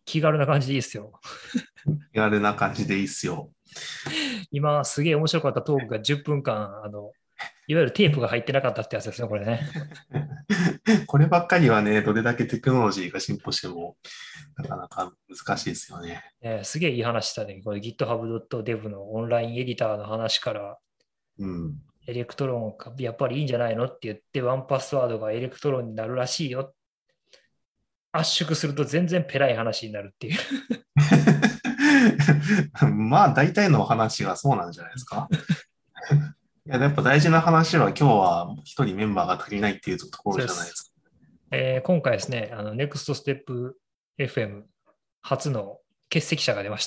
気軽な感じでいいっすよ。 気軽な感じでいいっすよ。 今、すげえ面白かったトークが10分間、いわゆるテープが入ってなかったってやつですね、これね。 こればっかりはね、どれだけテクノロジーが進歩しても、なかなか難しいですよね。 すげえいい話したね。これ GitHub.dev のオンラインエディターの話から、 うん。 エレクトロンがやっぱりいいんじゃないのって言って、ワンパスワードがエレクトロンになるらしいよ。圧縮すると全然ペラい話になるっていう。 まあ、大体のお話がそうなんじゃないですか。いや、やっぱ大事な話は今日は一人メンバーが足りないっていうところそうです。 じゃないですか。 今回ですね、NEXT STEP FM 初の欠席者が出ました。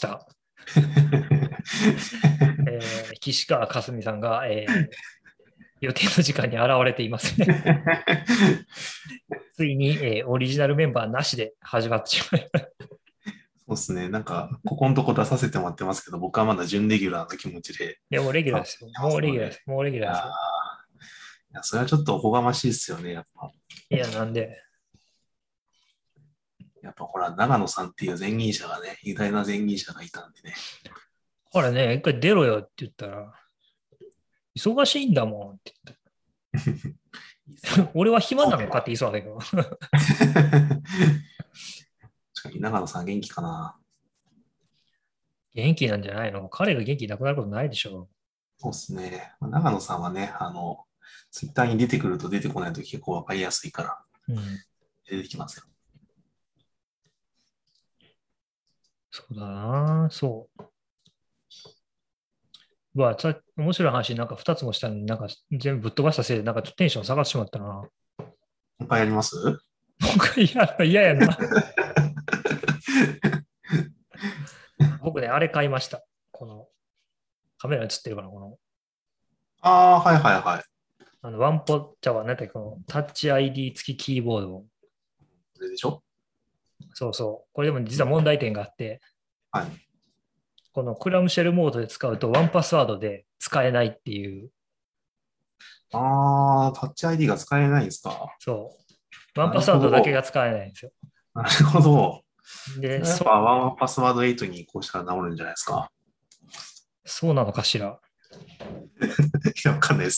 岸川かすみさんが、予定の時間に現れていますね。ついに、オリジナルメンバーなしで始まってしまいました。 そうですね。なんか、ここのとこ出させてもらってますけど、僕はまだ準レギュラーな気持ちでいや、もうレギュラーですよ。 参加してまもうすので。 レギュラーです。もうレギュラいやー、 ーですよ。 それはちょっとおこがましいですよね、やっぱ。 いや、なんで、 やっぱほら、長野さんっていう前任者がね、偉大な前任者がいたんでね。 ほらね、一回出ろよって言ったら、忙しいんだもんって。 いいですよ。 俺は暇なのかって言いそうだけど。 確かに長野さん元気かな。 元気なんじゃないの？彼が元気なくなることないでしょそうですね。長野さんはね、ツイッターに出てくると出てこないと結構わかりやすいからう。うん。 出てきますよ。 そうだな。そう。面白い話なんか2つもしたのになんか全部ぶっ飛ばしたせいでなんかちょっとテンション下がってしまったな。 他やります？ 僕嫌やな。僕ね、あれ買いました。このカメラ映ってるかなこの、 ああー、はいはいはい。 ワンポッチャは何だっけこのタッチ ID 付きキーボード。 これでしょ？ そうそう。これでも実はうん。 問題点があって、 はい。 このクラムシェルモードで使うとワンパスワードで使えないっていう、 ああ、タッチ ID が使えないんですか？ そう。ワンなるパスワードだけほど。 が使えないんですよ。 なるほど。そで、 れはやっぱワンパスワード8に移行したら治るんじゃないですか？ そうなのかしら。 いや、わかんないです。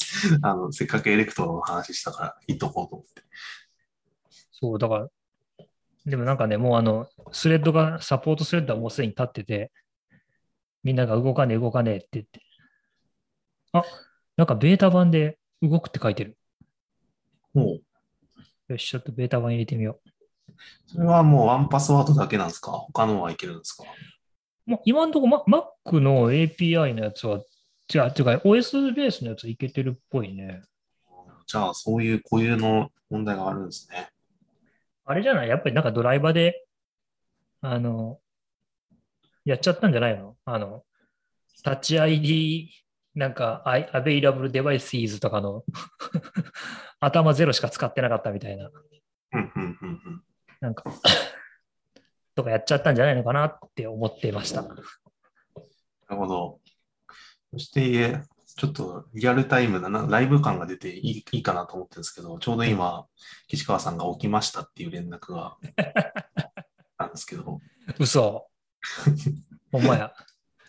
せっかくエレクトロの話したから言っとこうと思って。 そう、だから、でもなんかね、もうスレッドが、サポートスレッドはもうすでに立ってて、みんなが動かねえ動かねえって言って。あ、なんかベータ版で動くって書いてる。 もう、 よし、ちょっとベータ版入れてみよそれはもうワンパスワードだけなんですか？他のはいけるんですか？ う。今のところ、Mac の API のやつは、違うか、OS ベースのやついけてるっぽいね。 じゃあ、そういう固有の問題があるんですね。 あれじゃないやっぱりなんかドライバーで、あの、やっちゃったんじゃないのタッチ ID、なんか、Available Devices とかの頭ゼロしか使ってなかったみたいな、 うん、うん、うん、うん。 なんか、とかやっちゃったんじゃないのかなって思っていました。 なるほど。そして、ちょっとリアルタイムな、ライブ感が出ていいかなと思ってるんですけど、ちょうどうん。 今、岸川さんが起きましたっていう連絡があるんですけど、 嘘。ほんまや。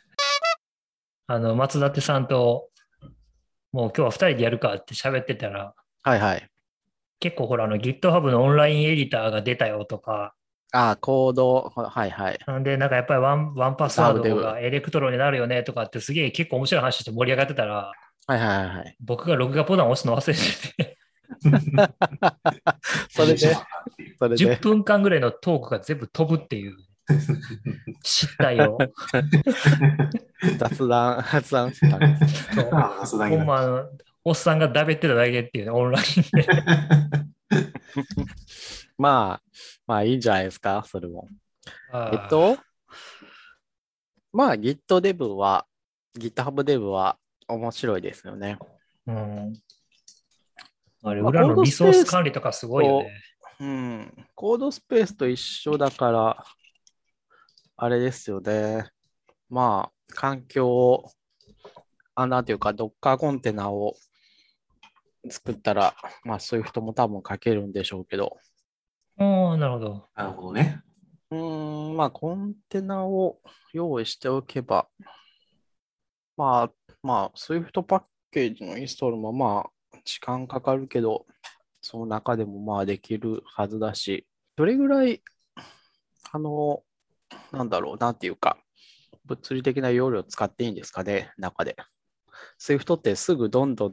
松立さんと、もう今日は二人でやるかって喋ってたら、 はいはい。 結構ほら、GitHub のオンラインエディターが出たよとか、 ああ、コード、はいはい。 なんで、なんかやっぱりワンパスワー GitHub デブ。 ドがエレクトロになるよねとかってすげえ結構面白い話して盛り上がってたら、 はいはいはい。 僕が録画ボタンを押すの忘れててそれで、 死んでしまったっていう。 10 それで、 分間ぐらいのトークが全部飛ぶっていう失態を、 雑談したんですね。 そう、 ああ、さすがにほんまおっさんがだべってただけっていうね、オンラインで。 まあ、まあいいんじゃないですか、それも。えっあと、まあ GitDev は、GitHub デブは面白いですよね。 うん。あれ、 まあ裏のコードリソーススペース管理とかすごいよね。 と、コードスペースと一緒だから、あれですよね。まあ、環境を、なんていうか、Docker コンテナを作ったら、まあそういう人も多分書けるんでしょうけど、 ああ、なるほど。 なるほどね。 まあ、コンテナを用意しておけば、Swift パッケージのインストールも時間かかるけど、その中でもできるはずだし、どれぐらい、あの、なんていうか、物理的な容量を使っていいんですかね、中で。Swift ってすぐどんどん、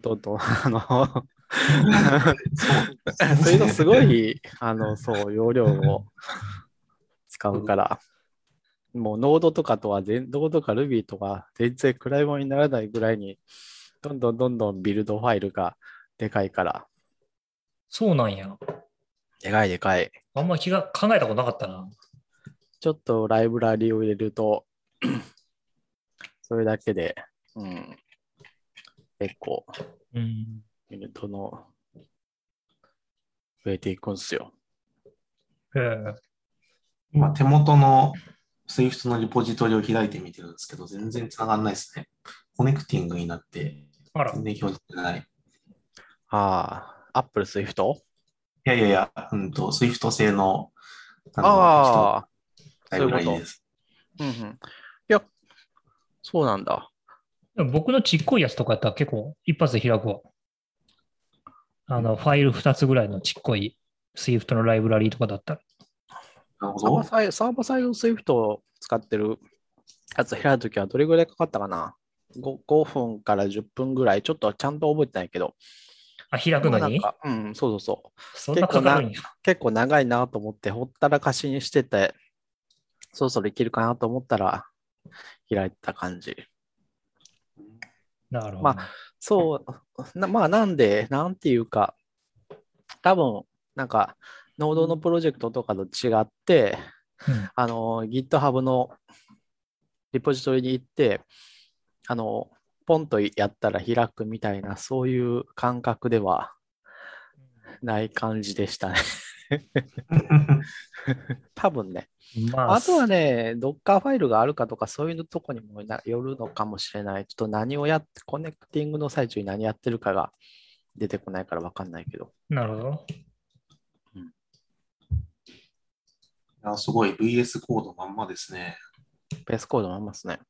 そういうのすごい、容量を使うから、もうノードとかノードか Ruby とか全然比べ物にならないぐらいに、どんどんビルドファイルがでかいから。 そうなんや。 でかいでかい。 あんま考えたことなかったな。 ちょっとライブラリを入れると、それだけで、結構、ビルドの増えていくんですよ。 今、手元の Swift のリポジトリを開いてみてるんですけど、全然繋がんないですね。コネクティングになって、全然表示してない。 Apple Swift？ いや、Swift 製の、ライブラリです。 いや、そうなんだ。 僕のちっこいやつとかやったら結構一発で開くわ。ファイル2つぐらいのちっこい Swift のライブラリーとかだったら。 なるほど。 サーバーサイド Swift を使ってるやつ開くときはどれぐらいかかったかな？ 5 分から10分ぐらい、ちょっとちゃんと覚えてないけど。 開くのに？ そう。 そんなかかるんや。 結構長いなと思って、ほったらかしにしてて、そろそろいけるかなと思ったら、開いた感じ。 なるほど。 なんで、なんていうか、多分、ノードのプロジェクトとかと違って、GitHub のリポジトリに行って、ポンとやったら開くみたいな、そういう感覚ではない感じでしたね。多分ね。あとはね、Docker ファイルがあるかとか、そういうとこにもよるのかもしれない。ちょっとコネクティングの最中に何やってるかが出てこないから分かんないけど。 なるほど。 すごい VS コードまんまですね。 VS コードまんまですね。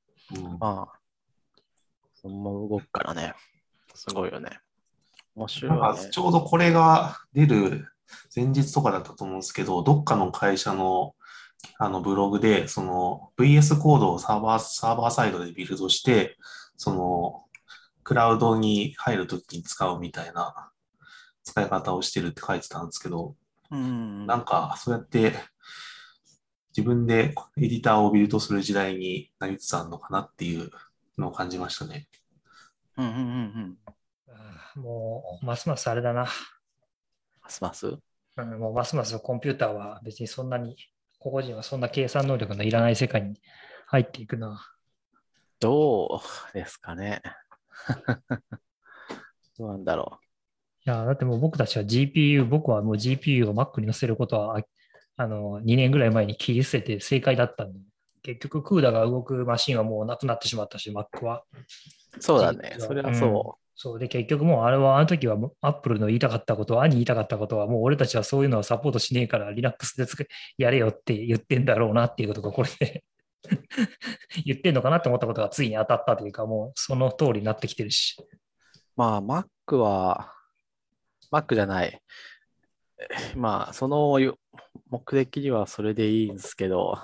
そのまま動くからね。すごいよね。面白いね。 ちょうどこれが出る前日とかだったと思うんですけど、どっかの会社のブログで、その VS コードをサーバーサイドでビルドして、そのクラウドに入るときに使うみたいな使い方をしてるって書いてたんですけど、そうやって自分でエディターをビルドする時代になりつつあるのかなっていうのを感じましたね。 もう、ますますあれだな。 ますます？ もうますますコンピューターは別にそんなに、個々人はそんな計算能力のいらない世界に入っていくな。 どうですかね。どうなんだろう。いや、だってもう僕たちは 僕はもう GPU を Mac に載せることは、2年ぐらい前に切り捨てて正解だったんで、結局 CUDA が動くマシンはもうなくなってしまったし、Mac は。 そうだね。それはそう。 そうで、結局もうあの時は Apple の言いたかったことは、兄言いたかったことは、もう俺たちはそういうのをサポートしねえから Linux でやれよって言ってんだろうなっていうことがこれで言ってんのかなって思ったことがついに当たったというか、もうその通りになってきてるし。 Mac じゃない。その目的にはそれでいいんですけど、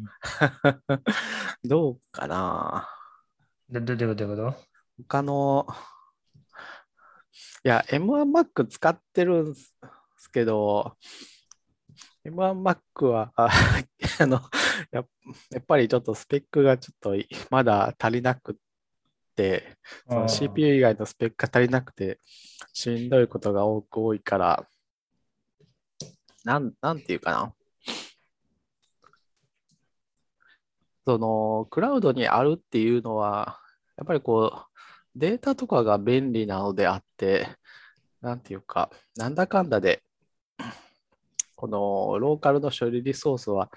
どうかな。 どういうこと他の、いや、M1Mac 使ってるんですけど、M1Mac はやっぱりちょっとスペックがちょっとまだ足りなくて、その CPU 以外のスペックが足りなくて、しんどいことが多いから、なんていうかな。その、クラウドにあるっていうのは、やっぱりデータとかが便利なのであって、なんていうか、なんだかんだで、このローカルの処理リソースは、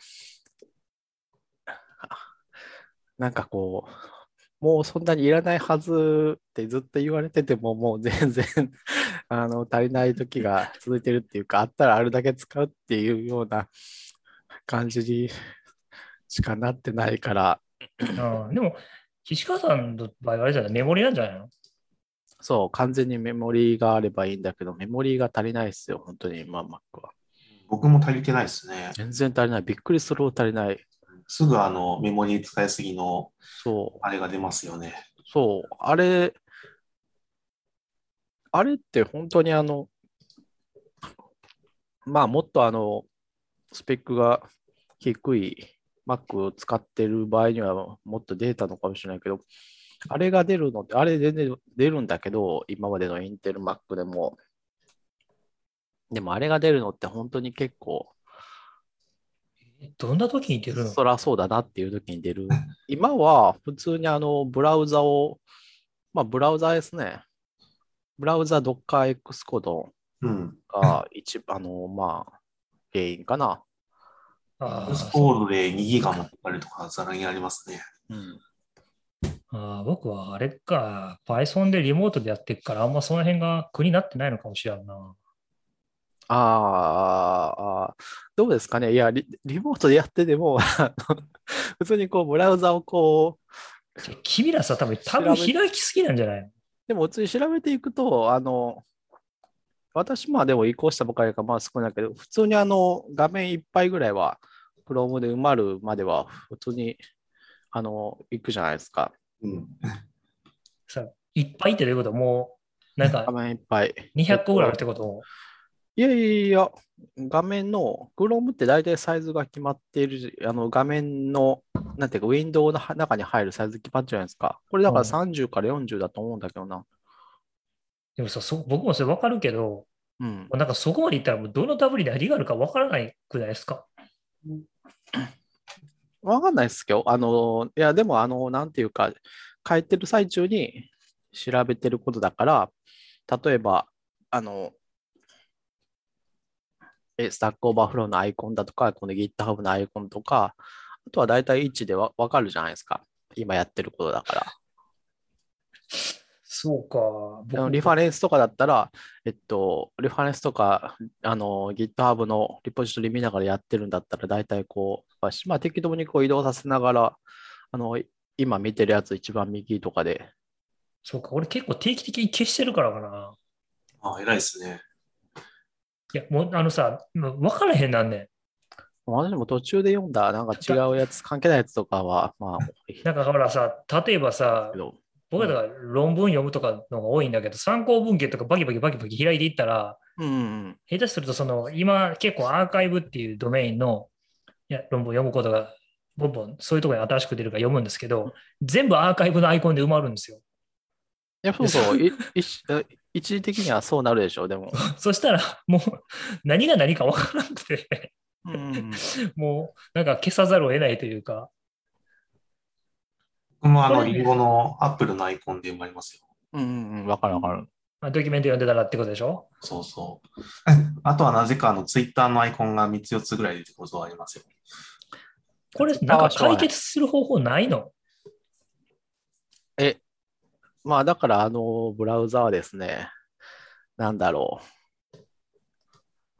もうそんなにいらないはずってずっと言われてても、もう全然足りない時が続いてるっていうか、あったらあるだけ使うっていうような感じにしかなってないから、 うん、でも、岸川さんの場合はあれじゃない、メモリなんじゃないの？ そう、完全にメモリーがあればいいんだけど、メモリーが足りないですよ、本当に、まあ、Mac は。 僕も足りてないですね。 全然足りない。びっくりするほど足りない。 すぐメモリ使いすぎのそう、 あれが出ますよね。 そう、あれって本当にまあ、もっとスペックが低い Mac を使ってる場合にはもっと出たのかもしれないけど、あれが出るのって、あれ全然出るんだけど、今までのインテル Mac でも、でもあれが出るのって本当に結構、 どんな時に出るの？ そらそうだなっていう時に出る。今は普通にブラウザを、まあブラウザですね。ブラウザ DockerX コードうん。 がまあ、原因かな。 ディスああ、 コードで2ギガ持ってたりとか、ざらにありますね。 うん。 僕はあれか、Python でリモートでやってるから、あんまその辺が苦になってないのかもしれんな。 どうですかね。いや、リモートでやってても、普通にこう、ブラウザをこ君らさ、多分う、調べ、 開きすぎなんじゃないの？ でも普通に調べていくと、私まあでも移行したばかりか、まあ少ないけど、普通に画面いっぱいぐらいは、Chrome で埋まるまでは、普通に、行くじゃないですか。 うん。 さ、いっぱいってどういうこと？もう、なん画か面いっぱい。 200個ぐらいあるってこと？ いやいやいや、画面の、Chrome って大体サイズが決まっているし、画面の、なんていうか、ウィンドウの中に入るサイズ決まってるじゃないですか。これだからうん。 30から40だと思うんだけどな。 でもさ、僕もそれ分かるけど、もうん。 うなんかそこまでいったらもうどのダブリで何があるか分からないくないですか？ わかんないですけど、いや、でも、なんていうか、書いてる最中に調べてることだから、例えば、あの、スタックオーバーフローのアイコンだとか、この GitHub のアイコンとか、あとは大体一致でわかるじゃないですか。今やってることだから。 そうか。僕、 リファレンスとかだったら、リファレンスとか、GitHub のリポジトリ見ながらやってるんだったら、大体こう、まあ、適当にこう移動させながら、あの、今見てるやつ一番右とかで、 そうか。俺結構定期的に消してるからかな。 あ、偉いですね。 いや、もうさ、もう分からへんなんね私も途中で読んだ、なんかん。 違うやつ、関係ないやつとかは、まあ、多いなんかほらさ、例えばさ、 けど、う僕らん。 が論文読むとかのが多いんだけど、参考文献とかバキバキバキバキ開いていったら、 うんうん。 下手するとその今結構アーカイブっていうドメインの論文を読むことがボンボンそういうところに新しく出るから読むんですけど、全部アーカイブのアイコンで埋まるんですよ。 いや、そで、 うそう、一時的にはそうなるでしょう、でも。 そしたらもう何が何かわからなくて、 うんうんもうなんか消さざるを得ないというか、 僕もこれ、 リンゴのアップルのアイコンで埋まりますよ。 うんうんうん、わかるわかる。 ドキュメント読んでたらってことでしょ？ そうそう。あとはなぜかツイッターのアイコンが3つ4つぐらい出てくることがありますよ。 これツイッタなんか解ーはしょうがない。 決する方法ないの？ え、まあだからブラウザはですね、なんだろう。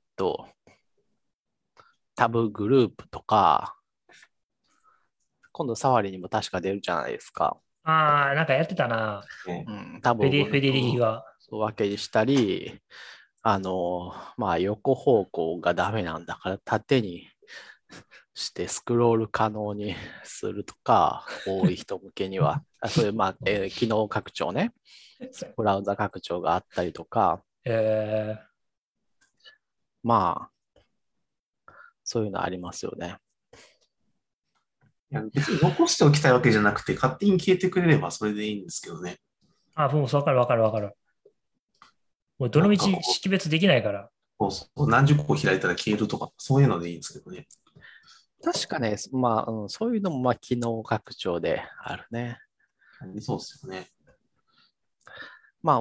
タブグループとか、今度サファリにも確か出るじゃないですか。 ああ、なんかやってたな。 ね、 うん、タブをフェデリギが。 そう分けにしたり、まあ横方向がダメなんだから縦にしてスクロール可能にするとか、多い人向けには。そういう、まあ、機能拡張ね。ブラウザ拡張があったりとか、 えまあ、そういうのありますよね。 いや別に残しておきたいわけじゃなくて、勝手に消えてくれればそれでいいんですけどね。 もうわかるわかるわかる。もうどのなん道かこう、 識別できないから。 何十個開いたら消えるとか、そういうのでいいんですけどね。 確かね、まあ、そういうのも、まあ、機能拡張であるね。 そうですよね。 まあ、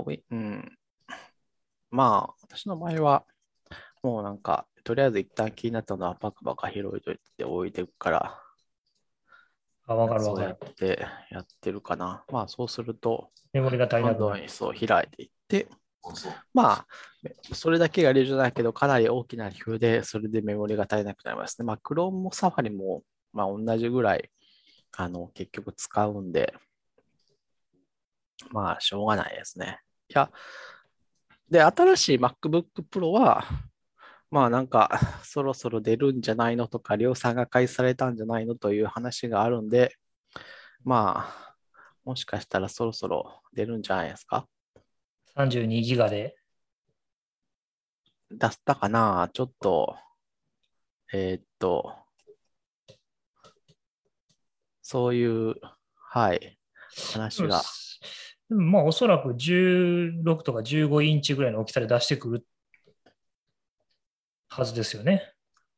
まあ、私の場合は、もうなんか、とりあえず一旦気になったのはパクパク拾いといて置いていくから、 わかるわそうやっかる。 てやってるかな。まあ、そうすると、 メモリが足りどなくなる。 んどんそう開いていって、 そうそう。 まあ、それだけが理由じゃないけど、かなり大きな理由で、それでメモリが足りなくなりますね。まあ、Chrome も Safari も、 まあ同じぐらい、結局使うんで、まあしょうがないですね。いや、で、新しい MacBook Pro は、まあなんか、そろそろ出るんじゃないのとか、量産が開始されたんじゃないのという話があるんで、まあ、もしかしたらそろそろ出るんじゃないですか。 32ギガで。 出したかなちょっと、えーっと、そういう、はい、話が。 でもまあおそらく16とか15インチぐらいの大きさで出してくるはずですよね。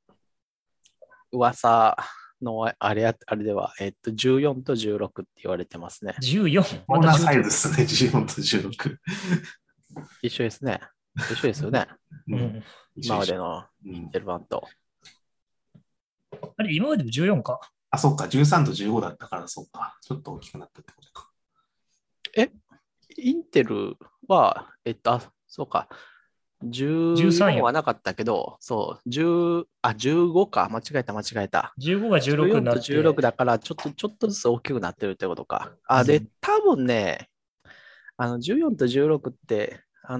噂のあれでは、14と16って言われてますね。 14? こんなまたサイズですね、14と16。 一緒ですね。一緒ですよね。 うん。 うん。 今までのうん。 L 版と。 あれ、今までも14か。 あ、そっか、13と15だったから、そっか。ちょっと大きくなったってことか。 インテルは、そうか。14はなかったけど、そう、15か。間違えた。 15が16に 14となって。 16だから、ちょっとずつ大きくなってるってことか。あ、で、 うん多分ね、14と16って、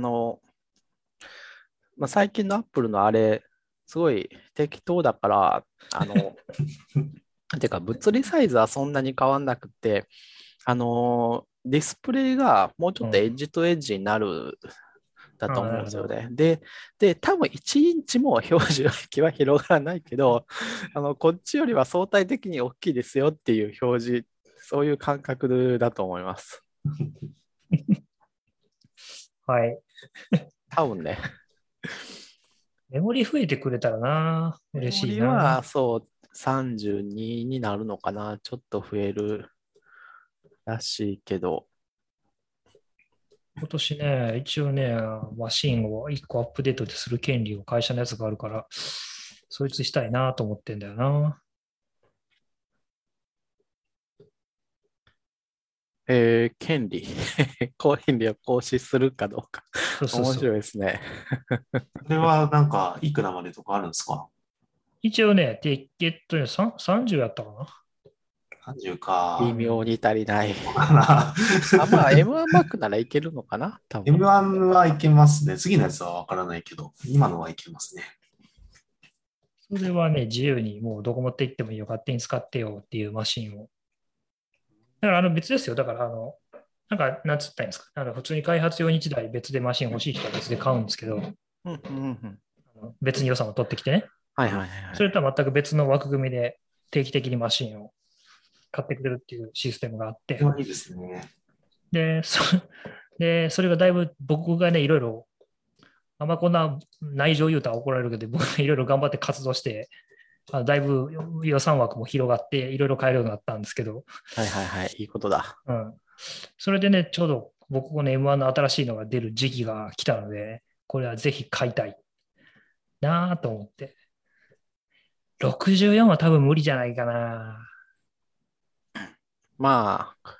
まあ、最近のアップルのあれ、すごい適当だから、てか、物理サイズはそんなに変わんなくて、ディスプレイがもうちょっとエッジとエッジになるだと思うんですよね。で、多分1インチも表示域は広がらないけど、こっちよりは相対的に大きいですよっていう表示、そういう感覚だと思います。 はい。 多分ね。 メモリ増えてくれたらな。嬉しいな。 メモリはそう、32になるのかな。ちょっと増えるらしいけど。 今年ね、一応ね、マシンを1個アップデートする権利を会社のやつがあるから、そいつしたいなと思ってんだよな。 権利。権利を行使するかどうか。面そうそうそう。 白いですね。 これはなんか、いくらまでとかあるんですか？ 一応ね、ティケットに30やったかな。 30か。 微妙に足りない。 かな。 まあ、M1Mac ならいけるのかな多分。 M1 はいけますね。次のやつはわからないけど、今のはいけますね。 それはね、自由にもうどこ持って行ってもいいよ、勝手に使ってよっていうマシンを。だから別ですよ。だからなんか、なんつったらいいんですか。普通に開発用に1台別でマシン欲しい人は別で買うんですけど、別に予算を取ってきてね。 はいはいはい。 それとは全く別の枠組みで定期的にマシンを買ってくれるっていうシステムがあって。 これはいいですね。 で、それがだいぶ僕がね、いろいろ、あんまこんな内情言うたら怒られるけど、僕がいろいろ頑張って活動して、だいぶ予算枠も広がって、いろいろ買えるようになったんですけど、 はいはいはい。いいことだ。 うん。それでね、ちょうど僕の M1 の新しいのが出る時期が来たので、これはぜひ買いたいなと思って。64は多分無理じゃないかな。 まあ、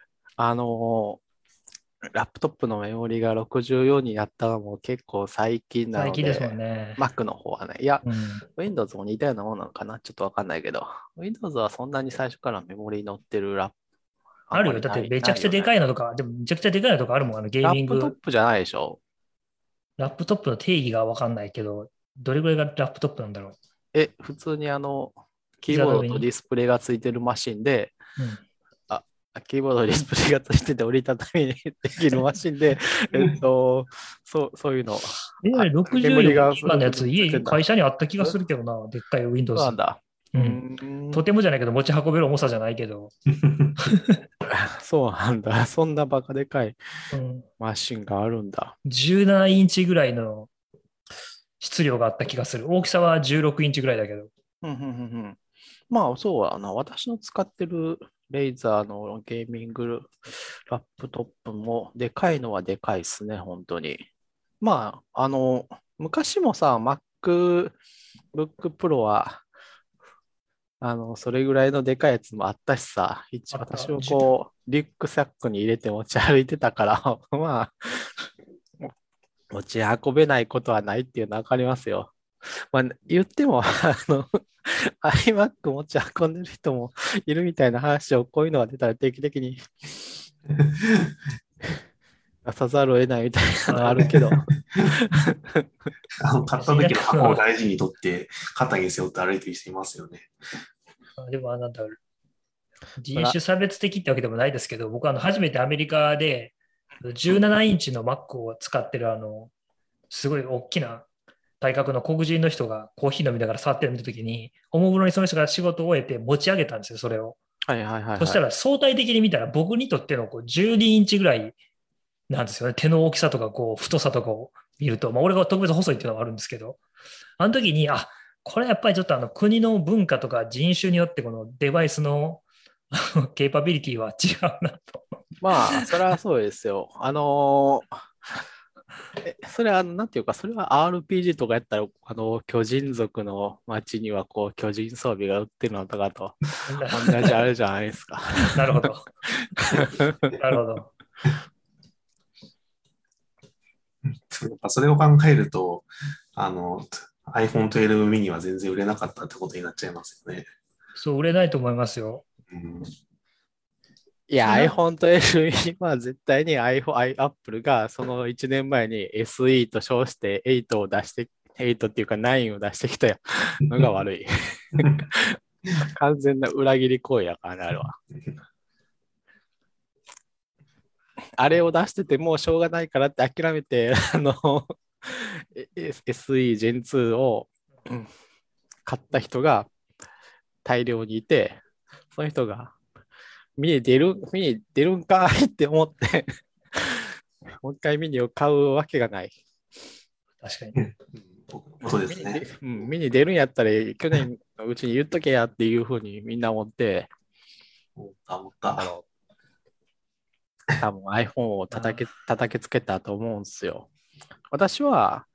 ラップトップのメモリが64になったのも結構最近なの最近ですもんで、 ね。 Mac の方はね。いや、 うん。 Windows も似たようなものなのかなちょっとわかんないけど、Windows はそんなに最初からメモリ乗ってるラップ、ああるよ。だってんまりない。 めちゃくちゃでかいのとか、でもめちゃくちゃでかいのとかあるもん。ゲーラップトッミング、 プじゃないでしょ？ ラップトップの定義がわかんないけど、どれぐらいがラップトップなんだろう。 普通にキー膝の上に。 ボードとディスプレイがついてるマシンで、 うん。 キーボードとディスプレイがついてて折りたたみにできるマシンで、そういうの。 64ギガのやつ、会ついてんだ。 社にあった気がするけどな。でっかいそう Windows。 なんだ。 うん。とてもじゃないけど、持ち運べる重さじゃないけど。 そうなんだ。そんなバカでかいうん、 マシンがあるんだ。 17インチぐらいの質量があった気がする。大きさは16インチぐらいだけど。 まあ、そうは私の使ってるレイザーのゲーミングラップトップもでかいのはでかいですね、本当に。まあ、昔もさ、MacBook Pro は、それぐらいのでかいやつもあったしさ、 あった私もこう、リュックサックに入れて持ち歩いてたから、まあ、持ち運べないことはないっていうのはわかりますよ。まあ、言っても、 iMac 持ち運んでる人もいるみたいな話をこういうのが出たら定期的に出さざるを得ないみたいなのあるけど。 買った時の箱を大事に取って肩に背負って歩いてる人いますよね。 でも、なんだろう、人種差別的ってわけでもないですけど、僕は初めてアメリカで17インチの Mac を使ってるすごい大きな体格の黒人の人がコーヒー飲みながら触ってるの見たときに、おもむろにその人が仕事を終えて持ち上げたんですよ、それを。 はいはいはいはい。 そしたら相対的に見たら僕にとっての12インチぐらいなんですよね。手の大きさとか太さとかを見ると、まあ俺が特別細いっていうのはあるんですけど、あの時に、これやっぱりちょっと国の文化とか人種によってこのデバイスのケーパビリティは違うなと。 まあ、それはそうですよ。それは、なんていうか、それは RPG とかやったら、巨人族の街には、巨人装備が売ってるのとかと同じあれじゃないですか。 なるほど。なるほど。 それを考えると、iPhone 12 mini は全然売れなかったってことになっちゃいますよね。 そう、売れないと思いますよ。 いや、iPhone と SE は絶対に Apple がその1年前に SE と称して8を出して、8っていうか9を出してきたのが悪い。完全な裏切り行為やからね、あれは。あれを出しててもうしょうがないからって諦めて、SE Gen 2を買った人が大量にいて、その人が見に出るんかいって思ってもう一回ミニを買うわけがない。 確かに。 そうですね。 ミニ出るんやったら去年のうちに言っとけやっていうふうにみんな思って、多分 iPhone を叩きつけたと思うんですよ。私は、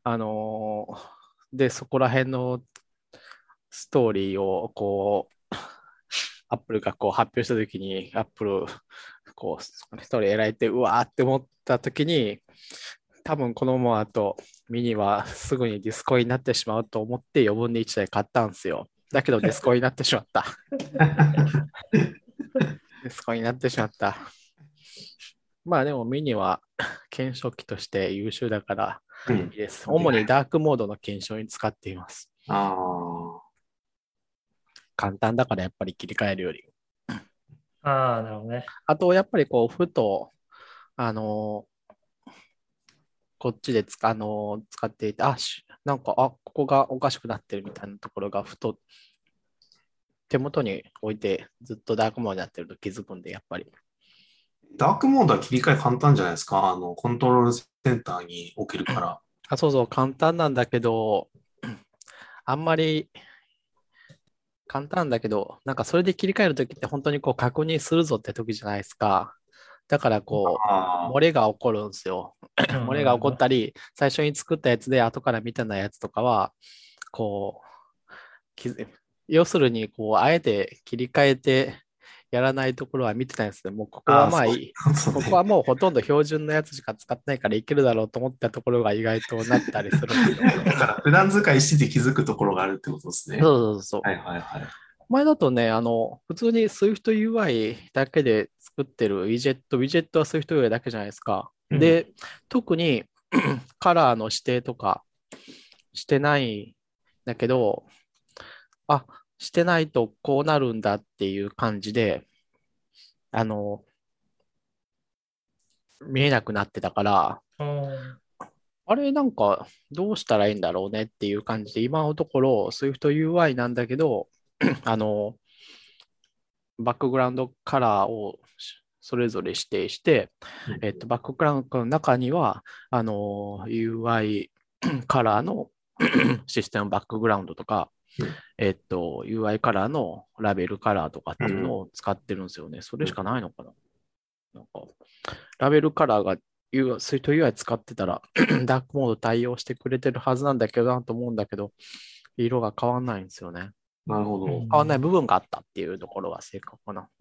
で、そこら辺のストーリーをアップルが発表したときに、アップル、ストーリー得られて、うわーって思ったときに、多分このままだとミニはすぐにディスコイになってしまうと思って余分に1台買ったんですよ。だけどディスコイになってしまった。ディスコイになってしまった。まあでもミニは検証機として優秀だからいいです。主にダークモードの検証に使っています。簡単だからやっぱり切り替えるより。 なるほどね。 あとやっぱりふと、こっちで使っていて、なんか、ここがおかしくなってるみたいなところがふと手元に置いてずっとダークモードになってると気づくんで、やっぱり。 ダークモードは切り替え簡単じゃないですか。コントロールセンターに置けるから。 そうそう、簡単なんだけど、あんまり簡単だけど、なんかそれで切り替えるときって本当に確認するぞって時じゃないですか。だから漏れが起こるんですよ。漏れが起こったり、最初に作ったやつで後から見てないやつとかは、要するに、あえて切り替えてやらないところは見てないですね。もうここはまあいい。ここはもうほとんど標準のやつしか使ってないからいけるだろうと思ったところが意外となったりするんですよ。 だから普段使いしてて気づくところがあるってことですね。 そう。 はいはいはい。 前だとね、普通に SwiftUI だけで作ってるウィジェットは SwiftUI だけじゃないですか。で、特にカラーの指定とかしてないんだけど、してないとこうなるんだっていう感じで、見えなくなってたから、あれなんかどうしたらいいんだろうねっていう感じで、今のところ SwiftUI なんだけど、バックグラウンドカラーをそれぞれ指定して、バックグラウンドの中には、UI カラーのシステムバックグラウンドとか、UI カラーのラベルカラーとかっていうのを使ってるんですよね。それしかないのかな。なんかラベルカラーがSwiftUI 使ってたらダークモード対応してくれてるはずなんだけどなと思うんだけど、色が変わんないんですよね。 なるほど。 変わんない部分があったっていうところが正確かな。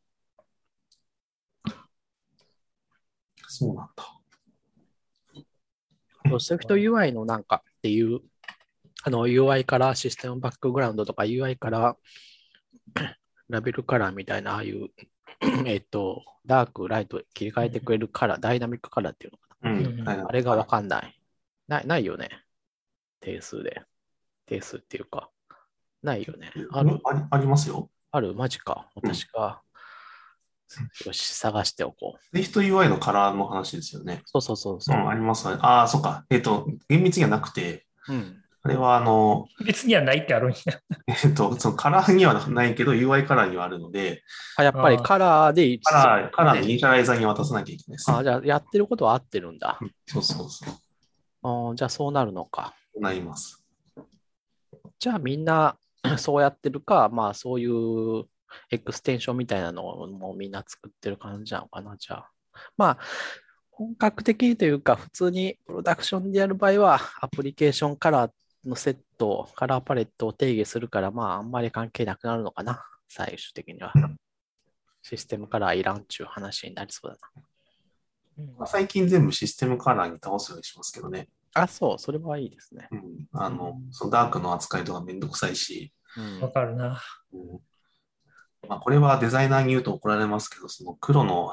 そうなんだ。 SwiftUI のなんかっていう UI からシステムバックグラウンドとか UI からラベルカラーみたいな、ああいうダーク、ライト切り替えてくれるカラー、ダイナミックカラーっていうのかな。あれがわかんない。ないよね。定数で。定数っていうか。ないよね。 ありますよ。 あるマジか。私が、よし、探しておこう。 テイスト UI のカラーの話ですよね。 そう。 ありますね。ああ、そっか。厳密にはなくて、あれは別にはないってあるんや。 そのカラーにはないけど UI カラーにはあるので、 やっぱりカラーでカラーのイニシャライザーに渡さなきゃいけないですね。 じゃあやってることは合ってるんだ。 そう。 じゃあそうなるのか。 なります。 じゃあみんなそうやってるか、まあそういうエクステンションみたいなのもみんな作ってる感じなのかな、じゃあ。まあ、本格的にというか、普通にプロダクションでやる場合は、アプリケーションカラーのセット、カラーパレットを定義するから、まあ、あんまり関係なくなるのかな、最終的には。システムカラーいらんっていう話になりそうだな。最近全部システムカラーに倒すようにしますけどね。 そう、それはいいですね。 そのダークの扱いとかめんどくさいし。 わかるな。 これはデザイナーに言うと怒られますけど、その黒の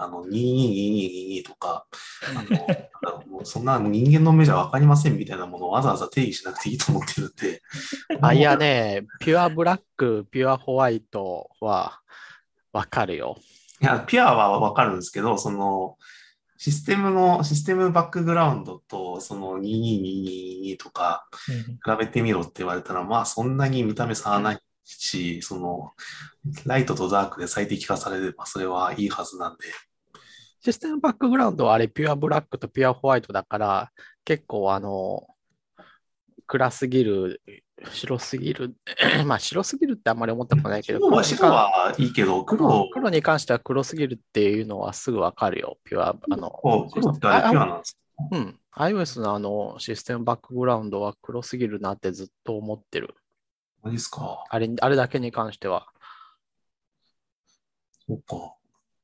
222222とか、もうそんな人間の目じゃわかりませんみたいなものをわざわざ定義しなくていいと思ってるんで。 いやね、ピュアブラック、ピュアホワイトはわかるよ。 いや、ピュアはわかるんですけど、その、システムバックグラウンドと、その2222とか、比べてみろって言われたら、まあそんなに見た目差はないし、その、ライトとダークで最適化されれば、それはいいはずなんで。 システムバックグラウンドはあれ、ピュアブラックとピュアホワイトだから、結構暗すぎる、白すぎる、まあ白すぎるってあんまり思ったことないけど、 白はいいけど、 黒に関しては黒すぎるっていうのはすぐわかるよ。ピュア、 黒ってあれピュアなんですか？ iOS のシステムバックグラウンドは黒すぎるなってずっと思ってる。 マジですか？ あれだけに関しては。 そうか。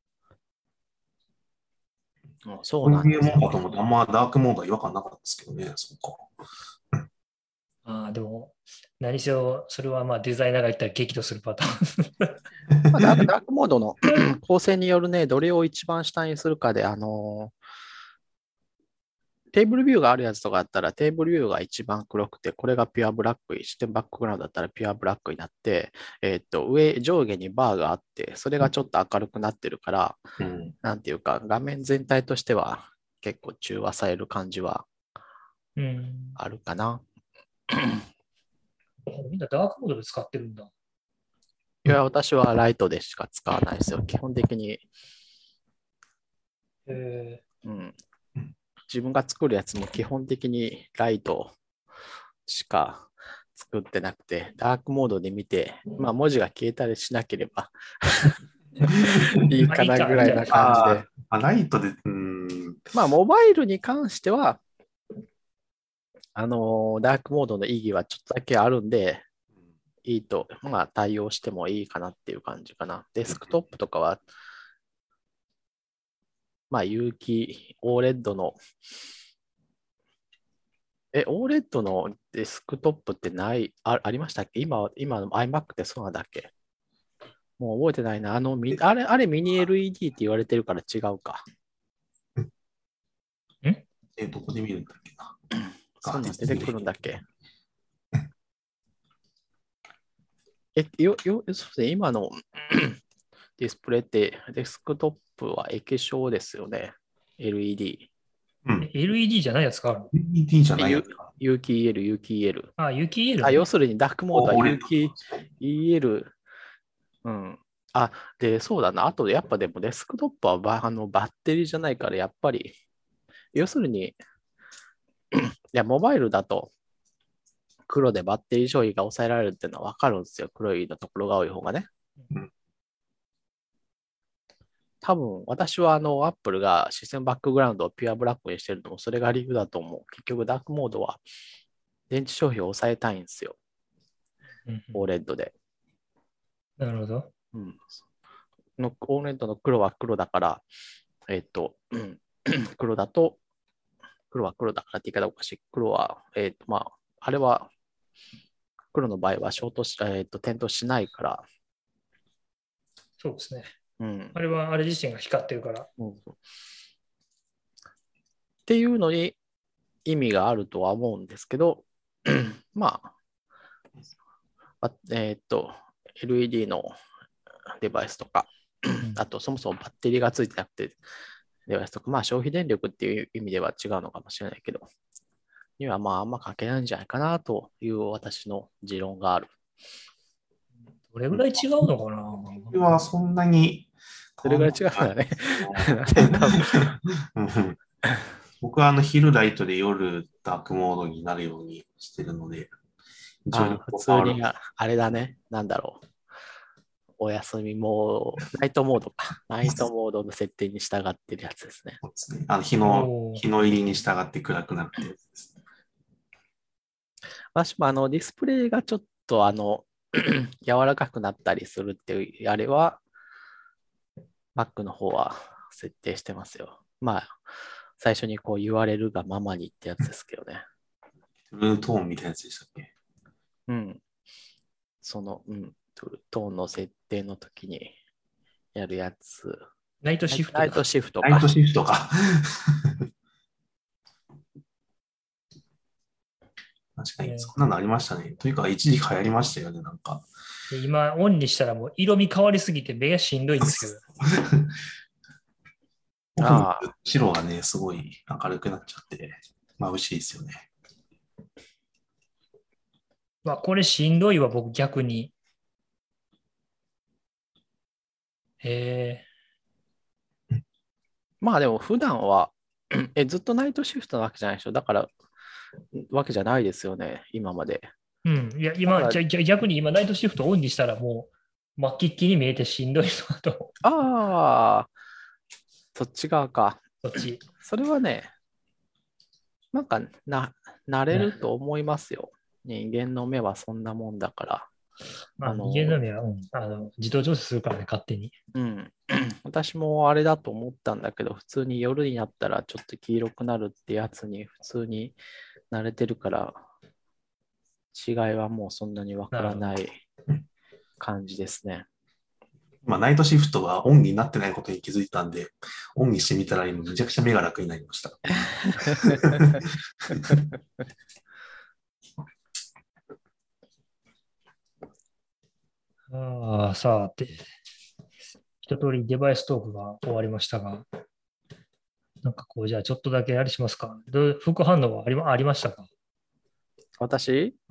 そうなんです。 こういうもんかと思って、あんまダークモードは違和感なかったですけどね。そうか。でも、何しろ、それはまあデザイナーが言ったら激怒するパターン。 ダークモードの構成によるね、どれを一番下にするかで、テーブルビューがあるやつとかだったら、テーブルビューが一番黒くて、これがピュアブラック、システムバックグラウンドだったらピュアブラックになって、上下にバーがあって、それがちょっと明るくなってるから、なんていうか、画面全体としては結構中和される感じはあるかな。 みんなダークモードで使ってるんだ。 いや、私はライトでしか使わないですよ。基本的に。自分が作るやつも基本的にライトしか作ってなくて、ダークモードで見て、まあ文字が消えたりしなければいいかなぐらいな感じで。 ライトで、 まあモバイルに関しては、ダークモードの意義はちょっとだけあるんで、いいと、まあ対応してもいいかなっていう感じかな。デスクトップとかは、まあ、有機 OLED の、OLED のデスクトップってありましたっけ？今の iMac ってそうなんだっけ？もう覚えてないな。あれミニ LED って言われてるから違うか。 どこで見るんだっけな。 そういうの出てくるんだっけ？そうですね、今のディスプレイってデスクトップは液晶ですよね。LED。 LED じゃないやつかあるの？ LED じゃないやつか。 有機 EL、有機 EL。 有機 EL、ね。 要するにダークモードは有機 EL。で、そうだな。あと、やっぱでもデスクトップはバッテリーじゃないから、やっぱり、要するに、モバイルだと、黒でバッテリー消費が抑えられるっていうのは分かるんですよ。黒いのところが多い方がね。多分、私はApple がシステムバックグラウンドをピュアブラックにしてるのも、それが理由だと思う。結局、ダークモードは電池消費を抑えたいんですよ。OLED で。 なるほど。 OLED の黒は黒だから、黒は黒だからって言い方おかしい。黒は、あれは黒の場合は点灯しないから、 そうですね。 うん。 あれはあれ自身が光ってるから。 っていうのに意味があるとは思うんですけど、まあ、LED のデバイスとか、あとそもそもバッテリーがついてなくて、デバイスとか、まあ消費電力っていう意味では違うのかもしれないけど、にはまああんま関係ないんじゃないかなという私の持論がある。 どれぐらい違うのかな。 これはそんなにそれぐらい違うからね。 僕は昼ライトで夜ダークモードになるようにしてるので、 普通にあれだね。なんだろう。お休みもナイトモードか。ナイトモードの設定に従ってるやつですね。 そうですね。日の入りに従って暗くなってるやつです。 私もディスプレイがちょっと柔らかくなったりするっていう、あれは Mac の方は設定してますよ。まあ、最初にこう言われるがままにってやつですけどね。 トゥルートーンみたいなやつでしたっけ？ うん。トゥルートーンの設定の時にやるやつ。 ナイトシフト。 ナイトシフトか。 ナイトシフトか。確かに、そんなのありましたね。というか、一時期流行りましたよね、なんか。 今、オンにしたらもう色味変わりすぎて目がしんどいんですけど。白がね、すごい明るくなっちゃって、眩しいですよね。 まあ、これしんどいわ、僕逆に。 まあでも普段はずっとナイトシフトなわけじゃないでしょ。だから、わけじゃないですよね、今まで。 うん。いや、逆に今ナイトシフトオンにしたらもう、末期っきに見えてしんどいのと。 ああ、そっち側か。 そっち。 それはね、なんか慣れると思いますよ。人間の目はそんなもんだから。 まあ、人間の目は、自動調整するからね、勝手に。 うん。私もあれだと思ったんだけど、普通に夜になったらちょっと黄色くなるってやつに普通に慣れてるから、違いはもうそんなにわからない感じですね。 まあ、ナイトシフトはオンになってないことに気づいたんで、オンにしてみたら今めちゃくちゃ目が楽になりました。 さて、一通りデバイストークが終わりましたが、なんかこう、じゃあちょっとだけあれしますか。副反応はありましたか？ 私、 うん。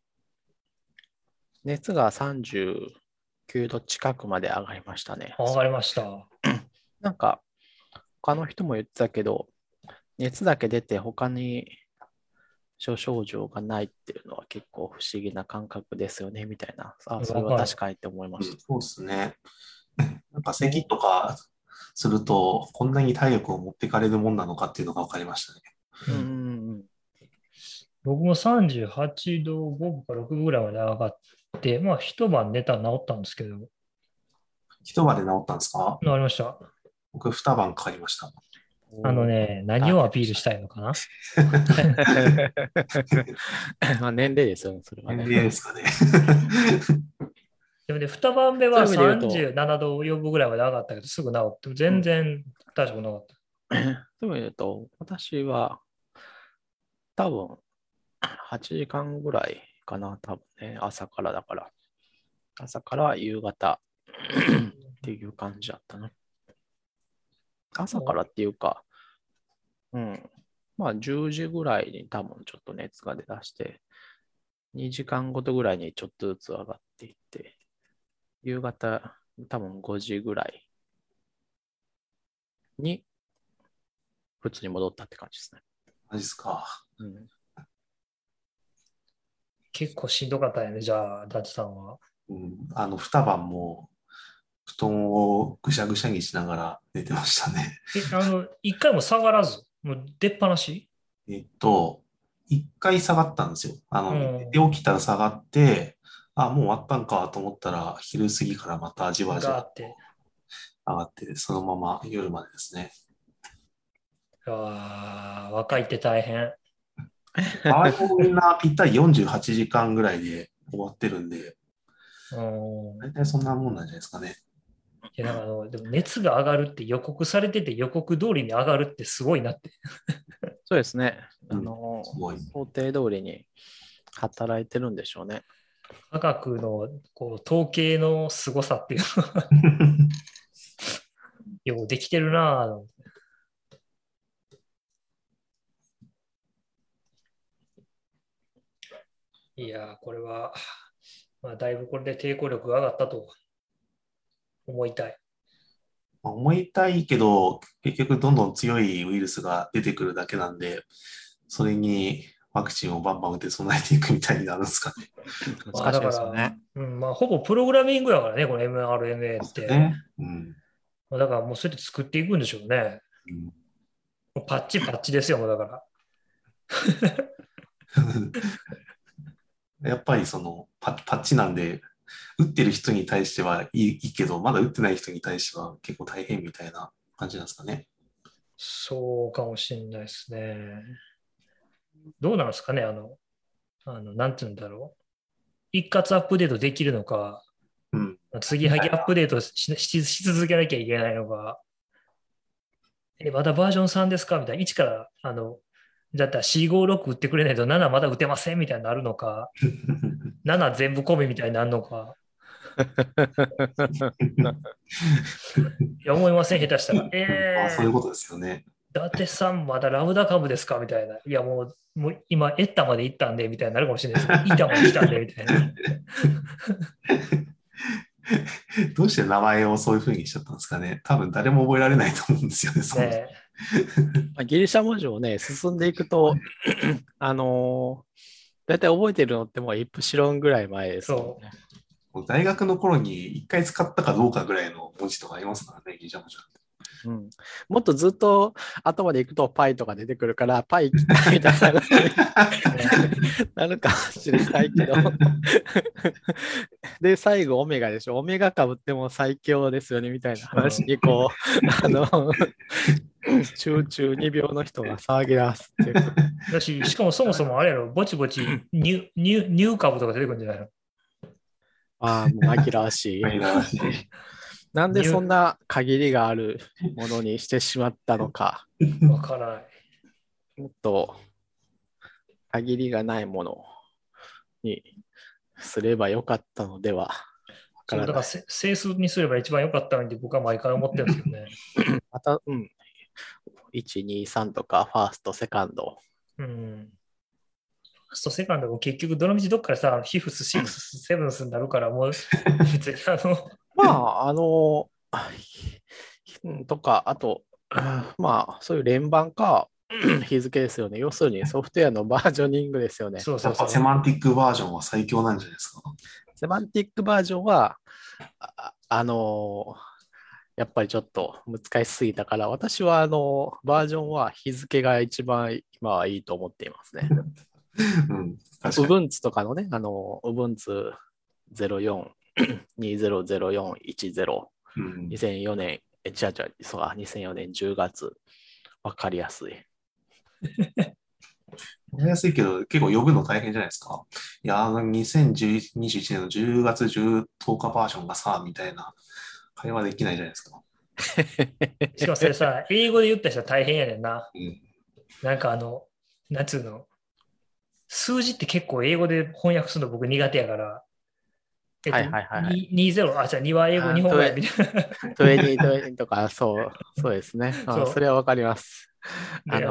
熱が39度近くまで上がりましたね。 上がりました。 なんか、他の人も言ってたけど、熱だけ出て他に諸症状がないっていうのは結構不思議な感覚ですよね、みたいな。それは確かにって思いました。 そうですね。なんか咳とかすると、こんなに体力を持ってかれるもんなのかっていうのが分かりましたね。 僕も38度5分か6分ぐらいまで上がって、まあ一晩寝たら治ったんですけど。 一晩で治ったんですか？ 治りました。 僕二晩かかりました。 何をアピールしたいのかなまあ年齢ですよね、それはね。 年齢ですかね。 でもね、二晩目は37度4分ぐらいまで上がったけど、すぐ治って、全然大丈夫なかった。 そういう意味で言うと、私は多分8時間ぐらいかな、多分ね、朝からだから。朝から夕方っていう感じだったな。朝からっていうか、まあ10時ぐらいに多分ちょっと熱が出だして、2時間ごとぐらいにちょっとずつ上がっていって、夕方多分5時ぐらいに普通に戻ったって感じですね。 マジっすか。 結構しんどかったよね、じゃあ、ダチさんは。 二晩も布団をぐしゃぐしゃにしながら寝てましたね。 一回も下がらず、もう出っ放し？ 一回下がったんですよ。寝て起きたら下がって、もう終わったんかと思ったら、昼過ぎからまたじわじわ上がって、そのまま夜までですね。 若いって大変。 周りもみんなぴったり48時間ぐらいで終わってるんで、大体そんなもんなんじゃないですかね。 いや、なんかでも熱が上がるって予告されてて予告通りに上がるってすごいなって。 そうですね。 すごい。 想定通りに働いてるんでしょうね。 科学のこう統計の凄さっていうのはようできてるなぁ。いやー、これは、まあ、だいぶこれで抵抗力が上がったと思いたい。 思いたいけど、結局どんどん強いウイルスが出てくるだけなんで、それにワクチンをバンバン打って備えていくみたいになるんですかね。 難しいまあだから、 ですよね。 まあ、ほぼプログラミングやからね、この mRNA って。 ね。うん。 まあだからもうそうやって作っていくんでしょうね。 うんもうパッチパッチですよ、もうだから。 やっぱりそのパッチなんで、打ってる人に対してはいいけど、まだ打ってない人に対しては結構大変みたいな感じなんですかね。 そうかもしれないですね。どうなんですかね、なんて言うんだろう。一括アップデートできるのか、 うん。 継ぎはぎアップデートし続けなきゃいけないのか、まだバージョン3ですかみたいな、1から、だったら456打ってくれないと7まだ打てませんみたいになるのか、7全部込みみたいになるのか、いや、思いません、下手したら。 まあ、そういうことですよね。 伊達さんまだラムダ株ですかみたいな。いや、もう今、エッタまで行ったんで、みたいになるかもしれないですけど、イタまで来たんで、みたいな。 どうして名前をそういう風にしちゃったんですかね。多分誰も覚えられないと思うんですよね、そのねギリシャ文字をね、進んでいくと、あのだいたい覚えてるのってもうイプシロンぐらい前ですもんね。 大学の頃に一回使ったかどうかぐらいの文字とかありますからね、ギリシャ文字なんて。 うん、もっとずっと後まで行くとパイとか出てくるから、パイ来たみたいなことになるかもしれないけど。で、最後オメガでしょ。オメガ株ってもう最強ですよねみたいな話にこう、中二病の人が騒ぎ出すっていう。 だし、しかもそもそもあれやろ、ぼちぼちニュー株とか出てくるんじゃないの？ ああ、もう紛らわしい。なんでそんな限りがあるものにしてしまったのか。 わからない。 もっと限りがないものにすればよかったのでは。わかそう、だかららない。 また、1、2、3とか、ファースト、セカンド。 うん。ファースト、セカンドも結局どのみちどっからさ、ヒフス、シックス、セブンスになるから、もう別にまあ、とか、あと、まあ、そういう連番か、日付ですよね。要するにソフトウェアのバージョニングですよね。 そうそうそう。 やっぱセマンティックバージョンは最強なんじゃないですか。 セマンティックバージョンは、やっぱりちょっと難しすぎたから、私はバージョンは日付が一番今はいいと思っていますね。 うん、確かに。 Ubuntu とかのね、Ubuntu 04、200410、2004年、そう、2004年10月、わかりやすい。 わかりやすいけど、結構呼ぶの大変じゃないですか。いや2021年の10月10日バージョンがさ、みたいな会話できないじゃないですか。 しかもそれさ、英語で言った人は大変やねんな。 うん、 なんかなんつうの、数字って結構英語で翻訳するの僕苦手やから、 はいはいはいはい。 20、じゃあ2は英語、日本語やみたいな。 20とか、そうですね。そそれはわかります。 う。で、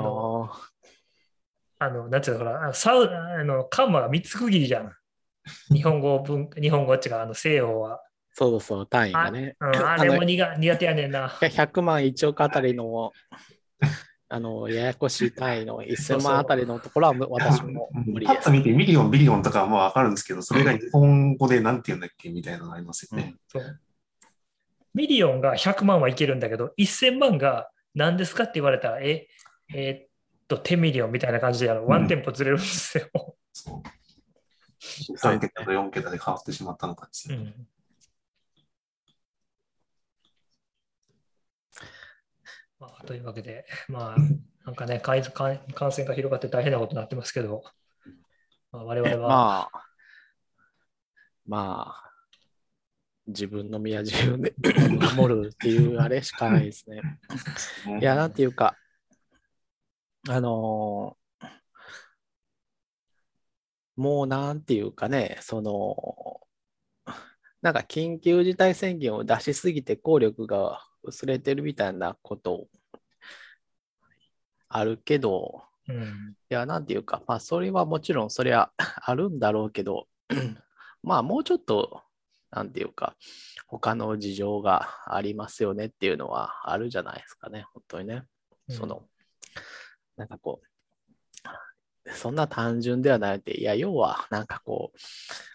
なんつうの、ほら、カンマが3つ区切りじゃん。日本語っちが、西洋は。 そう、単位がね。 あれも苦手やねんな。 100万1億あたりの、ややこしい単位の1000万あたりのところは私も無理です。 パッと見てミリオン、ビリオンとかはもうわかるんですけど、それが日本語でなんて言うんだっけみたいなのがありますよね。 そう。ミリオンが100万はいけるんだけど、1000万が何ですかって言われたら、10ミリオンみたいな感じでワンテンポずれるんですよ。 そう。3桁と4桁で変わってしまったのかですよ。 というわけで、 なんかね、感染が広がって大変なことになってますけど、まあ、我々は、 まあ、まあ、自分の身は自分で守るっていうあれしかないですね。いや、なんていうか、もうなんていうかね、なんか緊急事態宣言を出しすぎて効力が薄れてるみたいなことあるけど、 うん、 いや、なんていうか、まあ、それはもちろんそれはあるんだろうけど、まあ、もうちょっと、なんていうか、他の事情がありますよねっていうのはあるじゃないですかね、本当にね。 うんなんかこう、そんな単純ではないって、いや、要は、なんかこう、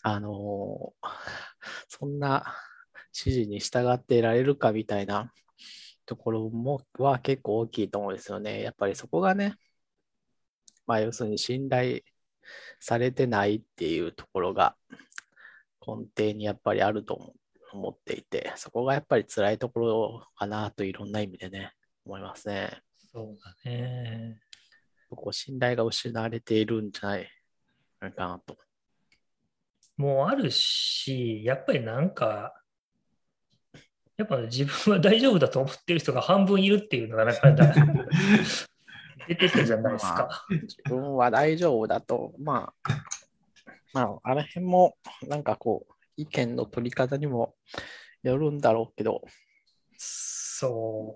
そんな指示に従っていられるかみたいなところは結構大きいと思うんですよね。やっぱりそこがね、まあ、要するに信頼されてないっていうところが根底にやっぱりあると思っていて、そこがやっぱり辛いところかなといろんな意味でね、思いますね。 そうだね。 そこ信頼が失われているんじゃないかなと。 もうあるし、やっぱりなんか、やっぱ自分は大丈夫だと思ってる人が半分いるっていうのがなかなか出てたじゃないですまあ、 か。 自分は大丈夫だと、あの辺も、なんかこう、意見の取り方にもよるんだろうけど、 そう。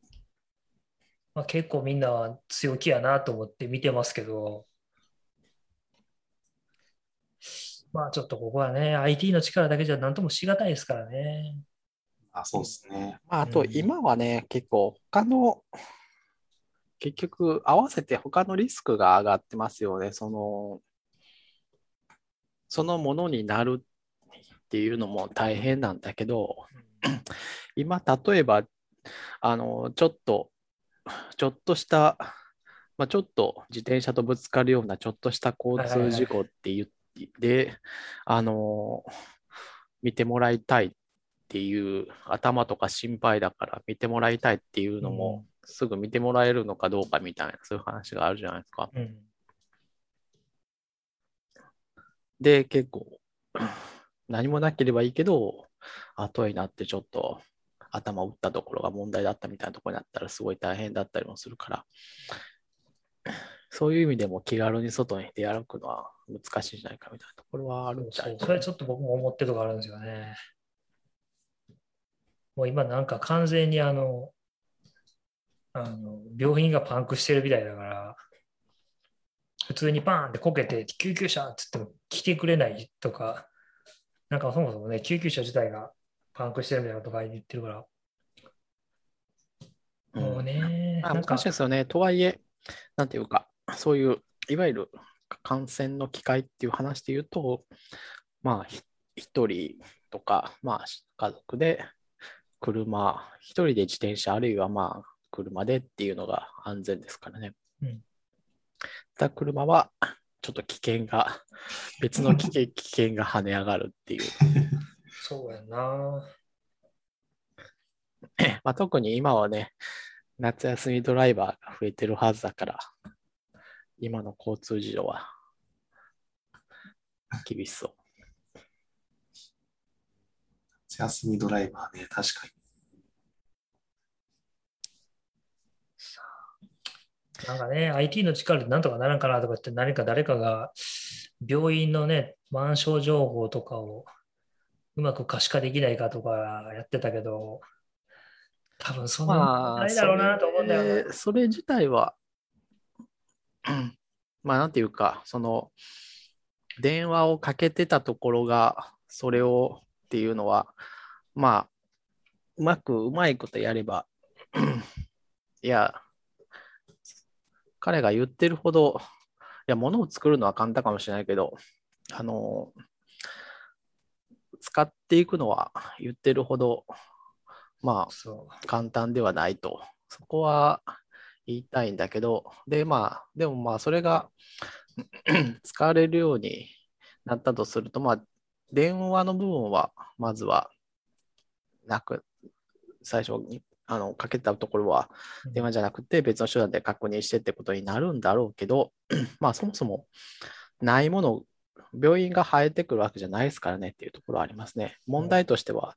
まあ、結構みんな強気やなと思って見てますけど、まあちょっとここはね、IT の力だけじゃ何ともしがたいですからね。 あ、そうですね。 まあ、あとうん。 今はね、結構結局合わせて他のリスクが上がってますよね。そのものになるっていうのも大変なんだけど、今、例えば、あの、ちょっと、ちょっとした、ちょっと自転車とぶつかるようなちょっとした交はいはいはい。 通事故って言って、あの、見てもらいたいっていう頭とか心配だから見てもらいたいっていうのもうん。 すぐ見てもらえるのかどうかみたいなそういう話があるじゃないですか。 うん。 で、結構何もなければいいけど、後になってちょっと頭を打ったところが問題だったみたいなところになったらすごい大変だったりもするから、そういう意味でも気軽に外に出歩くのは難しいんじゃないかみたいなところはあるんじゃない。 そうそう。それはちょっと僕も思ってるところあるんですよね。もう今なんか完全に病院がパンクしてるみたいだから、普通にパーンってこけて救急車っつっても来てくれないとか、なんかそもそもね、救急車自体がパンクしてるみたいなことが言ってるから、もううん。 ね、なん難しいか、 ですよね。とはいえ、なんていうか、そういう、いわゆる感染の機会っていう話で言うと、一人とか、家族で一人で自転車、あるいは車でっていうのが安全ですからね。 うん、 ただ車は、ちょっと別の危険が跳ね上がるっていう。 そうやな。 特に今はね、夏休みドライバーが増えてるはずだから、今の交通事情は厳しそう。 休みドライバーね、確かに。 なんかね、IT の力でなんとかならんかなとかって何か誰かが病院のね、腕章情報とかをうまく可視化できないかとかやってたけど、多分そんなないだろうなと思うんだよな。 それ自体は、なんていうか、電話をかけてたところが、それをっていうのは、まあ、うまいことやれば、いや、彼が言ってるほど、いや、物を作るのは簡単かもしれないけど、あの、使っていくのは言ってるほど、 そ簡単ではないと。そこは言いたいんだけど、でもそれが使われるようになったとすると、電話の部分は、まずはなく、最初にかけたところは電話じゃなくて別の手段で確認してってことになるんだろうけど、まあそもそもないもの、病院が生えてくるわけじゃないですからねっていうところはありますね。問題としては、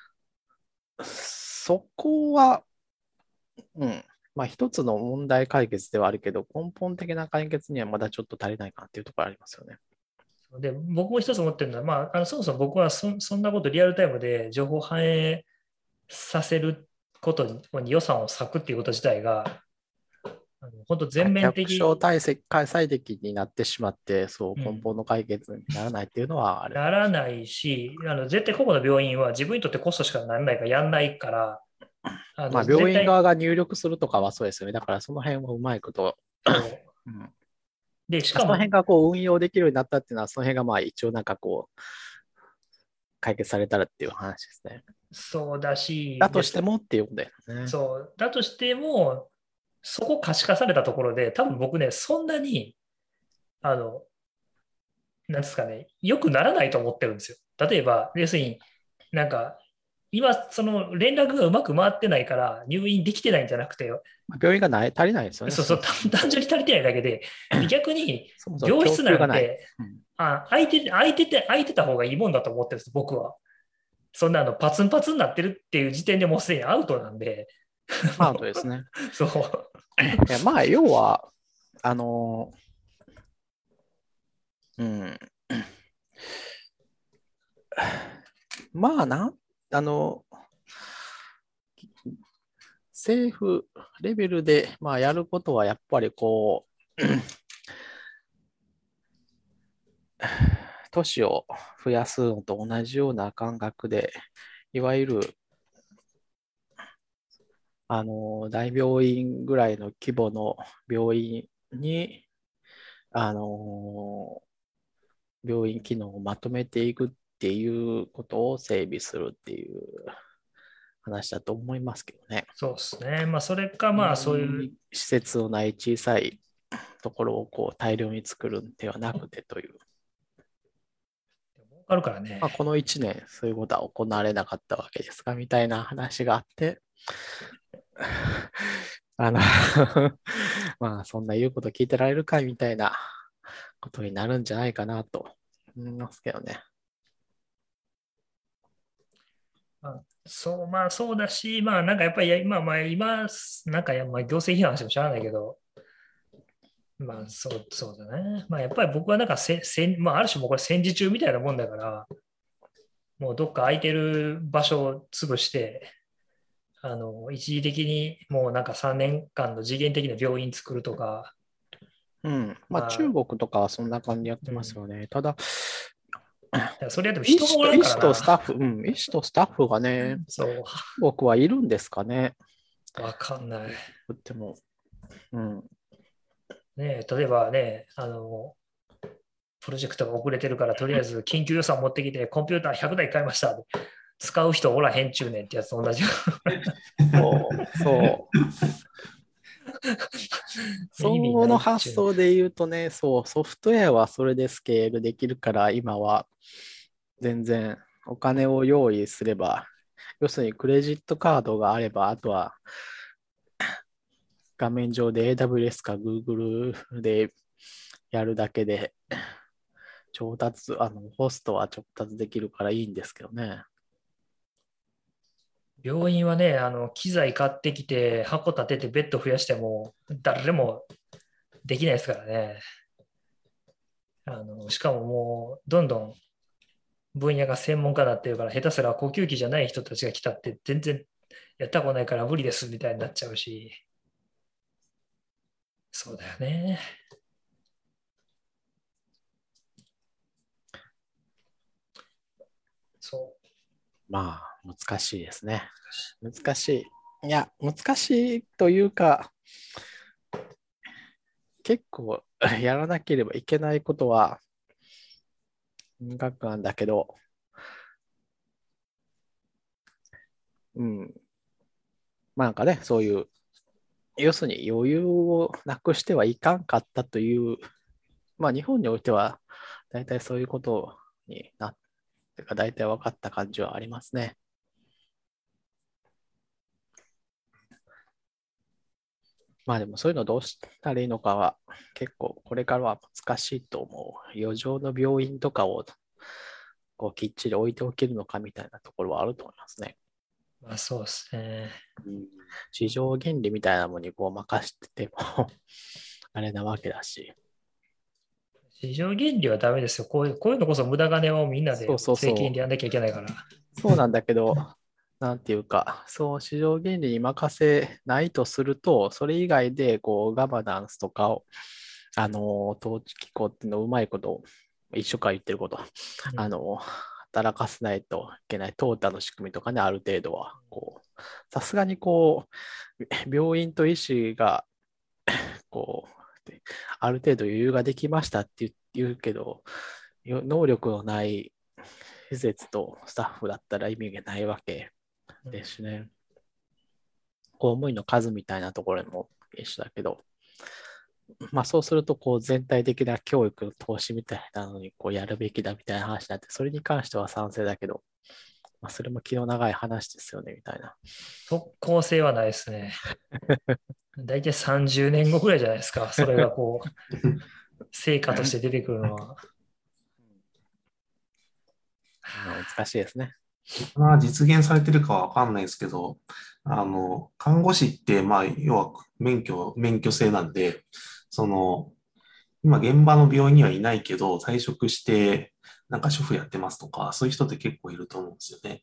そこは、まあ一つの問題解決ではあるけど、根本的な解決にはまだちょっと足りないかなっていうところありますよね。 で、僕も一つ思ってるのは、そもそも僕はそんなことリアルタイムで情報を反映させることに予算を割くっていうこと自体が、本当全面的略称体積最適になってしまって、そううん根本の解決にならないっていうのはある。 ならないし、絶対個々の病院は自分にとってコストしかならないからやんないから、 まあ、病院絶対側が入力するとかはそうですよね。だからその辺はうまいこと、 そうで、しかも、 その辺がこう運用できるようになったっていうのは、その辺がまあ一応なんかこう、解決されたらっていう話ですね。 そうだし、 だとしてもっていうことだよね。 そう、だとしても、そこ可視化されたところで、多分僕ね、そんなに、なんですかね、良くならないと思ってるんですよ。例えば、要するになんか、今、その連絡がうまく回ってないから入院できてないんじゃなくて、 病院が足りないですよね。 そうそう、単純に足りてないだけで、逆にそもそも病室なん供給がない。 て、空いてた方がいいもんだと思ってるんです、僕は。そんなパツンパツンになってるっていう時点でもうすでにアウトなんで。 アウトですね。 そう。 いやまあ、要は、まあ政府レベルで、まあ、やることはやっぱりこう、都市を増やすのと同じような感覚で、いわゆる大病院ぐらいの規模の病院に、病院機能をまとめていくっていうことを整備するっていう話だと思いますけどね。 そうですね。それか、そういう。 施設のない小さいところをこう大量に作るんではなくてという。 あるからね。 この1年、そういうことは行われなかったわけですが、みたいな話があって、まあ、そんな言うこと聞いてられるかいみたいなことになるんじゃないかなと思いますけどね。 そうだし、なんかやっぱり今、なんか行政批判してもしゃあないけど、そうだね。やっぱり僕はなんかある種もうこれ戦時中みたいなもんだから、もうどっか空いてる場所を潰して、一時的にもうなんか3年間の次元的な病院作るとか。 中国とかはそんな感じやってますよね。ただ、 それやっても人がおらんからな。 医師とスタッフがね、 そう。 中国はいるんですかね。 わかんない。 でも、 ね、例えばね、プロジェクトが遅れてるから、とりあえず緊急予算持ってきて、コンピューター100台買いました。使う人おらへんちゅうねんってやつと同じ。 そう。その発想で言うとね、ソフトウェアはそれでスケールできるから、今は全然お金を用意すれば、要するにクレジットカードがあれば、あとは画面上で AWS か Google でやるだけで、ホストは調達できるからいいんですけどね。 病院はね、機材買ってきて、箱立ててベッド増やしても、誰もできないですからね。しかももう、どんどん分野が専門家になってるから、下手すら呼吸器じゃない人たちが来たって、全然やったことないから無理ですみたいになっちゃうし。そうだよね。そう。 まあ、難しいですね。難しい。いや、難しいというか、結構やらなければいけないことは、学なんだけど、なんかね、そういう、要するに余裕をなくしてはいかんかったという、日本においては、大体そういうことになって、大体分かった感じはありますね。 まあでもそういうのどうしたらいいのかは結構これからは難しいと思う。余剰の病院とかをこうきっちり置いておけるのかみたいなところはあると思いますね。 まあそうですね。 市場原理みたいなものにこう任せててもあれなわけだし。 市場原理はダメですよ。こういうのこそ無駄金をみんなでそうそうそう税金でやんなきゃいけないから。 そうなんだけど、なんていうか、そう市場原理に任せないとすると、それ以外でこうガバナンスとかを、統治機構っていうのをうまいこと、一緒か言ってること、 うん働かせないといけない、淘汰の仕組みとかね、ある程度は、こう、さすがにこう、病院と医師が、こう、ある程度余裕ができましたって言うけど、能力のない施設とスタッフだったら意味がないわけですね。公務員の数みたいなところも一緒だけど、まあそうするとこう全体的な教育の投資みたいなのにこうやるべきだみたいな話になって、それに関しては賛成だけど、まあ、それも気の長い話ですよねみたいな。 特効性はないですね。大体30年後ぐらいじゃないですか。それがこう、成果として出てくるのは。 難しいですね。 まあ、実現されてるかはわかんないですけど、看護師って、まあ、要は免許制なんで、その、今現場の病院にはいないけど、退職して、なんか主婦やってますとか、そういう人って結構いると思うんですよね。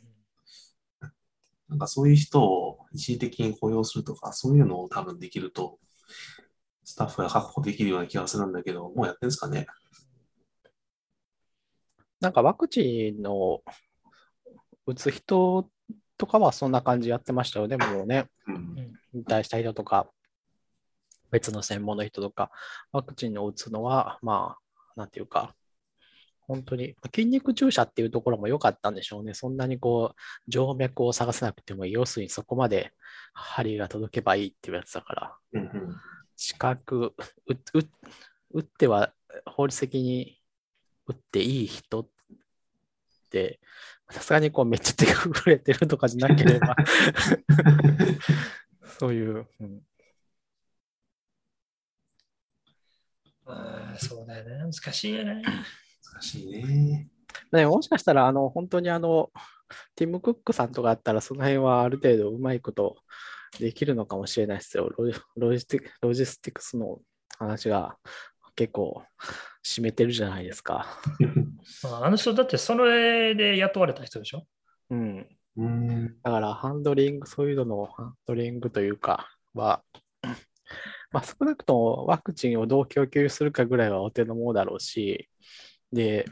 なんかそういう人を一時的に雇用するとか、そういうのを多分できると、スタッフが確保できるような気がするんだけど、もうやってんですかね。 なんかワクチンの打つ人とかはそんな感じやってましたよね、もうね。引退した人とか、別の専門の人とか、ワクチンを打つのは、まあ、なんていうか、本当に筋肉注射っていうところも良かったんでしょうね。そんなにこう、静脈を探さなくてもいい。要するにそこまで針が届けばいいっていうやつだから、資格、打っては法律的に打っていい人って、さすがにこうめっちゃ手が震えてるとかじゃなければ、そういう、 そうだよね。難しいよね。 難しいね。 ね、もしかしたら、本当にティム・クックさんとかあったら、その辺はある程度うまいことできるのかもしれないですよ。ロジスティクスの話が結構占めてるじゃないですか。 あの人だってそれで雇われた人でしょ。 うん。だからハンドリング、そういうののハンドリングというかは、まあ、少なくともワクチンをどう供給するかぐらいはお手の物だろうし、で、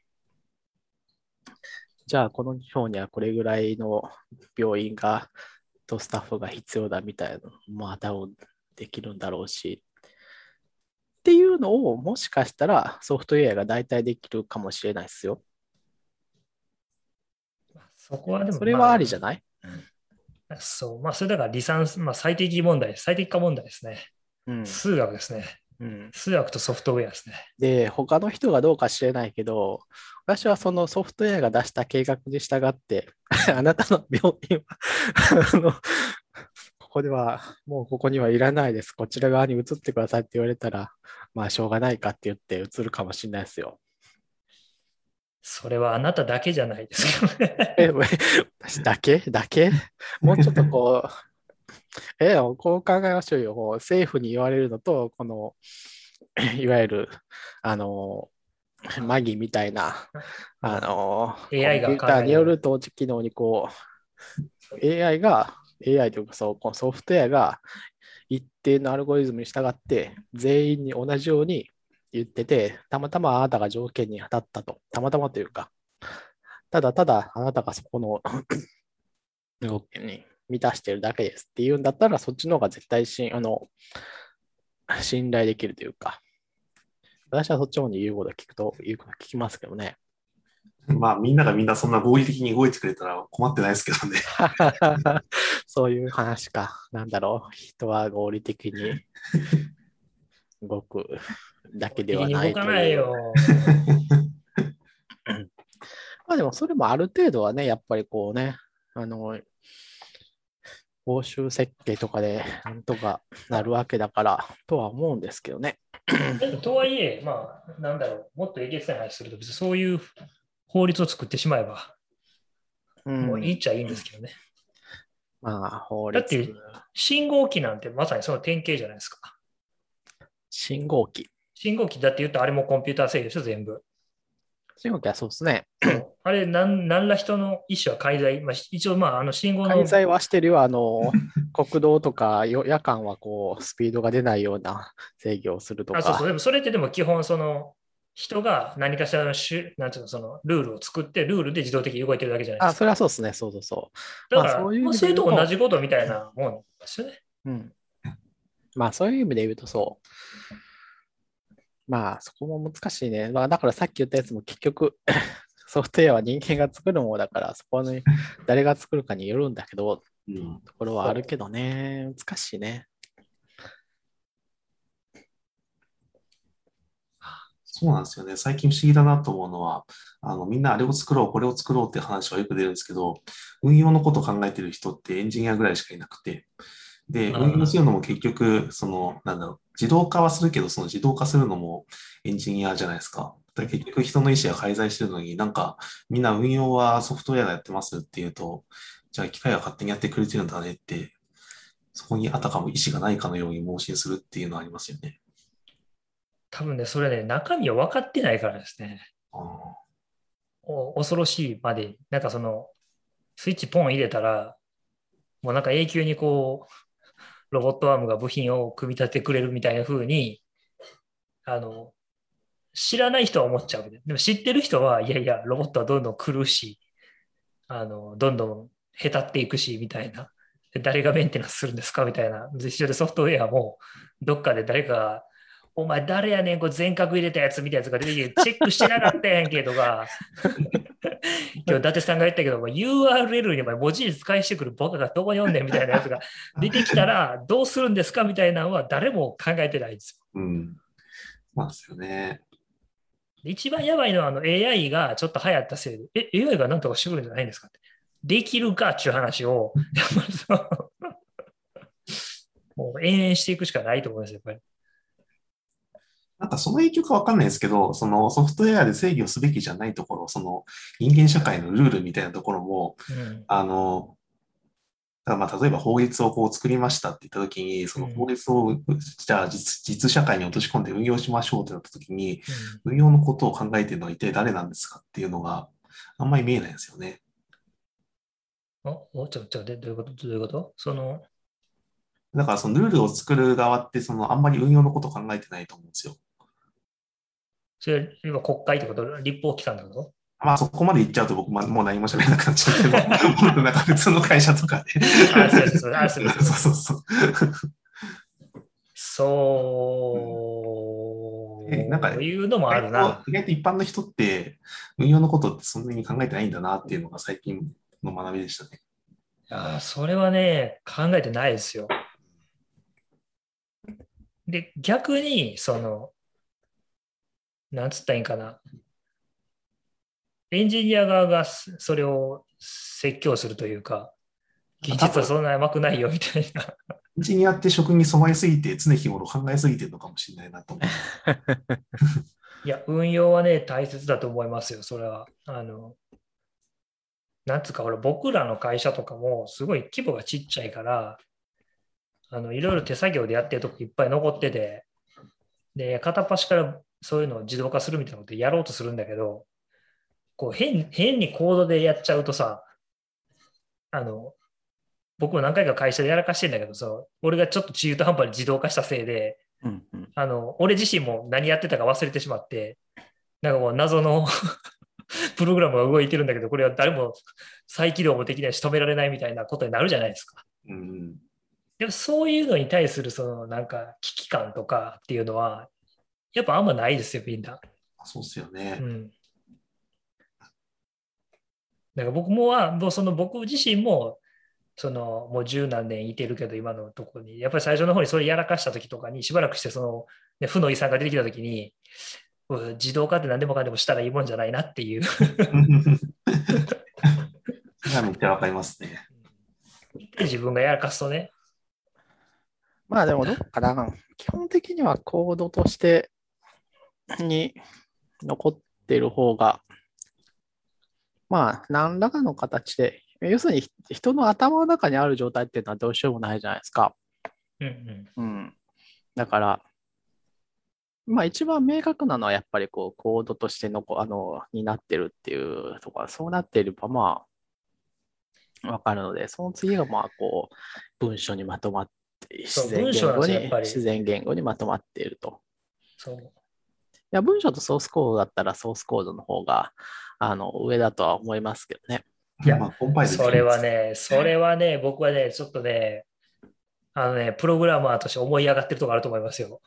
じゃあこの日本にはこれぐらいの病院とスタッフが必要だみたいなのも多分できるんだろうし、っていうのをもしかしたらソフトウェアが代替できるかもしれないですよ。 そこはでも、 それはありじゃない？ そう。まあ、それだから離散、最適問題、最適化問題ですね。数学ですね。数学とソフトウェアですね。 で、他の人がどうか知れないけど、私はそのソフトウェアが出した計画に従って、あなたの病院はここでは、もうここにはいらないです。こちら側に移ってくださいって言われたら、まあしょうがないかって言って移るかもしれないですよ。 それはあなただけじゃないですか。 私だけもうちょっとこう、こう考えましょうよ。政府に言われるのと、この、いわゆる、マギみたいな、 AI コンピューターによる統治機能にAI というかこのソフトウェアが一定のアルゴリズムに従って全員に同じように言ってて、たまたまあなたが条件に当たったと。たまたまというか、ただただあなたがそこの動きに満たしてるだけですっていうんだったら、そっちの方が絶対信頼できるというか、私はそっちの方に言うこと聞きますけどね。 まあ、みんながみんなそんな合理的に動いてくれたら困ってないですけどね。 そういう話か。なんだろう。人は合理的に動くだけではないという。まあでもそれもある程度はね、やっぱりこうね、 報酬設計とかでなんとかなるわけだからとは思うんですけどね。 でもとはいえ、まあ、なんだろう、もっとえげつない話すると、別にそういう法律を作ってしまえば、もういいっちゃいいんですけどね。 まあ、法律、 だって、信号機なんてまさにその典型じゃないですか。 信号機。 信号機だって言うと、あれもコンピューター制御でしょ、全部。 信号機はそうですね。 そう。あれ、なんら人の意思は介在、まあ、一応、まあ、信号の、 介在はしてるよ。国道とか夜間はこう、スピードが出ないような制御をするとそうそう、でか。 もそれってでも基本、人が何かしらのなんていうの、ルールを作って、ルールで自動的に動いてるだけじゃないであ、そすか。 れはそうですね。そうそうそう。まあ、 だから、 そういう意まあ、それと同味で言うと、 じことみたいなもんですよね。 うん。まあ、そういう意味で言うとそう。まあ、そこも難しいね。まあ、だからさっき言ったやつも結局、ソフトウェアは人間が作るものだから、そこに誰が作るかによるんだけど、 うん。 ところはあるけどね、難しいね。 そうなんですよね。最近不思議だなと思うのは、みんなあれを作ろう、これを作ろうって話はよく出るんですけど、運用のことを考えてる人ってエンジニアぐらいしかいなくて、で、運用するのも結局、なんだろう、自動化はするけど、その自動化するのもエンジニアじゃないですか。だから結局人の意思が介在してるのに、なんか、みんな運用はソフトウェアがやってますっていうと、じゃあ機械が勝手にやってくれてるんだねって、そこにあたかも意思がないかのように盲信するっていうのはありますよね。 多分ね、それね、中身を分かってないからですね。 あ恐ろしいまでに、なんかスイッチポン入れたら、もうなんか永久にロボットアームが部品を組み立ててくれるみたいな風に、あの、知らない人は思っちゃうけど、でも知ってる人は、いやいや、ロボットはどんどん来るし、どんどん下手っていくし、みたいな。で誰がメンテナンスするんですかみたいな。一緒でソフトウェアも、どっかで誰かが、お前誰やねん、これ全角入れたやつみたいなやつが出てきて、チェックしてなかったやんけとか、今日伊達さんが言ったけど、URL に文字列返してくるバカがどこ読んねんみたいなやつが出てきたら、どうするんですかみたいなのは誰も考えてないんですよ。 うん。そうなんですよね。 一番やばいのはAI がちょっと流行ったせいで、AI がなんとかしてくるんじゃないんですかって。できるかっていう話を、やっぱりもう延々していくしかないと思います、やっぱり。 なんかその影響かわかんないですけど、そのソフトウェアで制御すべきじゃないところ、その人間社会のルールみたいなところも、 うん。 だからまあ例えば法律をこう作りましたって言ったときに、その法うん。 律をじゃあ実社会に落とし込んで運用しましょうってなったときに、 うん。 運用のことを考えているのは一体誰なんですかっていうのがあんまり見えないんですよね。 どういうことどういうことだからそのルールを作る側ってそのあんまり運用のことを考えてないと思うんですよ。 それ、今国会ってこと立法機関ってことまあそこまで言っちゃうと僕もう何も喋れなくなっちゃうけど、もっとなんか別の会社とかで。 あ、そうです、すみません。 そうそうそう。なんかそういうのもあるな。 意外と一般の人って運用のことってそんなに考えてないんだなっていうのが最近の学びでしたね。 それはね、考えてないですよ。で、逆に、なんつったらいいんかな。エンジニア側がそれを説教するというか、技多分、 術はそんな甘くないよみたいな。 エンジニアって職に染まりすぎて常日頃考えすぎてるのかもしれないなと思う。 いや、運用はね、大切だと思いますよ、それは。なんつうか、ほら、僕らの会社とかもすごい規模がちっちゃいから、いろいろ手作業でやってるとこいっぱい残ってて、で、片っ端からそういうのを自動化するみたいなことやろうとするんだけど、変にコードでやっちゃうとさ、あの、僕も何回か会社でやらかしてんだけどさ、俺がちょっと中途半端に自動化したせいで、 うんうん、 俺自身も何やってたか忘れてしまって、なんかもう謎のプログラムが動いてるんだけど、これは誰も再起動もできないし止められないみたいなことになるじゃないですか。 うん、 でもそういうのに対するなんか危機感とかっていうのは、やっぱあんまないですよ、みんな。 そうっすよね。 うん。だから僕自身も、もう十何年いてるけど、今のところに、やっぱり最初の方にそれやらかした時とかに、しばらくして、ね、負の遺産が出てきた時に、自動化って何でもかんでもしたらいいもんじゃないなっていうそれはめっちゃわかりますね。 自分がやらかすとね。 まあでもどうかな。基本的にはコードとしてに残っている方が、まあ何らかの形で、要するに人の頭の中にある状態っていうのはどうしようもないじゃないですか。 うんうん。だから、まあ一番明確なのはやっぱりこうコードとしてのになってるっていうところ、そうなっていればまあわかるので、その次がまあこう文章にまとまって、 そう、文章なんですよ、やっぱり。 自然言語にまとまっていると。 そう。 いや、文章とソースコードだったらソースコードの方が上だとは思いますけどね。 いや、 まあ、コンパイルでそきるんです。 れはね、僕はね、ちょっとね、プログラマーとして思い上がってるところあると思いますよ。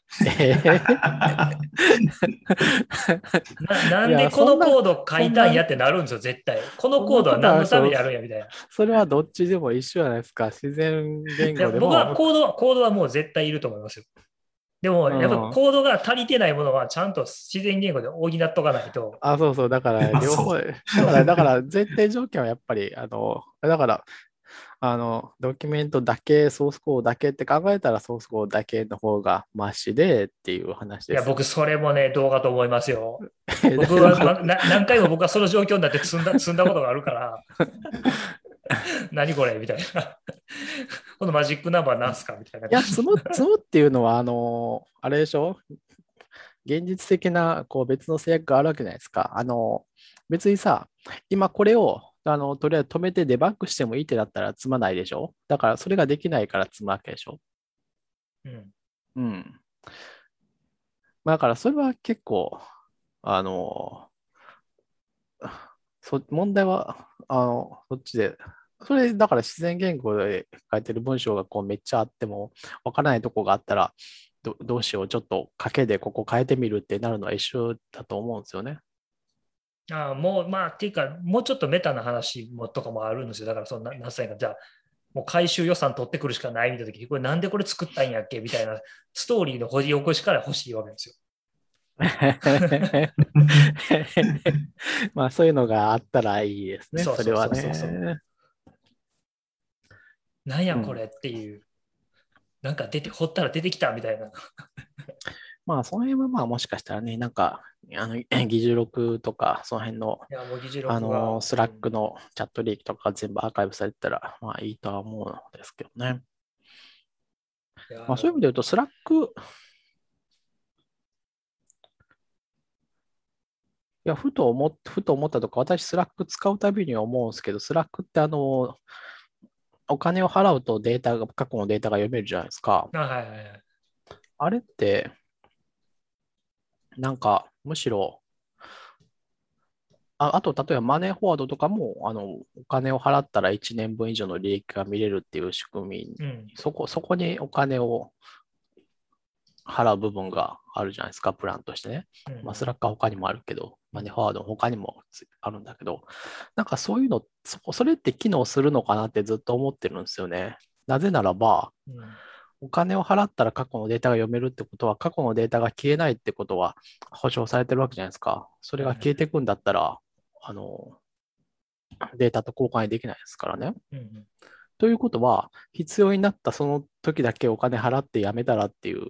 ないや、 んでこのコード書いたんやってなるんですよ、絶対。このそんなことコードは何はそう、 のためにあるんやみたいな。 それはどっちでも一緒じゃないですか。自然言いや、僕は語でも、 コードはもう絶対いると思いますよ。でも、 うやっぱりん。 コードが足りてないものはちゃんと自然言語で補っとかないと。 あ、そうそう。だから両方、 そう。 だから前提条件はやっぱり、だから、ドキュメントだけ、ソースコードだけって考えたらソースコードだけの方がマシでっていう話いや、 ですよ。 僕、それもね、どうかと思いますよ。僕は、 だから何回も僕はその状況になって積んだことがあるから、何これみたいな。このマジックナンバーなんすかみたいな。 いや、積むっていうのは、あれでしょ現実的なこう別の制約があるわけじゃないですか。別にさ、今これをとりあえず止めてデバッグしてもいいってなったら積まないでしょ。だからそれができないから積むわけでしょ。 うん。 うん。まあだからそれは結構、あの、問題は、そっちで、それだから自然言語で書いてる文章がこうめっちゃあっても、わからないとこがあったら、どうしよう、ちょっと賭けでここ変えてみるってなるのは一緒だと思うんですよね。 もう、まあ、っていうか、もうちょっとメタな話もとかもあるんですよ。だから、何歳か、じゃあ、もう回収予算取ってくるしかないみたいな時、これなんでこれ作ったんやっけみたいなストーリーの掘り起こしから欲しいわけですよ。 まあそういうのがあったらいいですね、 そうそうそれはそうそうそう。 ね。 なんうん。 やこれっていう、なんか掘ったら出てきたみたいな。 まあその辺はまあもしかしたらね、なんか、議事録とか、その辺の、 いや、もう議事録が、 スラックのチャットリークとか全部アーカイブされてたら、まあいいとは思うのですけどね。 いや、 まあそういう意味で言うと、スラック、いや、ふと思ったとか、私、スラック使うたびに思うんですけど、スラックってお金を払うと過去のデータが読めるじゃないですか。 はいはいはい。 あれって、なんか、むしろ、あと、例えばマネーフォワードとかも、お金を払ったら1年分以上の利益が見れるっていう仕組み、 うん。 そこにお金を払う部分があるじゃないですか、プランとしてね。まあ、スうん。 ラックは他にもあるけど、マネーフォワード他にもあるんだけど、なんかそういうの、それって機能するのかなってずっと思ってるんですよね。なぜならば、 うん。 お金を払ったら過去のデータが読めるってことは、過去のデータが消えないってことは保証されてるわけじゃないですか。それがはいはい。 消えていくんだったら、あの、データと交換できないですからね。 うん。 ということは、必要になったその時だけお金払ってやめたらっていう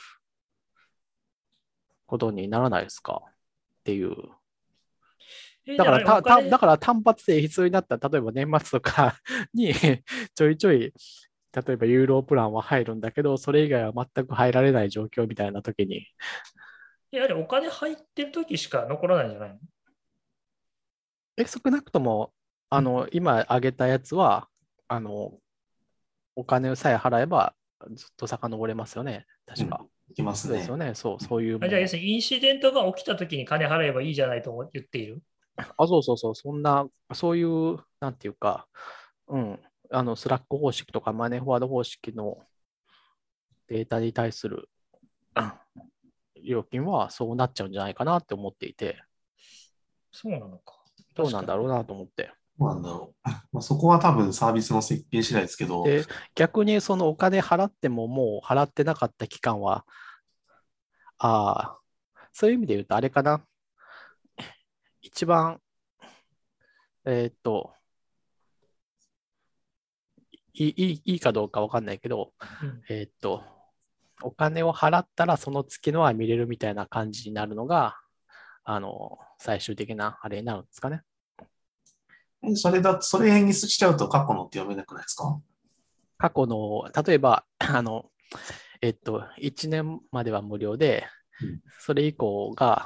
ことにならないですかっていう。 じゃああれ、お金、 だから単発で必要になった、例えば年末とかにちょいちょい、例えばユーロプランは入るんだけど、それ以外は全く入られない状況みたいな時に、 あれ、お金入ってる時しか残らないんじゃないの？ 少なくとも、今挙げたやつは、あの、お金さえ払えばずっと遡れますよね。 うん、 確か。 いきますね。 そうですよね。そういうじゃあ、要もの。 するにインシデントが起きた時に金払えばいいじゃないと言っている。 そういう、なんていうか、うん、スラック方式とかマネーフォワード方式のデータに対する料金はそうなっちゃうんじゃないかなって思っていて、 そうなのか。 どう確かに。 なんだろうなと思って。 どうなんだろう。まあ、そこは多分サービスの設計次第ですけど、 で、逆にそのお金払ってももう払ってなかった期間は、ああ、そういう意味で言うとあれかな。一番、えーっと、 いいかどうかわかんないけど、 うんお金を払ったらその月のは見れるみたいな感じになるのが、最終的なあれになるんですかね。 それにしちゃうと過去のって読めなくないですか？ 過去の、例えば、1年までは無料で、 うんそれ以降が、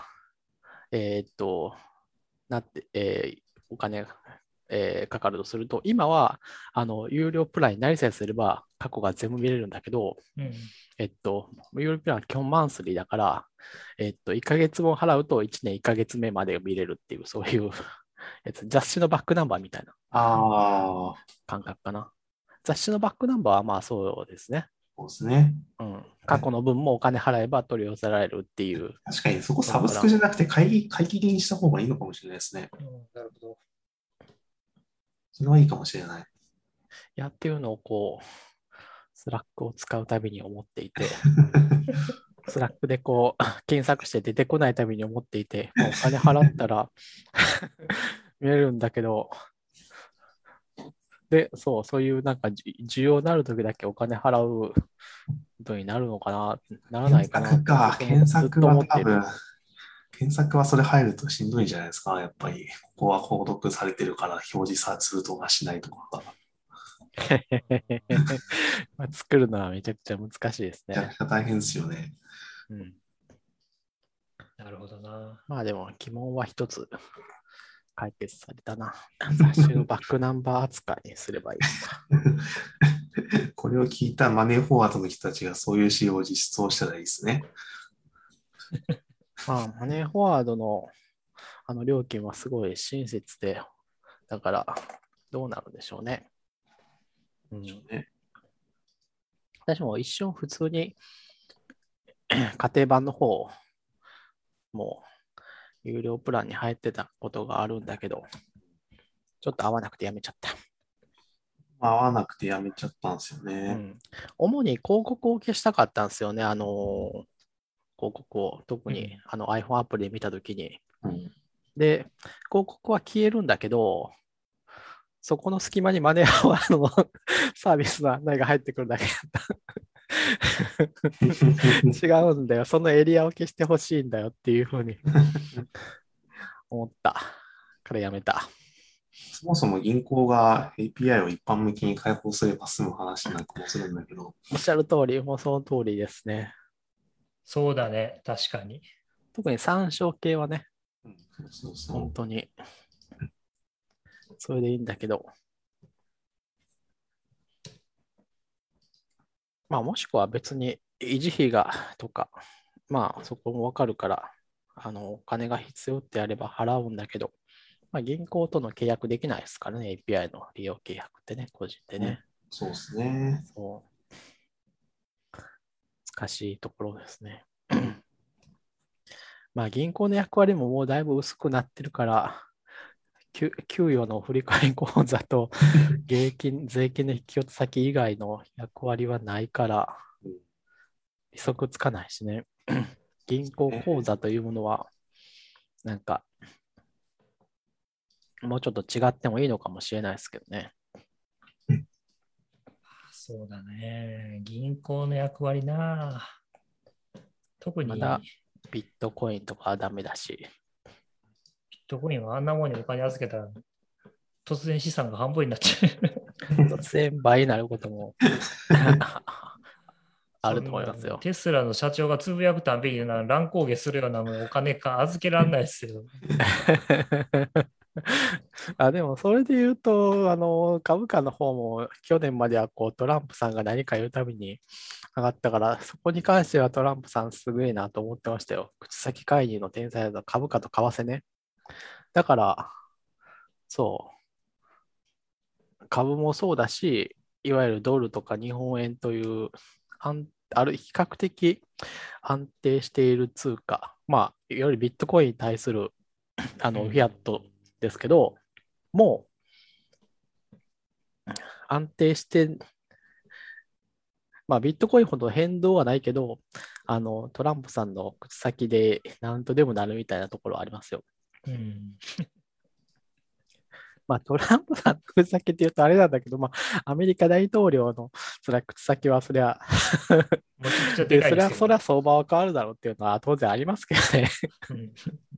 なって、お金が、かかるとすると、今は、有料プランになりさえすれば、過去が全部見れるんだけど、 うん有料プランは基本マンスリーだから、1ヶ月分払うと1年1ヶ月目まで見れるっていう、そういうやつ、雑誌のバックナンバーみたいなああ、 感覚かな。雑誌のバックナンバーはまあそうですね。 そうですね。 過去の分もお金払えば取り寄せられるっていう。 確かにそこサブスクじゃなくて買い切りにした方がいいのかもしれないですね。 なるほど。 それはいいかもしれない。 っていうのをこう、スラックを使うたびに思っていて、スラックでこう、検索して出てこないたびに思っていて、お金払ったら見れるんだけど、で、そういうなんか需要になるときだけお金払うことになるのかな、ならないかなって検ずっ索はと思ってる。 多分、検索はそれ入るとしんどいんじゃないですか。やっぱり、ここは購読されてるから表示するとかしないとかが。 作るのはめちゃくちゃ難しいですね。 めちゃくちゃ大変ですよね。 なるほどな。 まあでも疑問は一つ解決されたな。雑誌のバックナンバー扱いにすればいいのか。 これを聞いたマネーフォワードの人たちがそういう仕様を実装したらいいですね。 まあ、マネーフォワードの料金はすごい親切で、だからどうなるんでしょうね。私も一瞬普通に家庭版の方も有料プランに入ってたことがあるんだけど、ちょっと合わなくてやめちゃった。 合わなくてやめちゃったんですよね。 主に広告を消したかったんですよね。広告を特にiPhone アプリで見たときに。で、広告は消えるんだけど、そこの隙間にマネーフォワードのサービスの案内が入ってくるだけだった違うんだよ。そのエリアを消してほしいんだよっていうふうに思ったからやめた。 そもそも銀行が API を一般向けに開放すれば済む話な気もするんだけど。 おっしゃる通り、もうその通りですね。 そうだね、確かに。 特に参照系はね、 そう本当にそれでいいんだけど、まあもしくは別に維持費がとか、まあそこもわかるから、お金が必要ってやれば払うんだけど、まあ、銀行との契約できないですからね、API の利用契約ってね、個人でね。 そうですね。 難しいところですね。まあ銀行の役割ももうだいぶ薄くなってるから、給与の振替口座と税金の引き落と先以外の役割はないから、利息つかないしね。銀行口座というものは、なんか、もうちょっと違ってもいいのかもしれないですけどね。 そうだね。銀行の役割な。特にまだビットコインとかはダメだし。 ビットコインはあんなものにお金預けたら突然資産が半分になっちゃう。 突然倍になることもあると思いますよ。 テスラの社長がつぶやくたんびに乱高下するようなお金か預けられないですよ。 でもそれで言うと、株価の方も去年まではトランプさんが何か言うたびに上がったから、そこに関してはトランプさんすごいなと思ってましたよ。口先介入の天才だと株価と為替ね。だから、株もそうだし、いわゆるドルとか日本円という比較的安定している通貨、まあ、いわゆるビットコインに対するフィアットですけど、もう安定して、まあ、ビットコインほど変動はないけど、トランプさんの口先で何とでもなるみたいなところはありますよ。 まあ、トランプさんの口先って言うとあれなんだけど、まあ、アメリカ大統領のそれは口先はそりゃむちゃくちゃでで、 かいですけどね。 それは相場は変わるだろうっていうのは当然ありますけどね。 うん。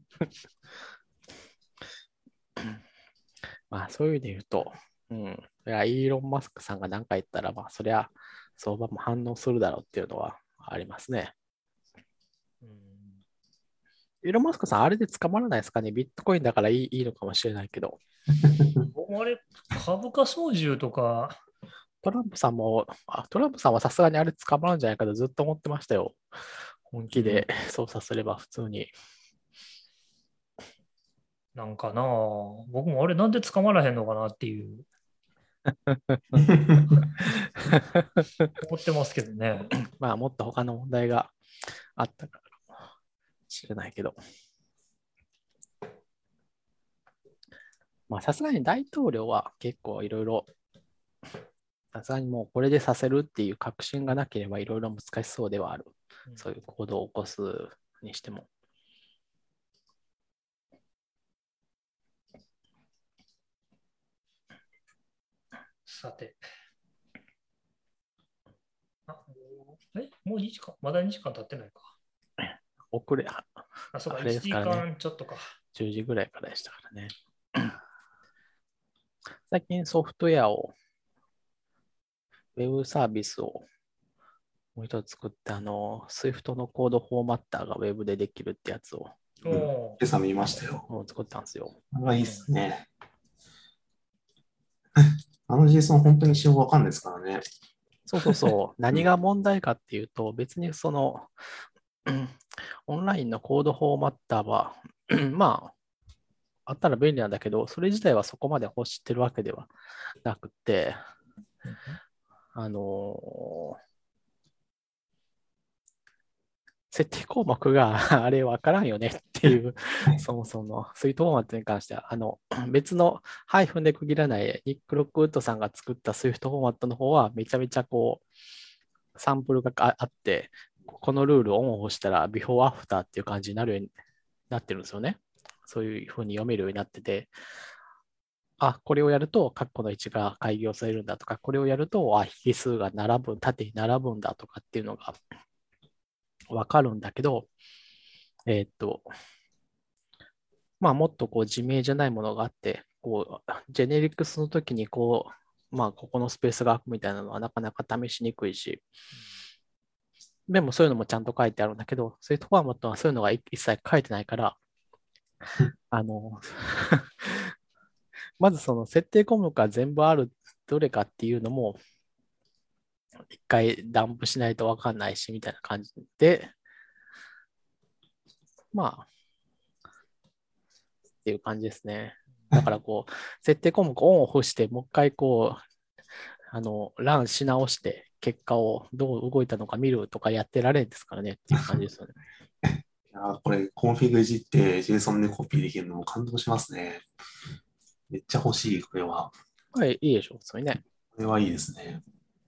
まあ、そういう意味で言うと、うん。いや、イーロン・マスクさんが何か言ったら、まあ、そりゃ相場も反応するだろうっていうのはありますね。 うん、 イーロン・マスクさん、あれで捕まらないですかね。ビットコインだからいいのかもしれないけど。 僕もあれ、株価操縦とか、 トランプさんも、トランプさんはさすがにあれ捕まるんじゃないかとずっと思ってましたよ。本気で操作すれば普通に。 なんかな、僕もあれなんで捕まらへんのかなっていう思ってますけどね。 まあ、もっと他の問題があったからかもしれないけど。まあ、さすがに大統領は結構いろいろ、さすがにもうこれでさせるっていう確信がなければいろいろ難しそうではある。そういう行動を起こすにしても。 さて。もう2時間、まだ2時間経ってないか。 遅れ、 あ、そうか、 あれ 1時ですからね。 間ちょっとか。 10時ぐらいからでしたからね。最近ソフトウェアを、ウェブサービスをもう一つ作って、Swift のコードフォーマッターがウェブでできるってやつをお今ー、 朝見ましたよ。 もう作ったんですよ。 これはいいっすね。JSON 本当に仕様わかんないですからね。 そうそうそう。何が問題かっていうと、別にその、オンラインのコードフォーマッターは、まあ、あったら便利なんだけど、それ自体はそこまで欲してるわけではなくて、あのー設定項目があれわからんよねっていう、そもそものスイートフォーマットに関しては、別のハイフンで区切らないニック・ロックウッドさんが作ったスイフトフォーマットの方はめちゃめちゃこう、サンプルがあって、このルールをオンオフしたらビフォーアフターっていう感じになるようになってるんですよね。そういうふうに読めるようになってて、これをやると、括弧の位置が開業されるんだとか、これをやると、引数が縦に並ぶんだとかっていうのがわかるんだけど、えーっと、まあ、もっとこう自明じゃないものがあって、こう、ジェネリックスの時にこう、まあ、ここのスペースが空くみたいなのはなかなか試しにくいし、でもそういうのもちゃんと書いてあるんだけど、そういうフォーマットはそういうのが一切書いてないから、あの、まずその設定項目が全部あるどれかっていうのも、一回ダンプしないとわかんないし、みたいな感じで、まあ、っていう感じですね。だからこう、設定項目をオンオフして、もう一回こう、ランし直して、結果をどう動いたのか見るとかやってられるんですからねっていう感じですよね。 いやーこれ、コンフィグいじって JSON でコピーできるのも感動しますね。めっちゃ欲しい、これは。 はい、いいでしょう、それね。 これはいいですね。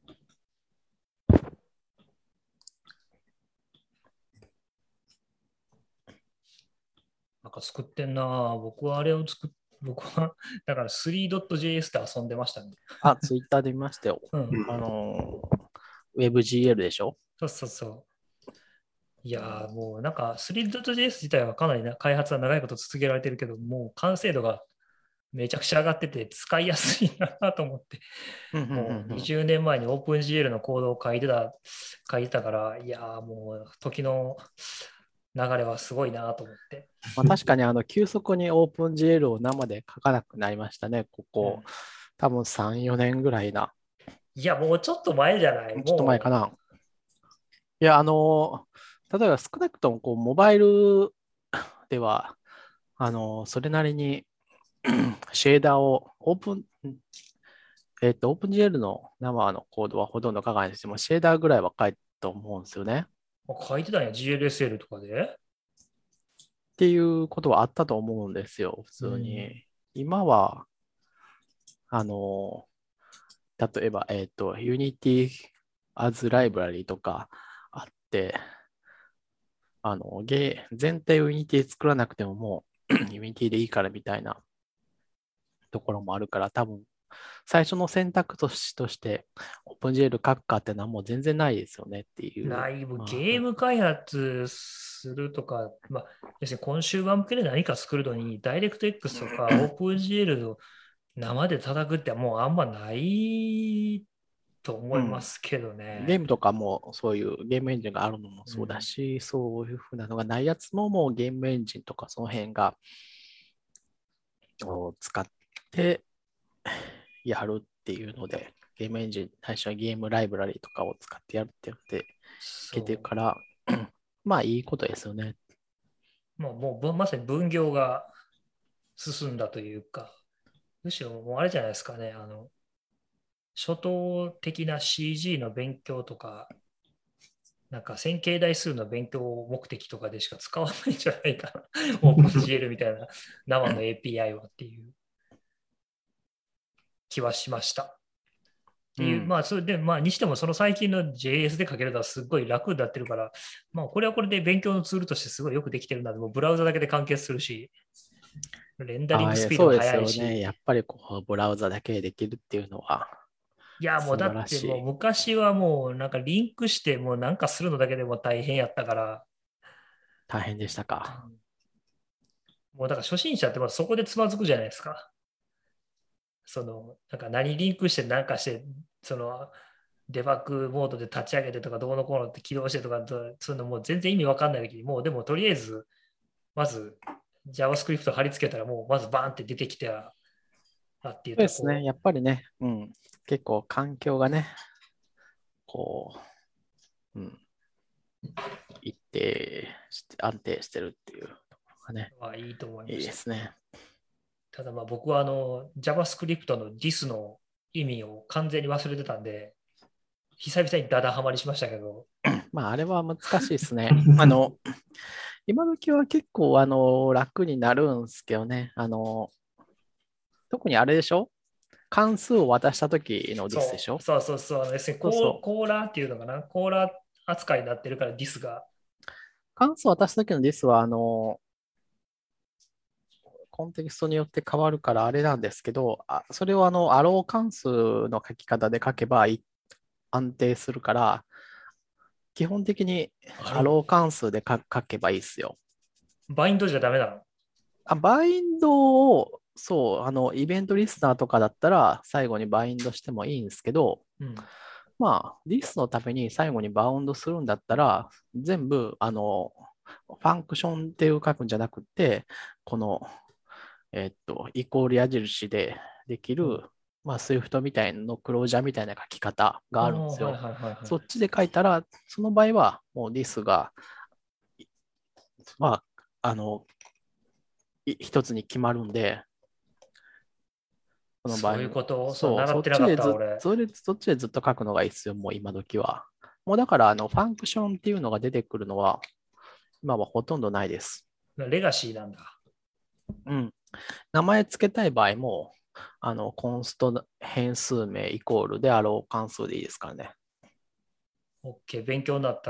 なんか作ってんなぁ。僕は、だから 3.js で遊んでましたね。 ツイッターで見ましたよ。 うん。 WebGL でしょ。 そうそうそう。いやーもうなんか 3.js 自体はかなり開発は長いこと続けられてるけど、もう完成度がめちゃくちゃ上がってて使いやすいなと思って、もう20年前に OpenGL のコードを書いてたから、いやーもう時の流れはすごいなと思って。 まあ、確かに急速に OpenGL を生で書かなくなりましたね、ここ。多分3、4年ぐらいな。 いや、もうちょっと前じゃない。 ちょっと前かな。いや、例えば少なくともこうモバイルでは、それなりにシェーダーをOpenGL の生のコードはほとんど書かないにしても、シェーダーぐらいは書いたと思うんですよね。 書いてたんや、GLSL とかで。 っていうことはあったと思うんですよ、普通に。今は、例えば、Unity as Library とかあって、全体を Unity で作らなくてももう Unity でいいからみたいなところもあるから、多分最初の選択肢として OpenGL 書くかっていうのはもう全然ないですよねっていう。 ゲーム開発するとか、要するにコンシューマー向けで何か作るのに、ダイレクト X とか OpenGL を生で叩くってもうあんまないと思いますけどね。 ゲームとかもそういうゲームエンジンがあるのもそうだし、そういうふうなのがないやつももうゲームエンジンとかその辺がを使ってやるっていうので、ゲームエンジン、最初はゲームライブラリとかを使ってやるっていうので、いけてるから、まあいいことですよね。 もうまさに分業が進んだというか、むしろもうあれじゃないですかね、初等的な CG の勉強とか、なんか線形代数の勉強目的とかでしか使わないんじゃないかな。OpenGL みたいな生の API はっていう気はしました。っていう、それで、にしてもその最近の JS で書けるのはすごい楽になってるから、これはこれで勉強のツールとしてすごいよくできてるな。もうブラウザだけで完結するし、レンダリングスピードも速いし。 そうですよね。やっぱりブラウザだけでできるっていうのは。 いや、もうだってもう昔はもうなんかリンクしてもうなんかするのだけでも大変やったから。 大変でしたか。 もうだから初心者ってそこでつまずくじゃないですか。なんか何リンクして何かして、デバッグモードで立ち上げてとかどうのこうのって起動してとか、そういうのもう全然意味わかんない時に、もうでもとりあえず、まず JavaScript 貼り付けたらもうまずバーンって出てきてっていうとそうですね。やっぱりね、結構環境がね、一定して安定してるっていうのがね。 いいと思います。 いいですね。 ただ僕はJavaScript の this の意味を完全に忘れてたんで、久々にダダハマりしましたけど。 あれは難しいですね。今時は結構楽になるんですけどね。特にあれでしょ、関数を渡した時の this でしょ。 そう。要するにコーラーっていうのかな。コーラー扱いになってるから this が。 関数を渡した時の this はコンテキストによって変わるからあれなんですけど、それをアロー関数の書き方で書けば安定するから、基本的にアロー関数で書けばいいですよ。 バインドじゃダメなの？ バインドを、そう、イベントリスナーとかだったら最後にバインドしてもいいんですけど、リスのために最後にバウンドするんだったら、全部、ファンクションっていう書くんじゃなくて、この、イコール矢印でできる、Swift みたいなクロージャーみたいな書き方があるんですよ。そっちで書いたら、その場合は、もう this が、一つに決まるんで、 この場合そういうことそう、 習ってなかった俺。 そっちでずっと書くのがいいですよ、もう今時は。もうだから、ファンクションっていうのが出てくるのは、今はほとんどないです。 レガシーなんだ。 名前付けたい場合も、コンスト変数名イコールでアロー関数でいいですからね。 OK、勉強になった。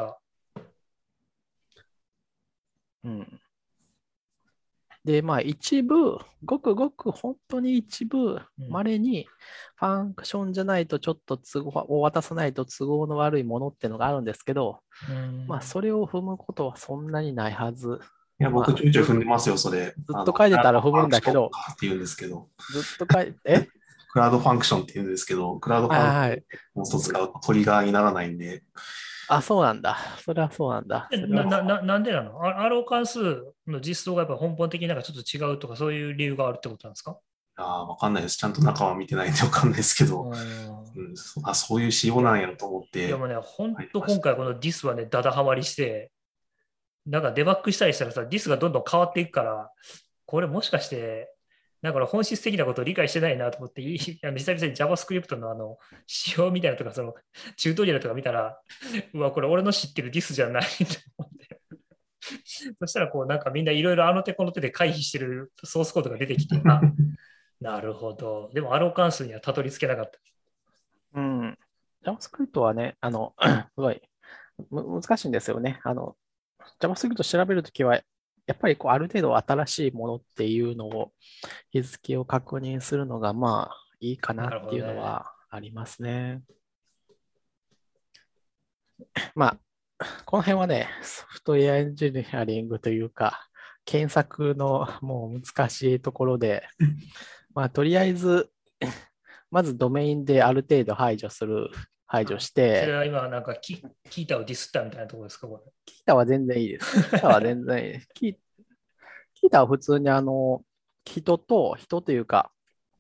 で、一部、ごくごく本当に一部、稀にファンクションじゃないとちょっと都合を渡さないと都合の悪いものっていうのがあるんですけど、それを踏むことはそんなにないはず。 いや、僕ちょいちょい踏んでますよ、それ。 ずっと書いてたら踏むんだけど。 って言うんですけど。 ずっと書いて、 クラウドファンクションって言うんですけど、クラウドファンクションを使うとトリガーにならないんで。 そうなんだ。それはそうなんだ。 なんでなの？アロー関数の実装がやっぱ根本的になんかちょっと違うとか、そういう理由があるってことなんですか？ わかんないです。ちゃんと中は見てないんでわかんないですけど、そういう仕様なんやと思って。 でもね、本当今回この DIS はね、ダダハマりして、なんかデバッグしたりしたらさ、DIS がどんどん変わっていくから、これもしかして、なんか本質的なことを理解してないなと思って、久々に JavaScript の仕様みたいなとか、そのチュートリアルとか見たら、うわ、これ俺の知ってる DIS じゃないと思って。そしたらなんかみんないろいろあの手この手で回避してるソースコードが出てきて、なるほど。でもアロー関数にはたどり着けなかった。 JavaScript はね、すごい難しいんですよね。JavaScript 調べるときは、ややっぱりこうある程度新しいものっていうのを日付を確認するのがまあいいかなっていうのはありますね。まあ、この辺はね、ソフトウェアエンジニアリングというか、検索のもう難しいところで、まあ、とりあえず、まずドメインである程度排除して、 それは今なんかキータをディスったみたいなところですか、これ。 キータは全然いいです。キータは全然いいです。キータは普通に人というか、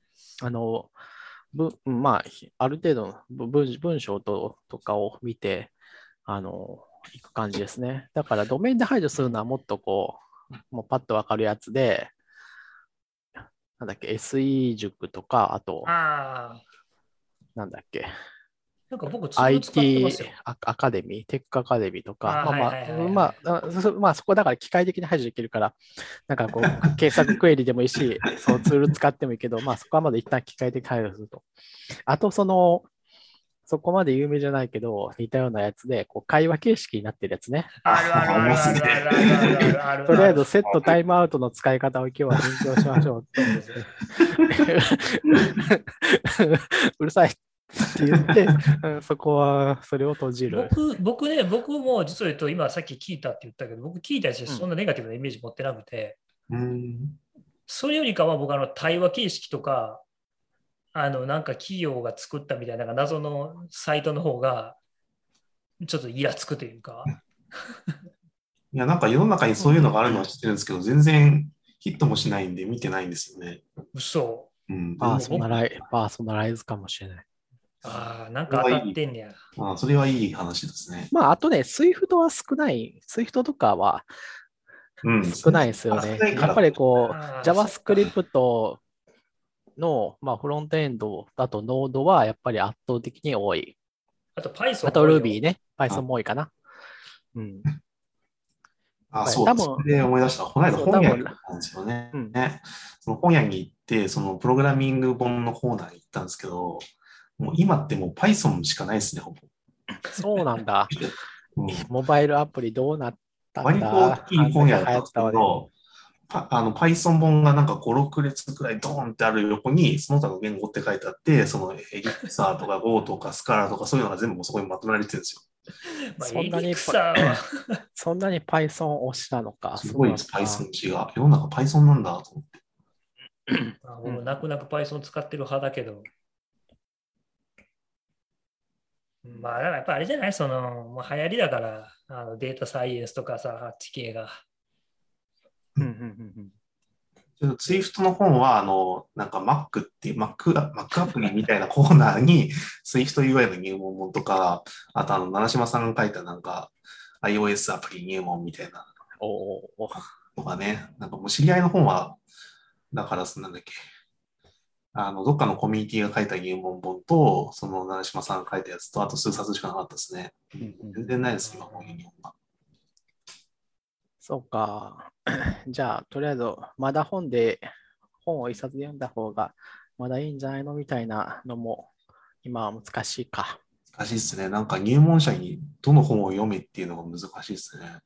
まあ、ある程度の文章とかを見て、行く感じですね。だからドメインで排除するのはもっとこう、もうパッとわかるやつで、なんだっけ、SE 塾とか、あと、 ああ、 なんだっけ、 なんか僕ツール使ってま IT すよ。 アカデミー、テックアカデミーとか、 ああ、はいはいはいはい。 まあそこだから機械的に排除できるから、なんかこう、検索クエリでもいいし、そのツール使ってもいいけど、まあそこはまで一旦機械的に排除すると。あとそこまで有名じゃないけど、似たようなやつで、こう会話形式になってるやつね。 あるあるあるあるあるあるあるある。 とりあえず、セットタイムアウトの使い方を今日は勉強しましょう。うるさいって言って、そこはそれを閉じる。 僕も実を言うと、今さっき聞いたって言ったけど、僕聞いたりしてそんなネガティブなイメージ持ってなくて、それよりかは僕対話形式とか、なんか企業が作ったみたいな謎のサイトの方が、ちょっとイラつくというか。 いや、なんか世の中にそういうのがあるのは知ってるんですけど、全然ヒットもしないんで見てないんですよね。 嘘。 パーソナライズかもしれない。 ああ、なんか当たってんねや。 それはいい話ですね。 まあ、あとね、SWIFT は少ない。SWIFT とかは少ないですよね。やっぱりこう、JavaScript の、まあ、フロントエンドだと Node はやっぱり圧倒的に多い。 あと Python あと Ruby ね。Python も多いかな。うん。 そうです。それで思い出した。この間本屋に行ったんですよね。その本屋に行って、そのプログラミング本のコーナーに行ったんですけど、もう今ってもう Python しかないですね、ほぼ。 そうなんだ。モバイルアプリどうなったんだ。 割と大きい本屋だったんですけど、Python 本がなんか5、6列くらいドーンってある横に、その他の言語って書いてあって、そのエリクサーとか Go とかスカラとかそういうのが全部もうそこにまとめられてるんですよ。 エリクサーはそんなに Python 推しなのか。 すごいです、Python 推しが。世の中 Python なんだと思って。 僕、泣く泣く Python 使ってる派だけど。まあ、だからやっぱあれじゃないもう流行りだから、データサイエンスとかさ、あっち系が。 Swift の本は、なんか Mac っていう、Mac アプリみたいなコーナーに Swift UI の入門本とか、あと七島さんが書いたなんか iOS アプリ入門みたいなとかね、なんかもう知り合いの本は、だからなんだっけ、どっかのコミュニティが書いた入門本と、その七島さんが書いたやつと、あと数冊しかなかったですね。全然ないですよ、今、本が。 そうか。じゃあ、とりあえず、まだ本を一冊読んだ方が、まだいいんじゃないのみたいなのも、今は難しいか。 難しいですね。なんか入門者にどの本を読めっていうのが難しいですね。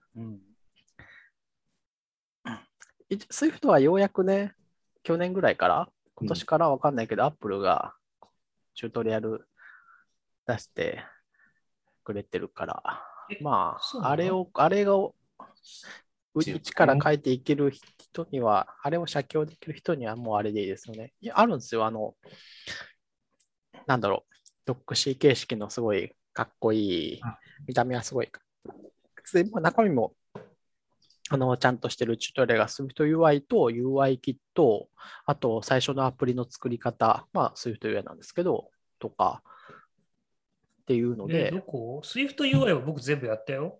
Swift はようやくね、去年ぐらいから、今年からわかんないけど、Apple がチュートリアル出してくれてるから、まあ、あれが一から書いていける人には、あれを写経できる人にはもうあれでいいですよね。いや、あるんですよ。なんだろう、ドック C 形式のすごいかっこいい、見た目はすごい。中身もちゃんとしてるチュートリアルが SwiftUI と UIKit、あと最初のアプリの作り方、まあ SwiftUI なんですけど、とかっていうので。 どこ？ SwiftUI は僕全部やったよ。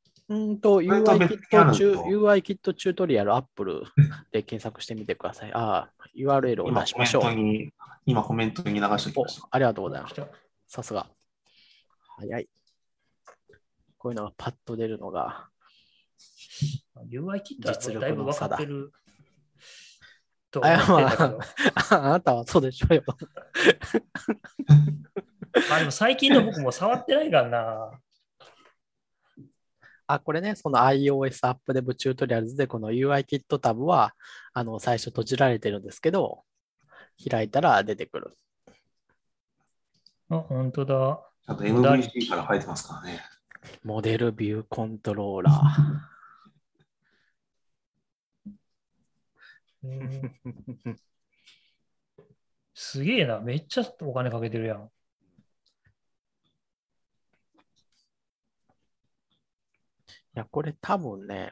UIKit チュートリアル Apple で検索してみてください。URL を出しましょう。 今コメントに流しておきました。 ありがとうございます。さすが。早い。こういうのがパッと出るのが。 UIKit はだいぶ分かってると思ってんだけど。あなたはそうでしょうよ。 でも最近の僕も触ってないからな。 これね、その iOS アップデブチュートリアルズでこの UIKit タブは最初閉じられてるんですけど、開いたら出てくる。 あ、本当だ。 ちゃんとモダリ MVC から入ってますからね。 モデルビューコントローラー。 すげえな。めっちゃお金かけてるやん。 いや、これ多分ね、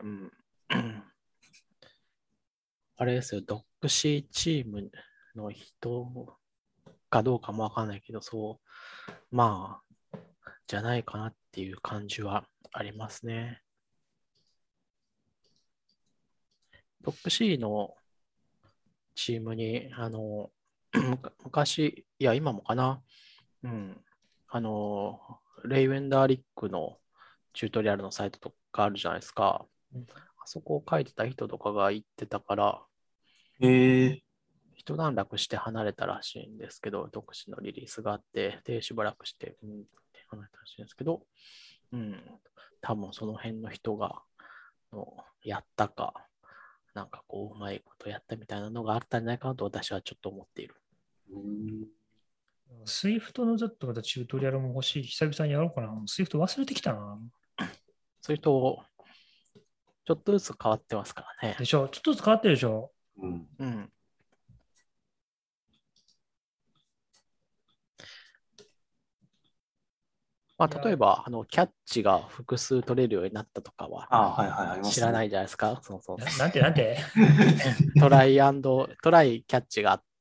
あれですよ、ドックシーチームの人かどうかもわかんないけど、まあ、じゃないかなっていう感じはありますね。ドックシーのチームに、昔、いや、今もかな、レイウェンダーリックのチュートリアルのサイトとかあるじゃないですか。あそこを書いてた人とかが言ってたから、一段落して離れたらしいんですけど、独自のリリースがあって、で、しばらくして、離れたらしいんですけど、多分その辺の人がやったか、なんかこう、うまいことやったみたいなのがあったんじゃないかなと私はちょっと思っている。 スイフトのちょっとまたチュートリアルも欲しい。久々にやろうかな。スイフト忘れてきたな。 そういうと、ちょっとずつ変わってますからね。 でしょ。ちょっとずつ変わってるでしょ。 うん。まあ、例えば、キャッチが複数取れるようになったとかは、 はいはい、ありますね。 知らないじゃないですか。 なんてトライキャッチがあって、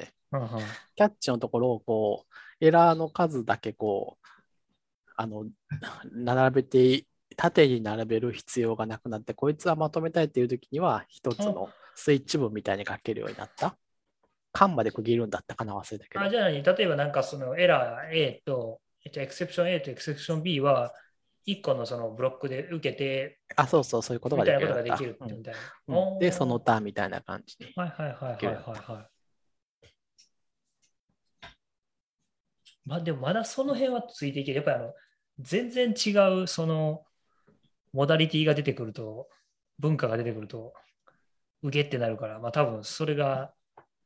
うんうんキャッチのところをこう、エラーの数だけこう、並べて、縦に並べる必要がなくなって、こいつはまとめたいっていう時には、一つのスイッチ文みたいに書けるようになった。カンマで区切るんだったかな、忘れたけど。 じゃあ例えばなんかそのエラー A と、エクセプション A とエクセプション B は、1個のそのブロックで受けて、 そういうことができるようになった。 みたいなことができるってみたいな。 で、その他みたいな感じに。 はいはいはいはいはい。まあでもまだその辺はついていける。やっぱり全然違うそのモダリティが出てくると、文化が出てくると、うげってなるから、まあ多分それが。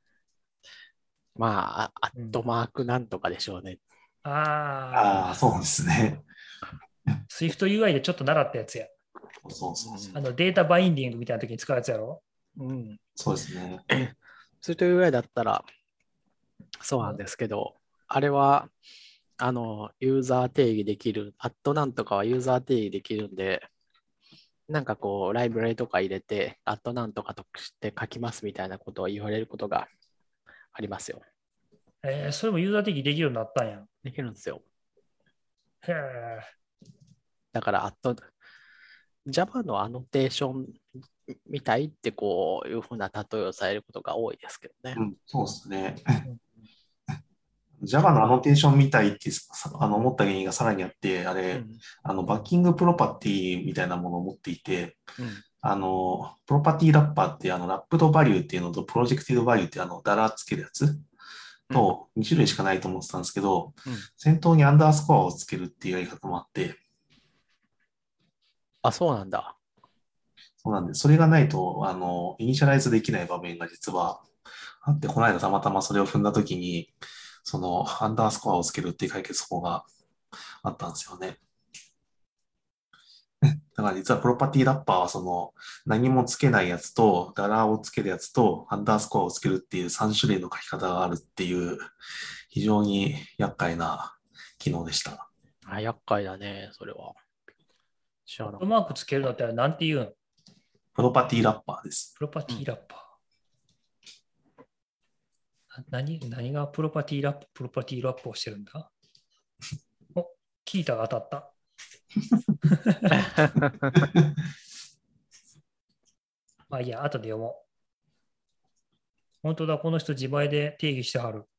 まあ、アットマークなんとかでしょうね。 そうですね。 SwiftUI でちょっと習ったやつや。 そう。 データバインディングみたいな時に使うやつやろ。 そうですね。 SwiftUI だったら、そうなんですけど、あれは、ユーザー定義できる、アットなんとかはユーザー定義できるんで、なんかこう、ライブラリとか入れて、アットなんとかとして書きますみたいなことを言われることがありますよ。 それもユーザー的にできるようになったんや。 できるんですよ。 へえ。 だから、Java のアノテーションみたいってこういうふうな例えをされることが多いですけどね。 そうですね。Java のアノテーションみたいって思った原因がさらにあって、あれ、バッキングプロパティみたいなものを持っていて、プロパティラッパーって、ラップドバリューっていうのと、プロジェクティドバリューってダラつけるやつと、2種類しかないと思ってたんですけど、先頭にアンダースコアをつけるっていうやり方もあって、 そうなんだ。 そうなんで、それがないと、イニシャライズできない場面が実はあって、この間たまたまそれを踏んだときに、その、アンダースコアをつけるっていう解決法があったんですよね。だから実はプロパティラッパーはその、何もつけないやつと、ダラーをつけるやつと、アンダースコアをつけるっていう3種類の書き方があるっていう、非常に厄介な機能でした。 厄介だね、それは。 うまくつけるのって何て言うの？ プロパティラッパーです。 プロパティラッパー。何がプロパティラップをしてるんだ？聞いたが当たった。まあいいや、後で読もう。本当だ、この人自前で定義してはる。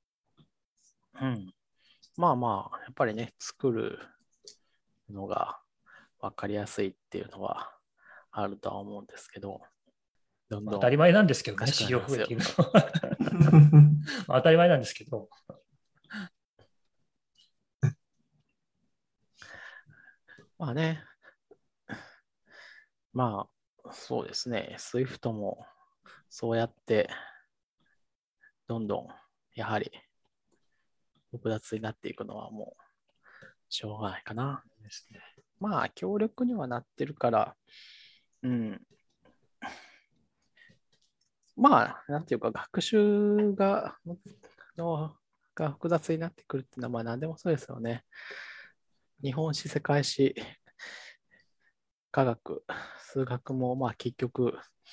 まあ、やっぱりね、作るのが分かりやすいっていうのはあるとは思うんですけど、どんどん当たり前なんですけどね、資料増えていると。当たり前なんですけど。 まあね、 まあ、そうですね。SWIFT もそうやって、どんどん、やはり、複雑になっていくのはもう、しょうがないかな。 ですね。 まあ、強力にはなってるから、うん。まあ、なんていうか、学習が複雑になってくるっていうのは、まあ、何でもそうですよね。日本史、世界史、科学、数学も、まあ、結局、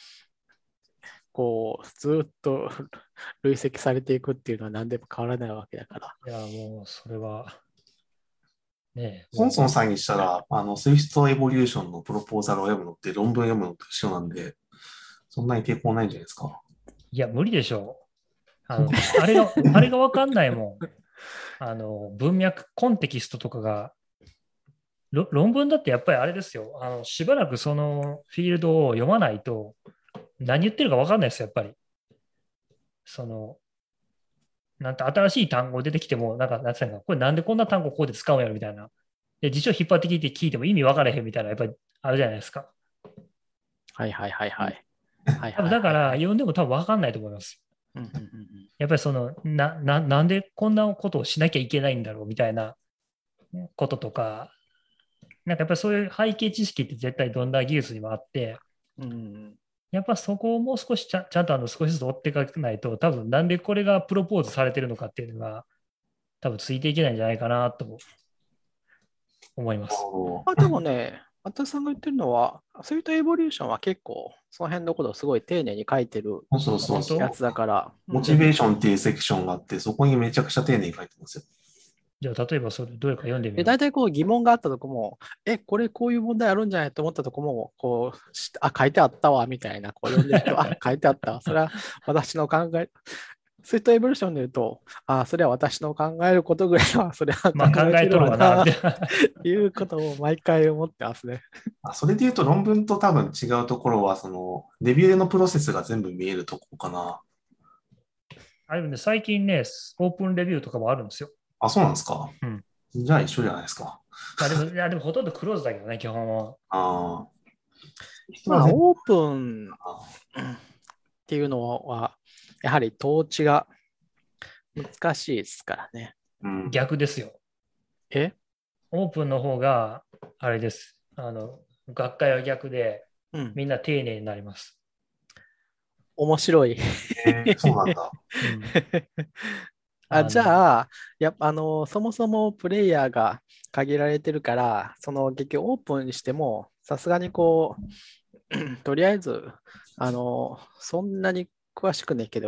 こう、ずっと累積されていくっていうのは何でも変わらないわけだから。 いや、もう、それは、ね、 ソンソンさんにしたら、スイフトエボリューションのプロポーザルを読むのって論文読むのと一緒なんで、そんなに抵抗ないんじゃないですか。 いや、無理でしょう。あれがわかんないもん。文脈、コンテキストとかが、論文だってやっぱりあれですよ。しばらくそのフィールドを読まないと、何言ってるかわかんないですよ、やっぱり。その、なんて新しい単語出てきても、なんていうのか、これなんでこんな単語ここで使うんやろみたいな。で、辞書引っ張って聞いても意味わからへんみたいな、やっぱりあるじゃないですか。 はいはいはいはい。はい多分はいだからはいはい。 読んでも多分わかんないと思います。 うんうんうんうん。 やっぱりなんでこんなことをしなきゃいけないんだろうみたいなこととか、なんかやっぱりそういう背景知識って絶対どんな技術にもあって、 うんやっぱそこをもう少しちゃんと少しずつ追っていかないと、多分なんでこれがプロポーズされてるのかっていうのが、多分ついていけないんじゃないかなと思います。 あ、でもね、私さんが言ってるのは、そういったエボリューションは結構、その辺のことをすごい丁寧に書いてるそうそうそう。 やつだから、 モチベーションっていうセクションがあって、そこにめちゃくちゃ丁寧に書いてますよ。 じゃあ、例えばそれどれか読んでみで、 よう。 大体こう疑問があったとこも、これこういう問題あるんじゃないと思ったとこも、書いてあったわ、みたいな、こう読んでる人、書いてあったわ。それは私の考え、スイートエボリューションで言うと、それは私の考えることぐらいは、それは考まあ考えてるえとるわな、 わな、 みたいな。 いうことを毎回思ってますね。 それで言うと論文と多分違うところは、レビューのプロセスが全部見えるところかな。 あれね、最近ね、オープンレビューとかもあるんですよ。 あ、そうなんですか。 うん。 じゃあ一緒じゃないですか。 でもほとんどクローズだけどね、基本は。 ああ。 まあ、 全部オープンっていうのは、やはり統治が難しいですからね。 うん、 逆ですよ。 えオープンの方が、あれです。学会は逆で、 うん。 みんな丁寧になります。 面白い。 そうなんだ。 うん。 じゃあ、そもそもプレイヤーが限られてるから、結局オープンにしても、さすがにとりあえず、そんなに詳しくないけど、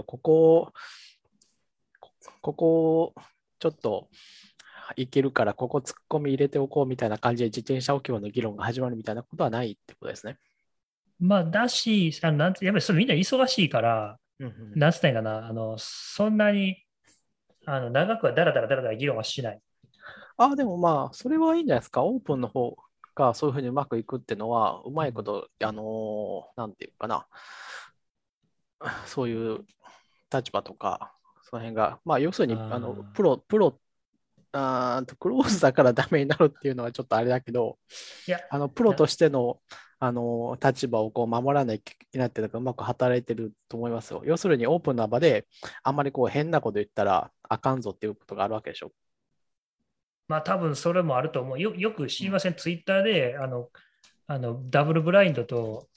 ここ、ちょっといけるから、ここ突っ込み入れておこうみたいな感じで自転車置き場の議論が始まるみたいなことはないってことですね。 まあ、だし、やっぱりそれみんな忙しいから、 うんうんなんつったんやかな、そんなに、長くはだらだら議論はしない。 でもまあ、それはいいんじゃないですか。オープンの方がそういうふうにうまくいくっていうのは、うまいこと、なんていうかな、そういう立場とか、その辺が、まあ、要するに、プロ、クローズだからダメになるっていうのはちょっとあれだけど、 いや、 プロとしての、立場を守らないといけないっていうのがうまく働いてると思いますよ。要するにオープンな場で、あんまり変なこと言ったらあかんぞっていうことがあるわけでしょ。 まあ多分それもあると思う。よく知りません、ツイッターで、ダブルブラインドと、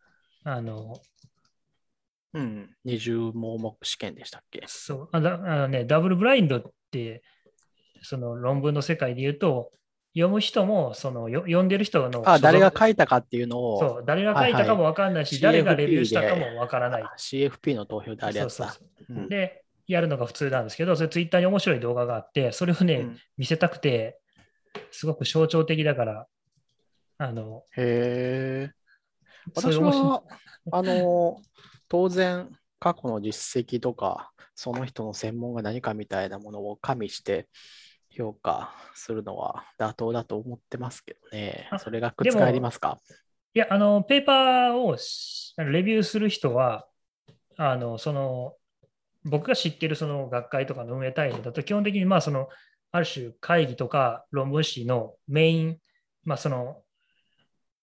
二重盲目試験でしたっけ。 そう、ダブルブラインドって、その論文の世界で言うと、読む人も、読んでる人の誰が書いたかっていうのを、 そう、誰が書いたかも分かんないし、誰がレビューしたかも分からない。 CFP の投票であるやつだ。 で、やるのが普通なんですけど、それツイッターに面白い動画があって、それをね、見せたくて、すごく象徴的だから、 へえ。私は、当然、過去の実績とか、その人の専門が何かみたいなものを加味して評価するのは妥当だと思ってますけどね。それが覆りますか？ いや、ペーパーをレビューする人は、僕が知ってるその学会とかの運営体制だと、基本的にある種会議とか論文誌のメイン、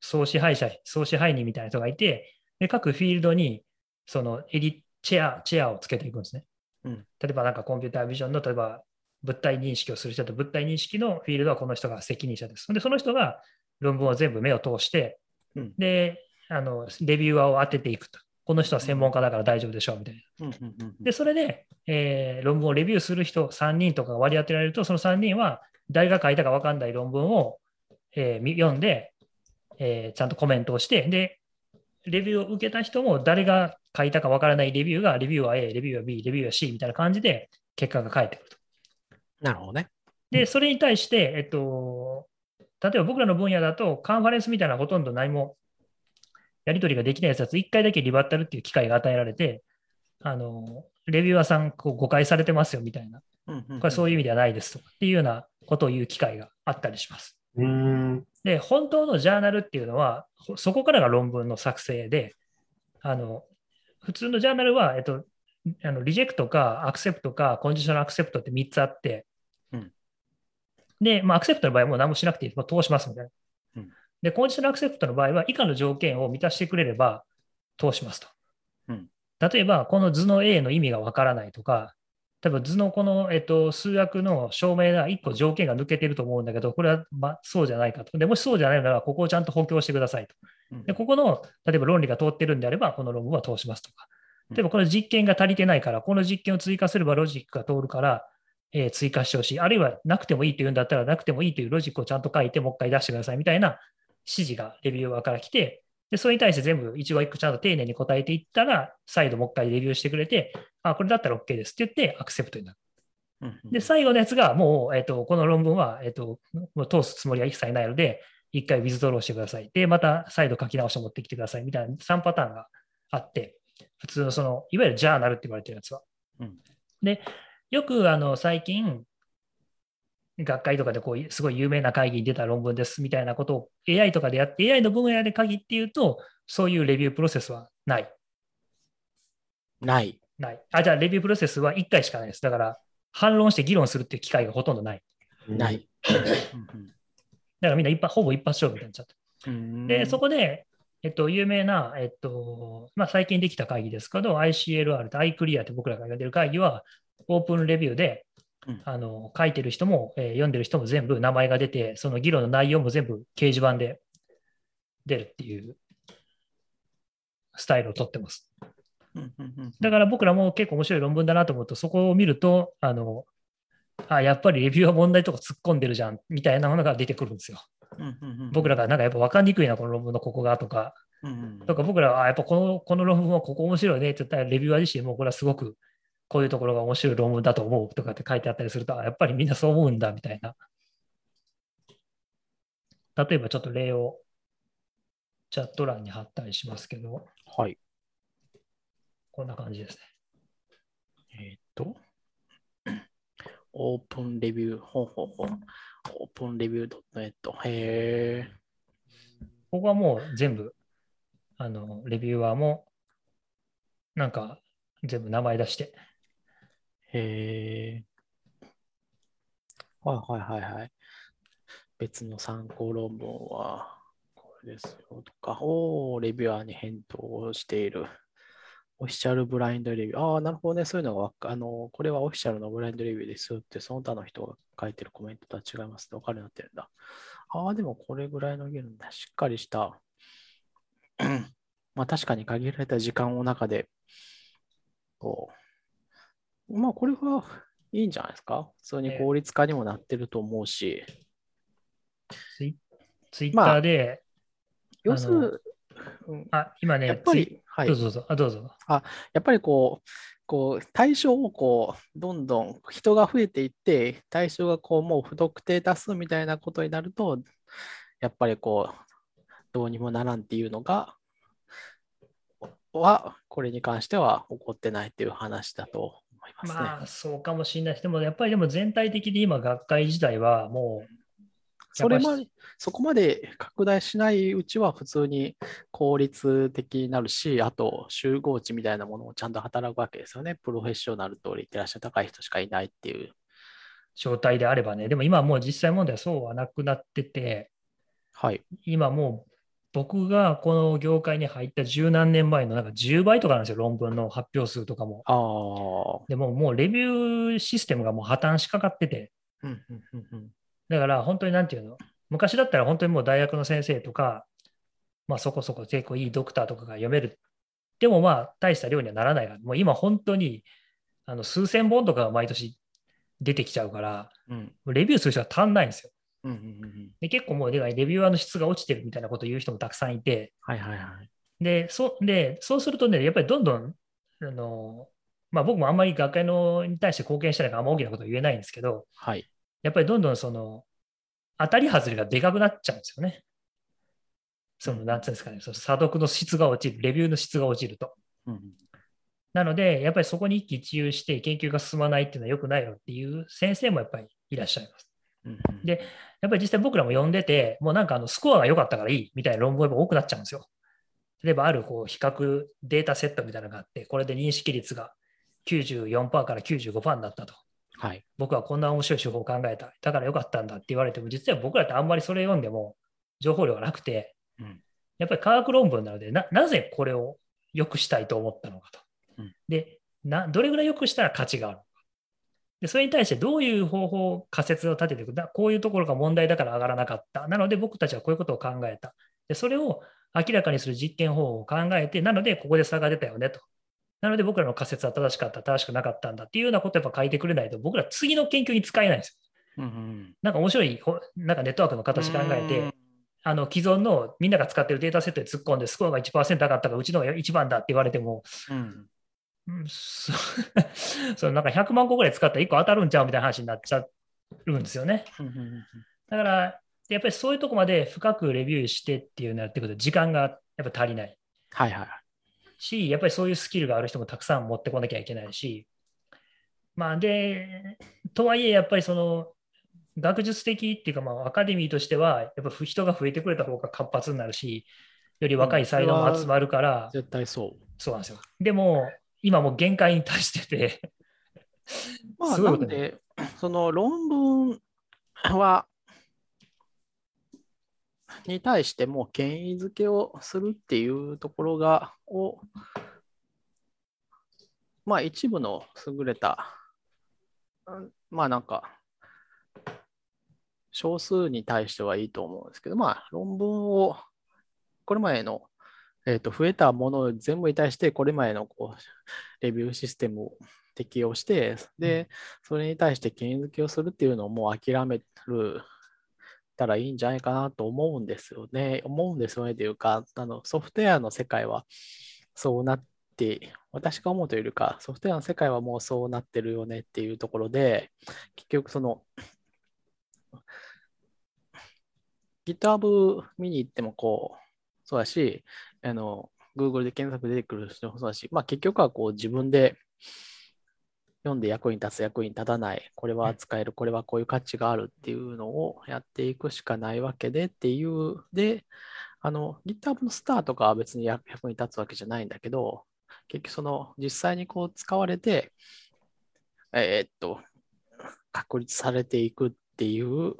総支配人みたいな人がいて、で、各フィールドに、そのチェアをつけていくんですね。例えばなんかコンピュータービジョンの、例えば物体認識をする人と物体認識のフィールドはこの人が責任者です。で、その人が論文を全部目を通して、で、レビューアーを当てていくと。この人は専門家だから大丈夫でしょうみたいな。で、それで、論文をレビューする人3人とかが割り当てられると、その3人は誰が書いたか分かんない論文を、読んで、ちゃんとコメントをして、で、レビューを受けた人も誰が書いたか分からないレビューが、レビューは A、レビューは B、レビューは C みたいな感じで結果が返ってくると。 なるほどね。 で、それに対して、例えば僕らの分野だと、カンファレンスみたいなほとんど何もやり取りができないやつだと、1回だけリバッタルっていう機会が与えられて、レビューアーさん誤解されてますよみたいな、これそういう意味ではないですとかっていうようなことを言う機会があったりします。で、本当のジャーナルっていうのは、そこからが論文の作成で、普通のジャーナルは、リジェクトかアクセプトかコンディショナルアクセプトって3つあって、で、アクセプトの場合はもう何もしなくていい。通しますみたいな。で、コンディショナルアクセプトの場合は以下の条件を満たしてくれれば通しますと。例えば、この図の A の意味がわからないとか、例えば図のこの、数学の証明が1個条件が抜けてると思うんだけど、これは、そうじゃないかと。でもしそうじゃないなら、ここをちゃんと補強してくださいと。で、ここの、例えば論理が通ってるんであれば、この論文は通しますとか。例えば、この実験が足りてないから、この実験を追加すればロジックが通るから、追加してほしい。あるいは、なくてもいいというんだったら、なくてもいいというロジックをちゃんと書いて、もう一回出してくださいみたいな指示がレビューアーから来て、で、それに対して全部一語一句ちゃんと丁寧に答えていったら、再度もう一回レビューしてくれて、これだったら OK ですって言って、アクセプトになる。で、最後のやつが、もう、この論文は、もう通すつもりは一切ないので、一回ウィズドローしてください。で、また再度書き直して持ってきてくださいみたいな3パターンがあって、普通のいわゆるジャーナルって言われてるやつは。で、よく最近、学会とかですごい有名な会議に出た論文ですみたいなことを AI とかでやって、AI の分野で限って言うと、そういうレビュープロセスはない。 ない。 じゃあレビュープロセスは1回しかないです。だから、反論して議論するっていう機会がほとんどない。 ない。 だからみんなほぼ一発勝負みたいになっちゃった。で、そこで、有名な、最近できた会議ですけど、ICLR と iClear って僕らが呼んでる会議は、オープンレビューで、書いてる人も、読んでる人も全部名前が出て、その議論の内容も全部掲示板で出るっていうスタイルをとってます。だから僕らも結構面白い論文だなと思うと、そこを見ると、やっぱりレビューは問題とか突っ込んでるじゃんみたいなものが出てくるんですよ。僕らがなんかやっぱ分かりにくいな、この論文のここがとか、僕らはやっぱこの論文はここ面白いねって言ったら、レビューアー自身もこれはすごくこういうところが面白い論文だと思うとかって書いてあったりすると、やっぱりみんなそう思うんだみたいな。例えばちょっと例をチャット欄に貼ったりしますけど、 はい。 こんな感じですね。 オープンレビュー、オープンレビュー .net。へー。 ここはもう全部、レビューアーも、なんか全部名前出して。 へー。はい。別の参考論文は、これですよとか、レビュアーに返答をしている。オフィシャルブラインドレビュー。なるほどね。そういうのがこれはオフィシャルのブラインドレビューですよって、その他の人が書いてるコメントとは違いますって分かるようになってるんだ。でもこれぐらいの議論だ。しっかりした。確かに限られた時間の中で、これはいいんじゃないですか。普通に効率化にもなってると思うし。 ツイッターで、 要する今ね、 やっぱり、はい、 どうぞ。 やっぱり対象をどんどん人が増えていって、対象がもう不特定多数みたいなことになると、やっぱりどうにもならんっていうのが、これに関しては起こってないっていう話だと思いますね。 そうかもしれないです。やっぱり全体的に今、学会自体はもう、 そこまで拡大しないうちは普通に効率的になるし、あと集合値みたいなものもちゃんと働くわけですよね。プロフェッショナルとリテラシー高い人しかいないっていう状態であればね。でも今もう実際問題はそうはなくなってて、 はい、 今もう僕がこの業界に入った十何年前のなんか10倍とかなんですよ、論文の発表数とかも。でもうレビューシステムがもう破綻しかかってて、だから本当になんていうの、昔だったら本当にもう大学の先生とか、まあそこそこ結構いいドクターとかが読める。でもまあ大した量にはならないから、もう今本当に数千本とかが毎年出てきちゃうから、レビューする人は足んないんですよ。で結構もうレビュアーの質が落ちてるみたいなことを言う人もたくさんいて、でそうするとね、やっぱりどんどん、まあ、僕もあんまり学会に対して貢献してないからあんま大きなことは言えないんですけど、やっぱりどんどん当たり外れがでかくなっちゃうんですよね。なんていうんですかね、査読の質が落ちる、レビューの質が落ちると。なので、やっぱりそこに一喜一憂して研究が進まないっていうのは良くないよっていう先生もやっぱりいらっしゃいます。で、やっぱり実際僕らも読んでて、もうなんかスコアが良かったからいいみたいな論文が多くなっちゃうんですよ。例えばある比較データセットみたいなのがあって、これで認識率が94%から95%になったと。僕はこんな面白い手法を考えた。だから良かったんだって言われても、実は僕らってあんまりそれ読んでも情報量がなくて、やっぱり科学論文なのでなぜこれを良くしたいと思ったのかと。で、どれぐらい良くしたら価値があるのか。で、それに対してどういう方法、仮説を立てていくか。こういうところが問題だから上がらなかった。なので僕たちはこういうことを考えた。で、それを明らかにする実験方法を考えて、なのでここで差が出たよねと。なので僕らの仮説は正しかった、正しくなかったんだっていうようなことをやっぱ書いてくれないと、僕ら次の研究に使えないんですよ。なんか面白いなんかネットワークの形考えて、既存のみんなが使ってるデータセットで突っ込んでスコアが 1% 上がったからうちのが一番だって言われても、なんか100万個ぐらい使ったら1個当たるんちゃうみたいな話になっちゃうんですよね。だから、やっぱりそういうとこまで深くレビューしてっていうのやっていくと時間がやっぱ足りない。し、やっぱりそういうスキルがある人もたくさん持ってこなきゃいけないし、まあで、とはいえやっぱり学術的っていうか、まあアカデミーとしては、やっぱ人が増えてくれた方が活発になるし、より若い才能も集まるから、 絶対そう。 そうなんですよ。でも、今もう限界に達しててまあ、なんで、その論文は、に対しても権威づけをするっていうところまあ一部の優れた、まあなんか、少数に対してはいいと思うんですけど、まあ論文を、これまでの、増えたもの全部に対して、これまでのレビューシステムを適用して、で、それに対して権威づけをするっていうのをもう諦めたらいいんじゃないかなと思うんですよね。というか、ソフトウェアの世界はそうなって、私が思うというか、ソフトウェアの世界はもうそうなってるよねっていうところで、結局GitHub 見に行ってもそうだし、Google で検索出てくる人もそうだし、まあ結局は自分で読んで役に立つ、役に立たない、これは使える、これはこういう価値があるっていうのをやっていくしかないわけでっていう、で、GitHub のスターとかは別に役に立つわけじゃないんだけど、結局実際に使われて、確立されていくっていう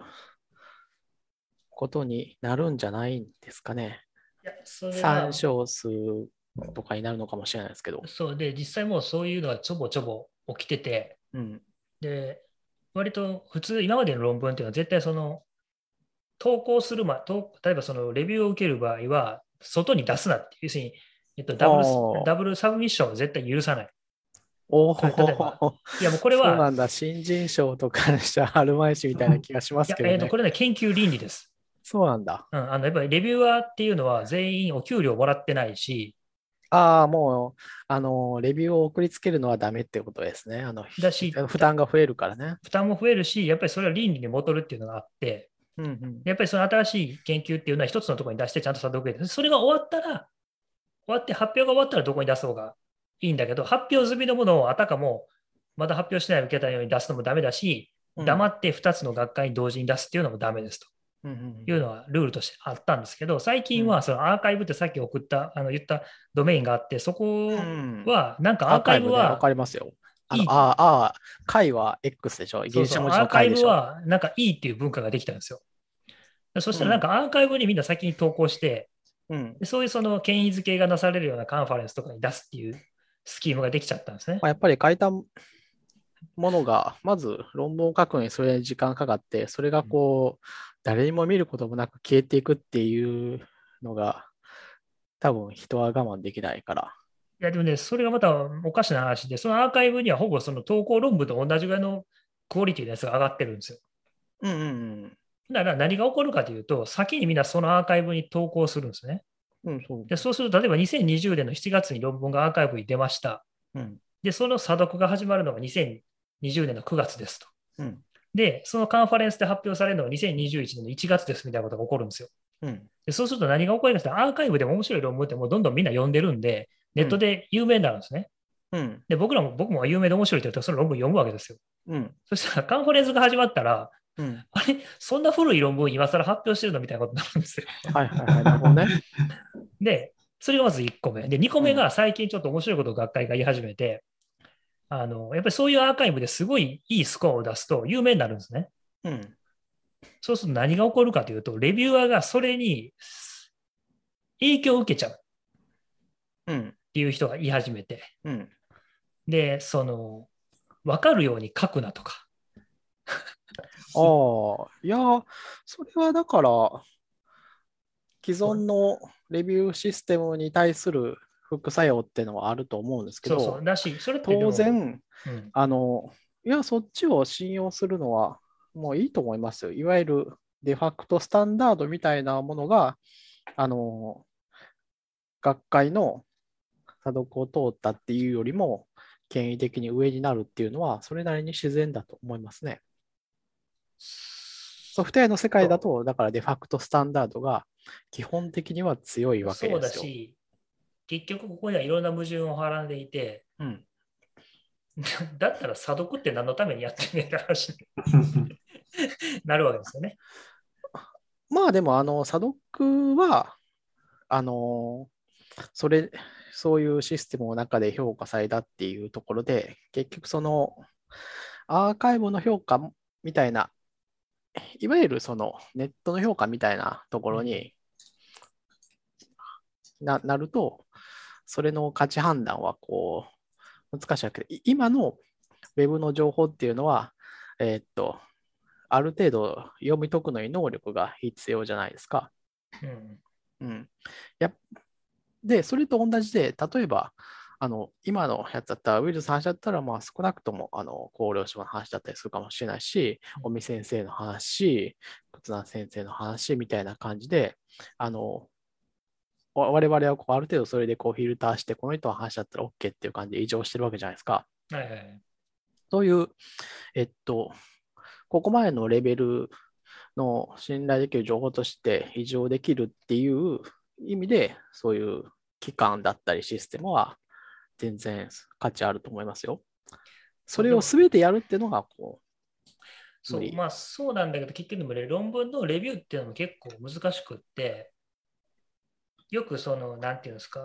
ことになるんじゃないんですかね。参照数とかになるのかもしれないですけど。 そうで、実際もうそういうのがちょぼちょぼ起きてて、で、割と普通、今までの論文っていうのは絶対投稿する例えばレビューを受ける場合は、外に出すなっていう、要するに、ダブルサブミッションは絶対許さない。例えば、いやもうこれは、 そうなんだ、新人賞とかにしてはあるまいしみたいな気がしますけどね。 これね、研究倫理です。 そうなんだ。 やっぱりレビュアーっていうのは全員お給料もらってないし、 もう、レビューを送りつけるのはダメってことですね。 だし、 負担が増えるからね。 負担も増えるし、やっぱりそれは倫理に戻るっていうのがあって、やっぱりその新しい研究っていうのは一つのところに出してちゃんと査読で、それが終わって発表が終わったらどこに出そうがいいんだけど、発表済みのものをあたかもまだ発表してない受けたように出すのもダメだし、黙って2つの学会に同時に出すっていうのもダメですと。いうのはルールとしてあったんですけど、最近はそのアーカイブってさっき言ったドメインがあって、そこはなんかアーカイブはわかりますよ。会は X でしょ。ギリシャ文字の会でしょ。アーカイブはなんかいいっていう文化ができたんですよ。そしたらなんかアーカイブにみんな先に投稿して、 うんでそういうその権威づけがなされるようなカンファレンスとかに出すっていうスキームができちゃったんですね。 まあ、やっぱり書いたものが、まず論文を書くのにそれに時間かかって、それがこう、誰にも見ることもなく消えていくっていうのが、多分人は我慢できないから。 いや、でもね、それがまたおかしな話で、そのアーカイブにはほぼその投稿論文と同じぐらいのクオリティのやつが上がってるんですよ。 うんうんだから何が起こるかというと、先にみんなそのアーカイブに投稿するんですね。 うん。うん、そう。 で、そうすると、例えば2020年の7月に論文がアーカイブに出ました。 うん。 で、その査読が始まるのが2020年の9月ですと。 うん。 で、そのカンファレンスで発表されるのが2021年の1月ですみたいなことが起こるんですよ。 うん。 で、そうすると何が起こりますか、アーカイブでも面白い論文ってもうどんどんみんな読んでるんで、ネットで有名になるんですね。 うん。 で、僕も有名で面白いって言ったらその論文読むわけですよ。 うん。 そしたらカンファレンスが始まったら、 うん。 あれ、そんな古い論文今更発表してるのみたいなことになるんですよ。 はいはいはい。なるほどね。 で、それがまず1個目。で、2個目うん。 が最近ちょっと面白いことを学会が言い始めて、やっぱりそういうアーカイブですごいいいスコアを出すと有名になるんですね。 うん。 そうすると何が起こるかというと、レビュアーがそれに影響を受けちゃうっうん。 ていう人が言い始めて、 うん。 で、分かるように書くなとか。 ああ、いや、それはだから、既存のレビューシステムに対する副作用っていうのはあると思うんですけそうそど、 う。だし、それってでも当然、 うん、 あの、いや、そっちを信用するのはもういいと思いますよ。いわゆるデファクトスタンダードみたいなものが、あの、学会の査読を通ったっていうよりも、権威的に上になるっていうのは、それなりに自然だと思いますね。ソフトウェアの世界だと、だからデファクトスタンダードが基本的には強いわけそうですよ。 だし、結局ここにはいろんな矛盾をはらんでいて、 うん。 だったら査読って何のためにやってんねんって話になるわけですよね。 まあでも、査読は、あの、それ、そういうシステムの中で評価されたっていうところで、結局そのアーカイブの評価みたいな、いわゆるそのネットの評価みたいなところになると、それの価値判断はこう難しいわけで、今のウェブの情報っていうのは、えーっと、ある程度読み解くのに能力が必要じゃないですか。 うんうん。で、それと同じで、例えば、今のやつだったら、ウィルスの話だったら、まあ、少なくとも、厚労省の話だったりするかもしれないし、尾身先生の話、忽那先生の話みたいな感じで、我々はこうある程度それでこうフィルターして、この人の話だったら OK っていう感じで異常してるわけじゃないですか。 はいはい。 そういう、ここまでのレベルの信頼できる情報として異常できるっていう意味で、そういう機関だったりシステムは全然価値あると思いますよ。それを全てやるっていうのがこうそう、 無理。 まあそうなんだけど、結局でもね、論文のレビューっていうのも結構難しくって、よくなんていうんですか、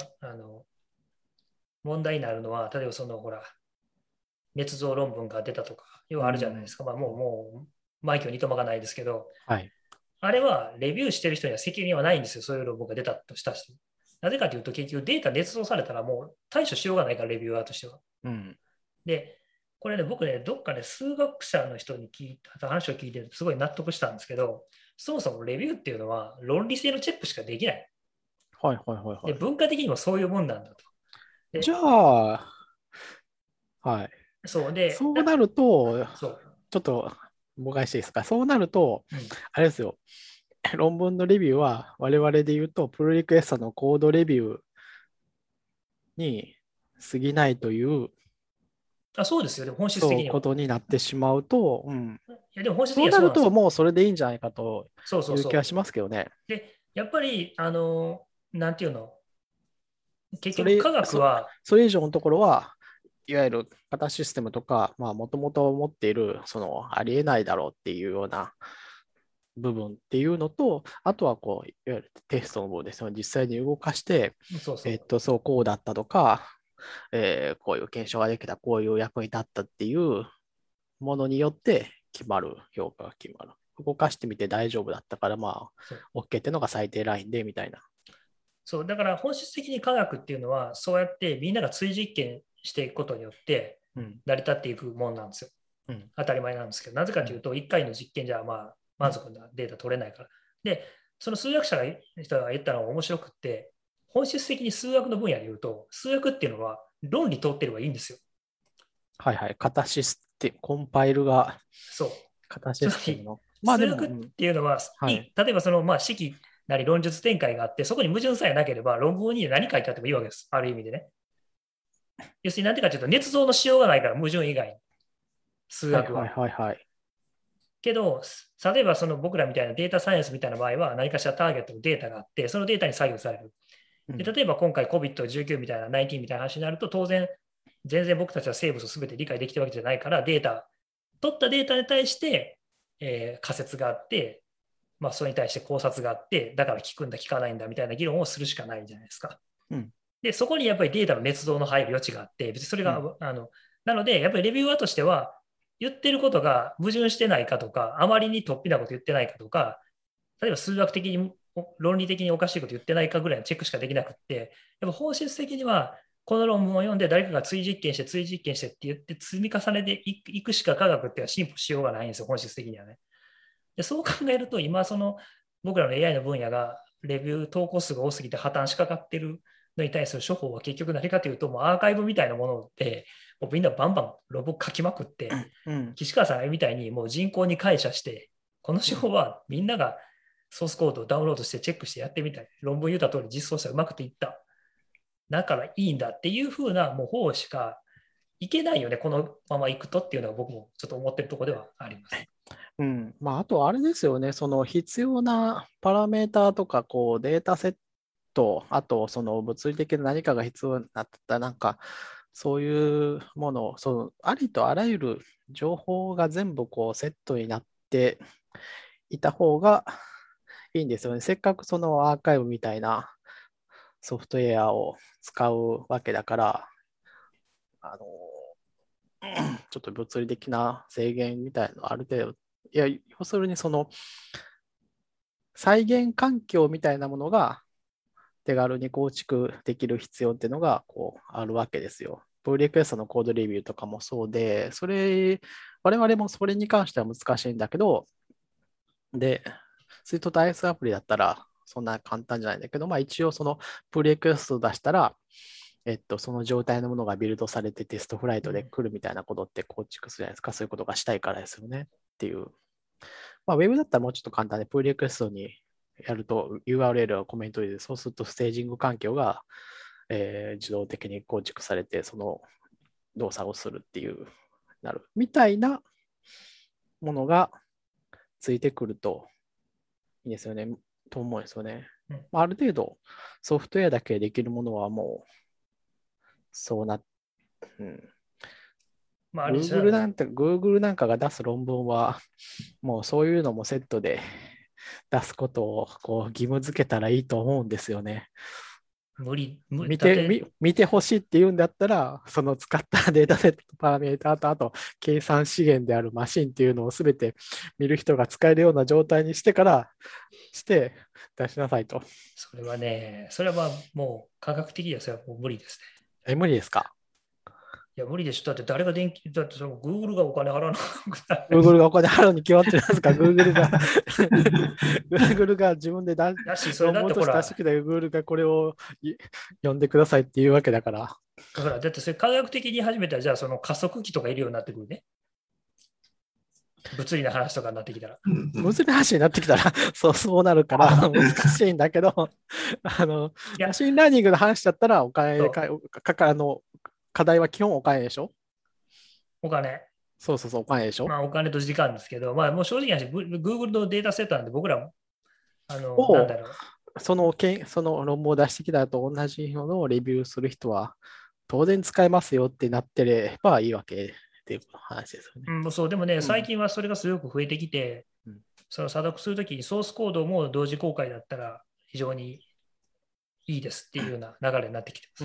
問題になるのは、例えばほら、捏造論文が出たとか、要はあるじゃないですか。まあもう、枚挙にとまがないですけど、 はい。 あれはレビューしてる人には責任はないんですよ。そういう論文が出たとしたし。なぜかというと、結局データ捏造されたらもう対処しようがないから、レビューアーとしては。 うん。 で、これね、僕ね、どっかね、数学者の人に話を聞いて、すごい納得したんですけど、そもそもレビューっていうのは論理性のチェックしかできない。 はいはいはいはで、 い。 文化的にもそういうもんなんだと。 じゃで、 あ、はい。 そうで、 そうなると、 そう。 ちょっと誤解していいですか。そうなると、 うん、 あれですよ。論文のレビューは我々で言うと、プルリクエストのコードレビューに過ぎないというそうですよ。でも本質そう的には。 ことになってしまうと、 いや、でも本質的そうなるとにはそうなんですよ。 もうそれでいいんじゃないかとそうそうそいう気はしますけどね。 う。で、やっぱり、なんていうの、結それ、 局科学そ、 は、 それ以上のところは、いわゆる型システムとか、もともと持っている、ありえないだろうっていうような部分っていうのと、あとはこう、いわゆるテストの部分ですよね。実際に動かして、 そうそう。 そうこうだったとか、こういう検証ができた、こういう役に立ったっていうものによって決まる、評価が決まる。動かしてみて大丈夫だったから、 そう OK っていうのが最低ラインで、みたいな。 そう、だから本質的に科学っていうのは、そうやってみんなが追実験していくことによってうん。 成り立っていくもんなんですよ。 うん。 当たり前なんですけど、なぜかというと、1回の実験じゃまあ満足なデータ取れないから。で、その数学者が人が言ったのが面白くって、本質的に数学の分野で言うと、数学っていうのは論理通ってればいいんですよ。 はいはい。型システム、コンパイルがそう。 型システムの。まあでも、 数学っていうのは、 はい。 例えばその、式なり論述展開があって、そこに矛盾さえなければ論文に何書いてあってもいいわけです。ある意味でね。要するに何ていうかというと、捏造のしようがないから、矛盾以外に。数学は。 はいはいはいはい。 けど、例えばその僕らみたいなデータサイエンスみたいな場合は、何かしらターゲットのデータがあって、そのデータに作業される。で例えば今回 COVID-19 みたいな、19みたいな話になると、当然、全然僕たちは生物を全て理解できてるわけじゃないから、取ったデータに対して、仮説があって、それに対して考察があって、だから聞くんだ、聞かないんだみたいな議論をするしかないじゃないですか。 うん。 で、そこにやっぱりデータの捏造の入る余地があって、別にそれが、なので、やっぱりレビューアーとしては、言ってることが矛盾してないかとか、あまりに突飛なこと言ってないかとか、例えば数学的に、論理的におかしいこと言ってないかぐらいのチェックしかできなくって、やっぱ本質的には、この論文を読んで誰かが追実験して追実験してって言って積み重ねていくしか科学っていうのは進歩しようがないんですよ、本質的にはね。でそう考えると、今、僕らの AI の分野がレビュー投稿数が多すぎて破綻しかかってるのに対する処方は結局何かというと、もうアーカイブみたいなもので、もうみんなバンバンロボ書きまくって、岸川さんみたいにもう人工に解釈して、この手法はみんながソースコードをダウンロードしてチェックしてやってみたい。論文言った通り実装したらうまくていった。だからいいんだっていう風なもう方しかいけないよね、このままいくとっていうのは僕もちょっと思ってるところではあります。 あとあれですよね、その必要なパラメーターとかデータセット、あとその物理的な何かが必要になったなんかそういうものをありとあらゆる情報が全部セットになっていた方がいいんですよね。せっかくそのアーカイブみたいなソフトウェアを使うわけだから、ちょっと物理的な制限みたいなのある程度、要するにその再現環境みたいなものが手軽に構築できる必要っていうのがあるわけですよ。プリクエストのコードレビューとかもそうで、我々もそれに関しては難しいんだけど、で、スイートと IS アプリだったらそんな簡単じゃないんだけど、一応そのプリクエストを出したら、その状態のものがビルドされてテストフライトで来るみたいなことって構築するじゃないですか。そういうことがしたいからですよねっていう。ウェブだったらもうちょっと簡単で、プリクエストにやると URL をコメント入れて、そうするとステージング環境が、自動的に構築されて、その動作をするっていうなるみたいなものがついてくるといいですよね、と思うんですよね。ある程度ソフトウェアだけできるものはもうそうな、Google なんかが出す論文はもうそういうのもセットで出すことを義務付けたらいいと思うんですよね。見てほしいって言うんだったら、その使ったデータセットパラメータと、あと計算資源であるマシンっていうのをすべて見る人が使えるような状態にして出しなさいと。 それはね、それはもう科学的にはそれはもう無理ですね。無理ですか？ いや、無理でしょ。だって誰がだってその Google がお金払わなくなる。Google がお金払うに決まってるんですか？ Google が自分でだし、それだってほら、 出してきた Google がこれを読んでくださいっていうわけだから。 ほら、だってそれ科学的に始めたら、じゃあその加速器とかいるようになってくるね。物理の話とかになってきたら。 物理の話になってきたら、そうなるから難しいんだけど、マシンラーニングの話だったらお金課題は基本お金でしょ？ お金。 そう、お金でしょ？ お金と時間ですけど、もう正直な話、Google のデータセットなんで僕らも、なんだろう。 その論文を出してきたと同じものをレビューする人は、当然使えますよってなってればいいわけっていう話ですよね。 そう、でもね、最近はそれがすごく増えてきて、その査読するときにソースコードも同時公開だったら非常にいいですっていうような流れになってきてます。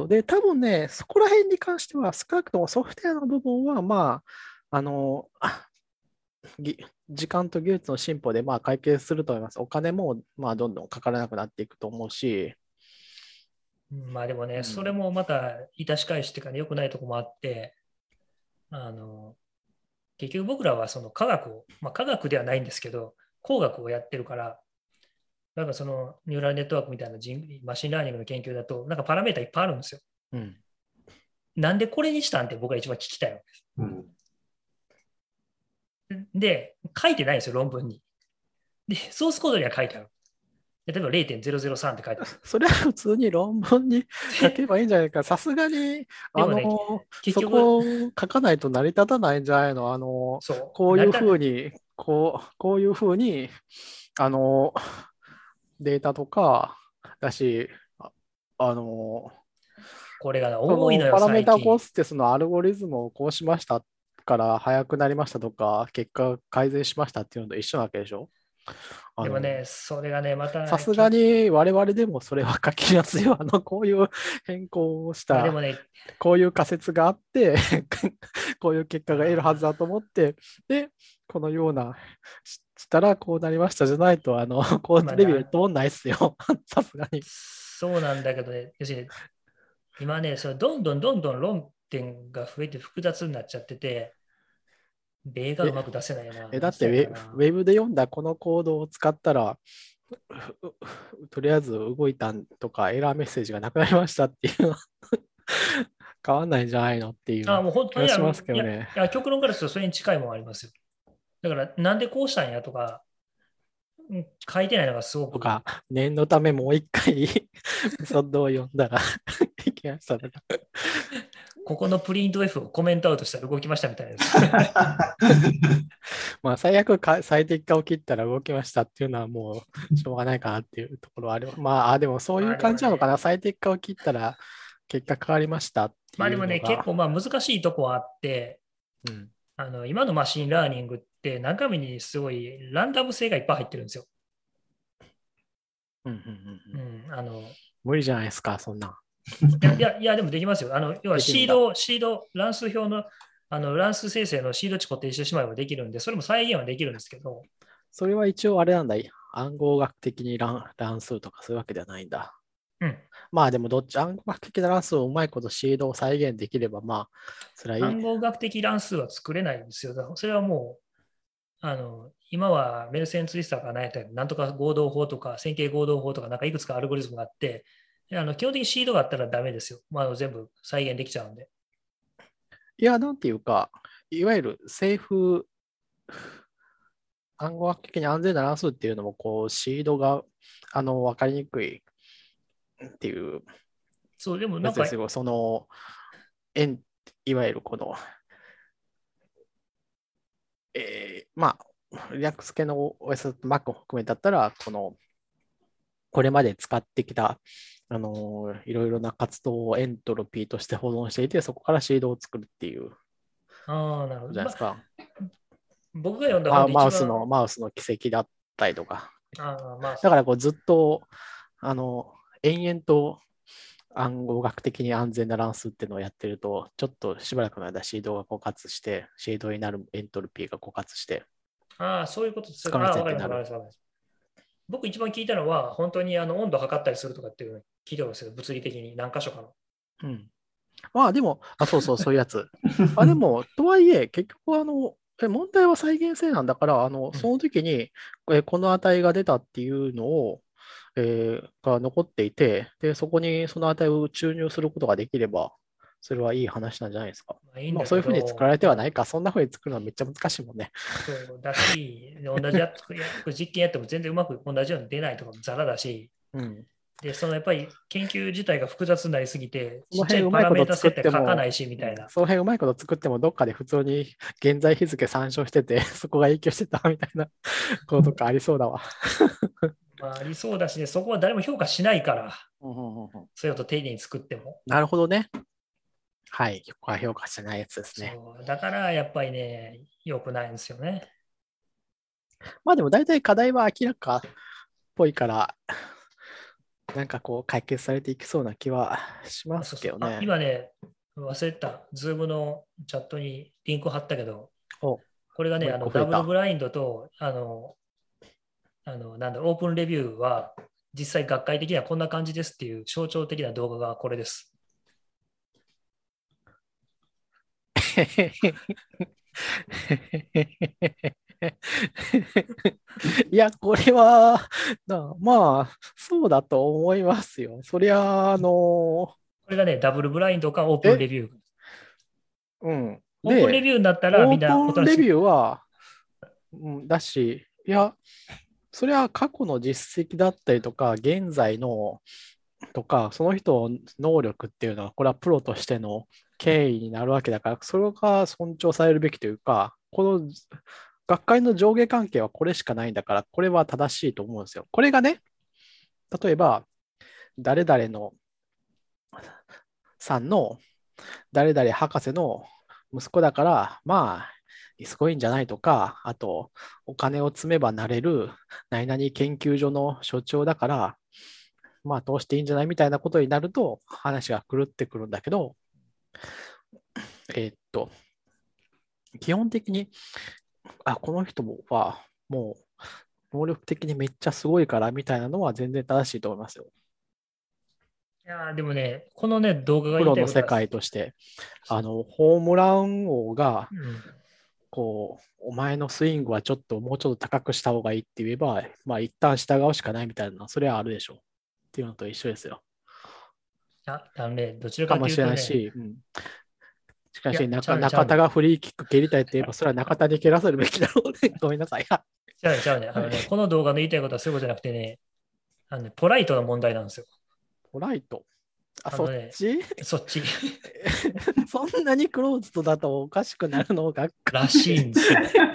で、多分ね、そこら辺に関しては、少なくともソフトウェアの部分は、 時間と技術の進歩でまあ解決すると思います。お金もまあどんどんかからなくなっていくと思うし、 まあでもね、 うんそれもまた、致し返しっていうかね、良くないとこもあって、あの、結局僕らはその科学を、まあ科学ではないんですけど、工学をやってるから、なんかそのニューラルネットワークみたいなマシンラーニングの研究だと、なんかパラメータいっぱいあるんですよ。 うん、 なんでこれにしたんって僕が一番聞きたいわけうん。 で。で、書いてないんですよ、論文に。で、ソースコードには書いてある。例えば0.003って書いてある。 それは普通に論文に書けで、 ばいいんじゃないか。さすがに、 でもね、結そ局、 こを書かないと成り立たないんじゃないの。 そう、 こういう成り立ふうに、こういうふうに、あの、データとかだし、ああの、 これがそ多いのよ、 のパラメー最近。 タコステスのアルゴリズムをこうしましたから速くなりましたとか、結果改善しましたっていうのと一緒なわけでしょ。あの、 でもね、それがね、また、 さすがに我々でもそれは書きますよ。こういう変更をしたまあでもね、 こういう仮説があってこういう結果が得るはずだと思って、で、このようなしたらこうなりましたじゃないと、コーまあドレビュー通んないっすよ。さすがに。 そうなんだけどね、要するに、今ね、そのどんどん論点が増えて複雑になっちゃってて、例がうえ、 まく出せないな。 だって何したらいいかな。 ウェブで読んだこのコードを使ったら、とりあえず動いたんとかエラーメッセージがなくなりましたっていうのは変わんないんじゃないのっていああ、 うもう本当に、 気がしますけどね。 極論からするとそれに近いものありますよ。だから、なんでこうしたんやとか、書いてないのがすごく、 とか、念のためもう一回メソッドを読んだらいきましたとか。 ここのプリント F をコメントアウトしたら動きましたみたいなやつ。 まあ、最悪最適化を切ったら動きましたっていうのはもうしょうがないかなっていうところはあります。まあ、でもそういうまあでも感じなのかな。 ね、 最適化を切ったら結果変わりましたってまあでもね、結いうのが。 構まあ難しいとこはあって、 うん。 今のマシンラーニングって中身にすごいランダム性がいっぱい入ってるんですよ。 うんうんうんうん、無理じゃないですか、そんな。 でもできますよ。要はできるんだ。 乱数表の、乱数生成のシード値固定してしまえばできるんで、それも再現はできるんですけど、 それは一応あれなんだ。暗号学的に乱数とかそういうわけではないんだ。 うん。 まあでもどっち暗号学的な乱数をうまいことシードを再現できれば、まあ、それはいい。 暗号学的乱数は作れないんですよ。それはもう、今はメルセンツイスターが何やったら、なんとか合同法とか、線形合同法とか、なんかいくつかアルゴリズムがあって、基本的にシードがあったらダメですよ。全部再現できちゃうんで。 いや、なんていうか、いわゆる政府暗号学的に安全な乱数っていうのも、こう、シードが、わかりにくいっていうそう、でもなんか、 やつですよ。いわゆるこの、まあ、リラックス系の OS、Mac を含めだったら、これまで使ってきた、いろいろな活動をエントロピーとして保存していて、そこからシードを作るっていうああ、なるほど。 じゃないですか。 僕が読んだ本で一番、 マウスの軌跡だったりとか。 まあ、 だからこうずっと、延々と暗号学的に安全な乱数っていうのをやってると、ちょっとしばらくの間シードが枯渇して、シードになるエントロピーが枯渇して、 そういうことです。 使わなわかります、 いってなる。 わかります、わかります。僕一番聞いたのは、本当に温度測ったりするとかっていうのを聞いたんですよ。物理的に何箇所かの。 うん。まあでも、そうそう、そういうやつ。でも、とはいえ、結局問題は再現性なんだから、その時に、この値が出たっていうのを、が残っていて、で、そこにその値を注入することができれば、それはいい話なんじゃないですか。 いいんまあ、そういだけうふうに作らど、 れてはないか、そんなふうに作るのはめっちゃ難しいもんね。 そうだし、同じ実験やっても全然うまく同じように出ないとかもザラだし、 うん。 で、やっぱり研究自体が複雑になりすぎて、 そのちっちゃい辺うまいこパラメータと作って設定書かなも、 いし、みたいな。 その辺うまいこと作っても、どっかで普通に現在日付参照してて、そこが影響してたみたいなこととかありそうだわ。 ありそうだしね、そこは誰も評価しないから、 うんうんうんうん、 それをと丁寧に作っても。 なるほどね。はい。ここは評価してないやつですね。 そうだからやっぱりね、良くないんですよね。 まあでも大体課題は明らかっぽいから、なんかこう解決されていきそうな気はしますけどね。 今ね、忘れた。ズームのチャットにリンク貼ったけど、 お、 これがね、 もう一個増えたダブルブラインドと、なんだ、オープンレビューは、実際学会的にはこんな感じですっていう象徴的な動画がこれです。 いや、これは、まあ、そうだと思いますよ。そりゃ、 これがね、ダブルブラインドかオープンレビュー。 うん。 オープンレで、 ビューになったらみオーんなおとなしい。 プンレビューは、だし、いや、それは過去の実績だったりとか、現在のとか、その人の能力っていうのは、これはプロとしての権威になるわけだから、それが尊重されるべきというか、この学会の上下関係はこれしかないんだから、これは正しいと思うんですよ。これがね、例えば、誰々のさんの誰々博士の息子だから、まあ、すごいんじゃないとか、あと、お金を積めばなれる何々研究所の所長だから、まあ、通していいんじゃないみたいなことになると、話が狂ってくるんだけど、えーっと、基本的に、この人はもう、能力的にめっちゃすごいからみたいなのは全然正しいと思いますよ。 いやーでもね、このね、動画がプロの世言いたいことは、 界として、ホームラン王が、 うん、 お前のスイングはちょっともうちょっと高くした方がいいって言えば、まあ一旦従うしかないみたいな、それはあるでしょう。っていうのと一緒ですよ。 ね、どちらかとかもしいうとね、 れないし、しかしいや、ちゃうね。 中田がフリーキック蹴りたいって言えば、それは中田に蹴らせるべきだろうね。ごめんなさい。 ちゃうね、ちゃうね。この動画の言いたいことはそういうことじゃなくてね、ポライトな問題なんですよ。 ポライト。そっあのね、 ちそっちそんなにクローズドだとおかしくなるのがらしいんですよ。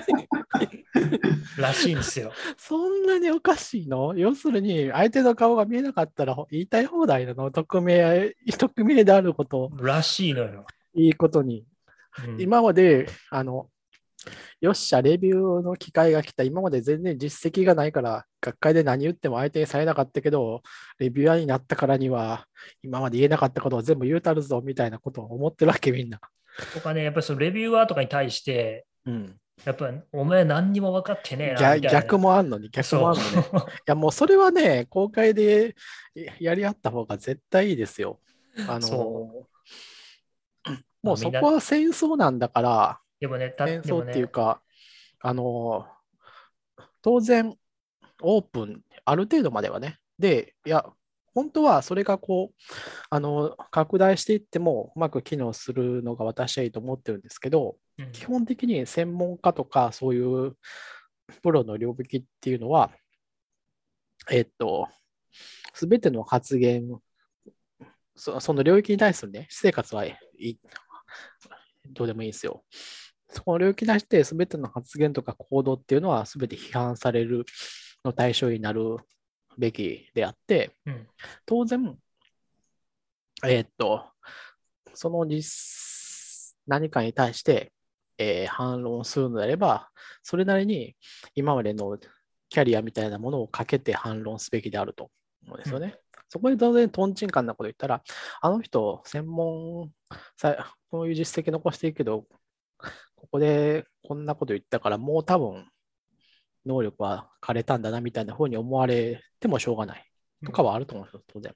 らしいんですよ。 そんなにおかしいの？要するに、相手の顔が見えなかったら言いたい放題なの？匿名であることをらしいのよ。 いいことに。今まで、よっしゃ、レビューの機会が来た。今まで全然実績がないから、学会で何言っても相手にされなかったけど、レビュアーになったからには、今まで言えなかったことを全部言うたるぞ、みたいなことを思ってるわけ、みんな。 とかね、やっぱりそのレビューアーとかに対して、 うん。 やっぱりお前何にも分かってねえな、みたいな。 逆もあんのに、逆もあんのね。いや、もうそれはね、公開でやり合った方が絶対いいですよ。 そう。 もうそこは戦争なんだから、 でもね、 戦争っていうか、当然、オープン、ある程度まではね。で、いや、本当はそれが拡大していってもうまく機能するのが私はいいと思ってるんですけど、基本的に専門家とかそういうプロの領域っていうのは、すべての発言、その領域に対するね、私生活はいい、どうでもいいんですよ。そこの領域に対してすべての発言とか行動っていうのはすべて批判されるの対象になるべきであって、当然、その何かに対して、反論するのであれば、それなりに今までのキャリアみたいなものをかけて反論すべきであると思うんですよね。そこで当然、トンチンカンなこと言ったら、あの人、こういう実績残していいけど、ここでこんなこと言ったから、もう多分、能力は枯れたんだなみたいな風に思われてもしょうがないとかはあると思うんですよ、当然。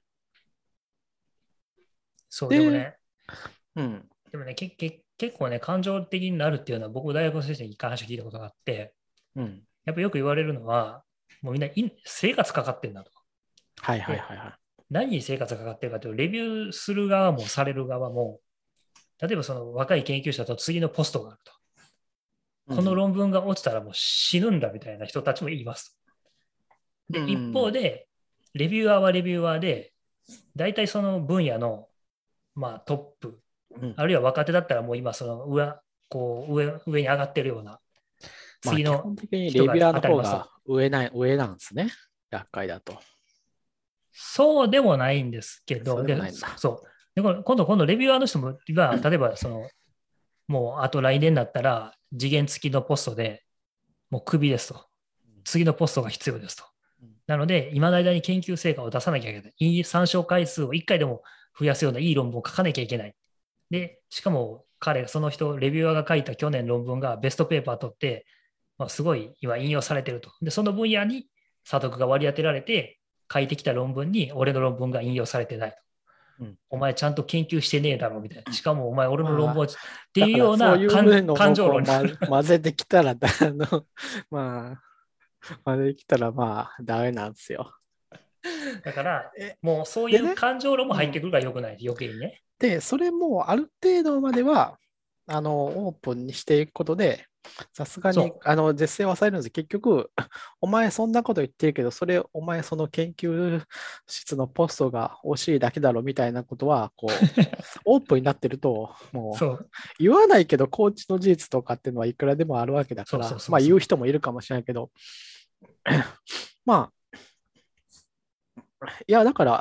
そう、でもね、 でもね、 結構ね、感情的になるっていうのは、僕、大学の先生に一回話を聞いたことがあって、やっぱよく言われるのは、もうみんな生活かかってんだと。何に生活がかかってるかというと、レビューする側もされる側も、例えばその若い研究者と次のポストがあると。この論文が落ちたらもう死ぬんだみたいな人たちもいます。で、一方で、レビューアーはレビューアーで、大体その分野の、トップ、あるいは若手だったらもう今その上に上がってるような、 次の基本的にレビュアーの方が上なんですね、学会だと。 そうでもないんですけど、で今度レビュアーの人も、例えばもうあと来年だったら次元付きのポストでもうクビですと。次のポストが必要ですと。なので、今の間に研究成果を出さなきゃいけない。参照回数を1回でも増やすようないい論文を書かなきゃいけない。で、しかも、 その人、レビュアーが書いた去年論文がベストペーパー取って、まあ、すごい今引用されてると。で、その分野に査読が割り当てられて、書いてきた論文に俺の論文が引用されてないと。お前ちゃんと研究してねえだろみたいな。しかもお前俺の論文っていうような感情論に混ぜてきたらまあ、混ぜてきたらまあ、ダメなんですよ。 だから、もうそういう感情論も入ってくるからよくない、余計にね。 で、それもある程度までは、オープンにしていくことで、さすがに是正はされるんです。結局、お前そんなこと言ってるけど、お前その研究室のポストが惜しいだけだろみたいなことは、こう、オープンになってると、もう、言わないけど、コーチの事実とかっていうのはいくらでもあるわけだから、まあ言う人もいるかもしれないけど、まあ、いや、だから、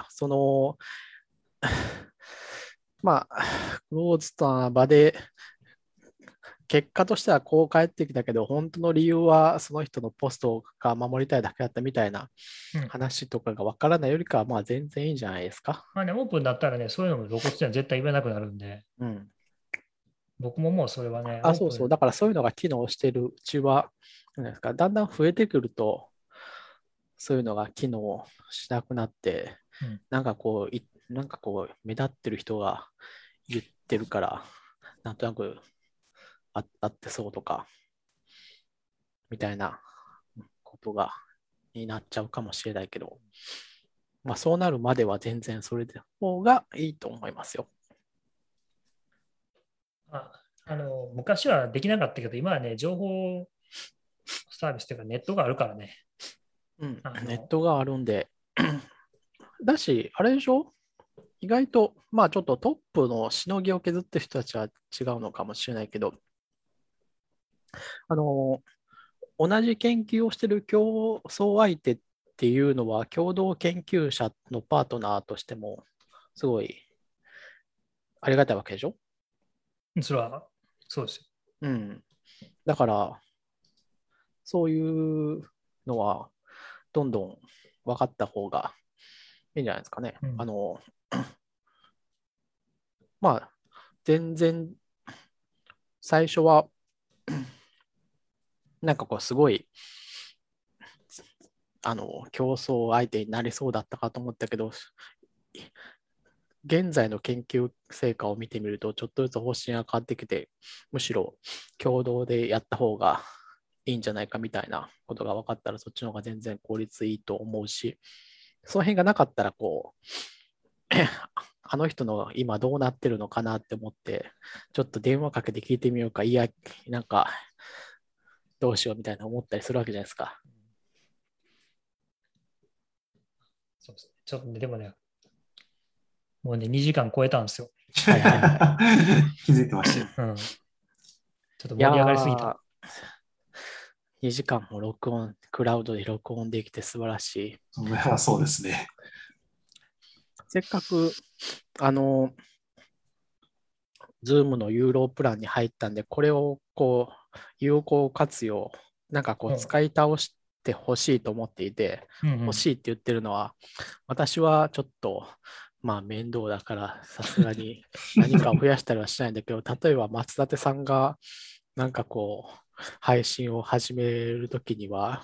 まあ、クローズドな場で、結果としてはこう返ってきたけど、本当の理由はその人のポストが守りたいだけだったみたいな話とかが分からないよりかは、まあ全然いいんじゃないですか。 まあね、オープンだったらね、そういうのも露骨には絶対言えなくなるんで、僕ももうそれはね。 そうそう、だからそういうのが機能しているうちは、だんだん増えてくると、そういうのが機能しなくなって、なんかこう、目立ってる人が言ってるから、なんとなく、あってそうとか、みたいなことになっちゃうかもしれないけど、まあそうなるまでは全然それで方がいいと思いますよ。 昔はできなかったけど、今はね、情報サービスというかネットがあるからね。 ネットがあるんで、だし、あれでしょ？意外と、まあちょっとトップのしのぎを削ってる人たちは違うのかもしれないけど、同じ研究をしている競争相手っていうのは、共同研究者のパートナーとしても、すごいありがたいわけでしょ？ それは、そうですよ。 だから、そういうのは、どんどん分かった方がいいんじゃないですかね。まあ、全然、最初は、なんかこう、すごい、競争相手になりそうだったかと思ったけど、現在の研究成果を見てみると、ちょっとずつ方針が変わってきて、むしろ共同でやった方がいいんじゃないかみたいなことが分かったら、そっちの方が全然効率いいと思うし、その辺がなかったら、こう、あの人の今どうなってるのかなって思って、ちょっと電話かけて聞いてみようか、いや、なんか、どうしようみたいな思ったりするわけじゃないですか。 そうですね。ちょっとね、でもね、もうね、2時間超えたんですよ。 気づいてましたよ。 ちょっと盛り上がりすぎた。 2時間もクラウドで録音できて素晴らしい。 そうですね。 せっかく、Zoom のユーロプランに入ったんで、これをこう、有効活用、なんかこう、使い倒してほしいと思っていて、欲しいって言ってるのは、私はちょっと、まあ面倒だから、さすがに何かを増やしたりはしないんだけど、例えば松立さんが、なんかこう、配信を始めるときには、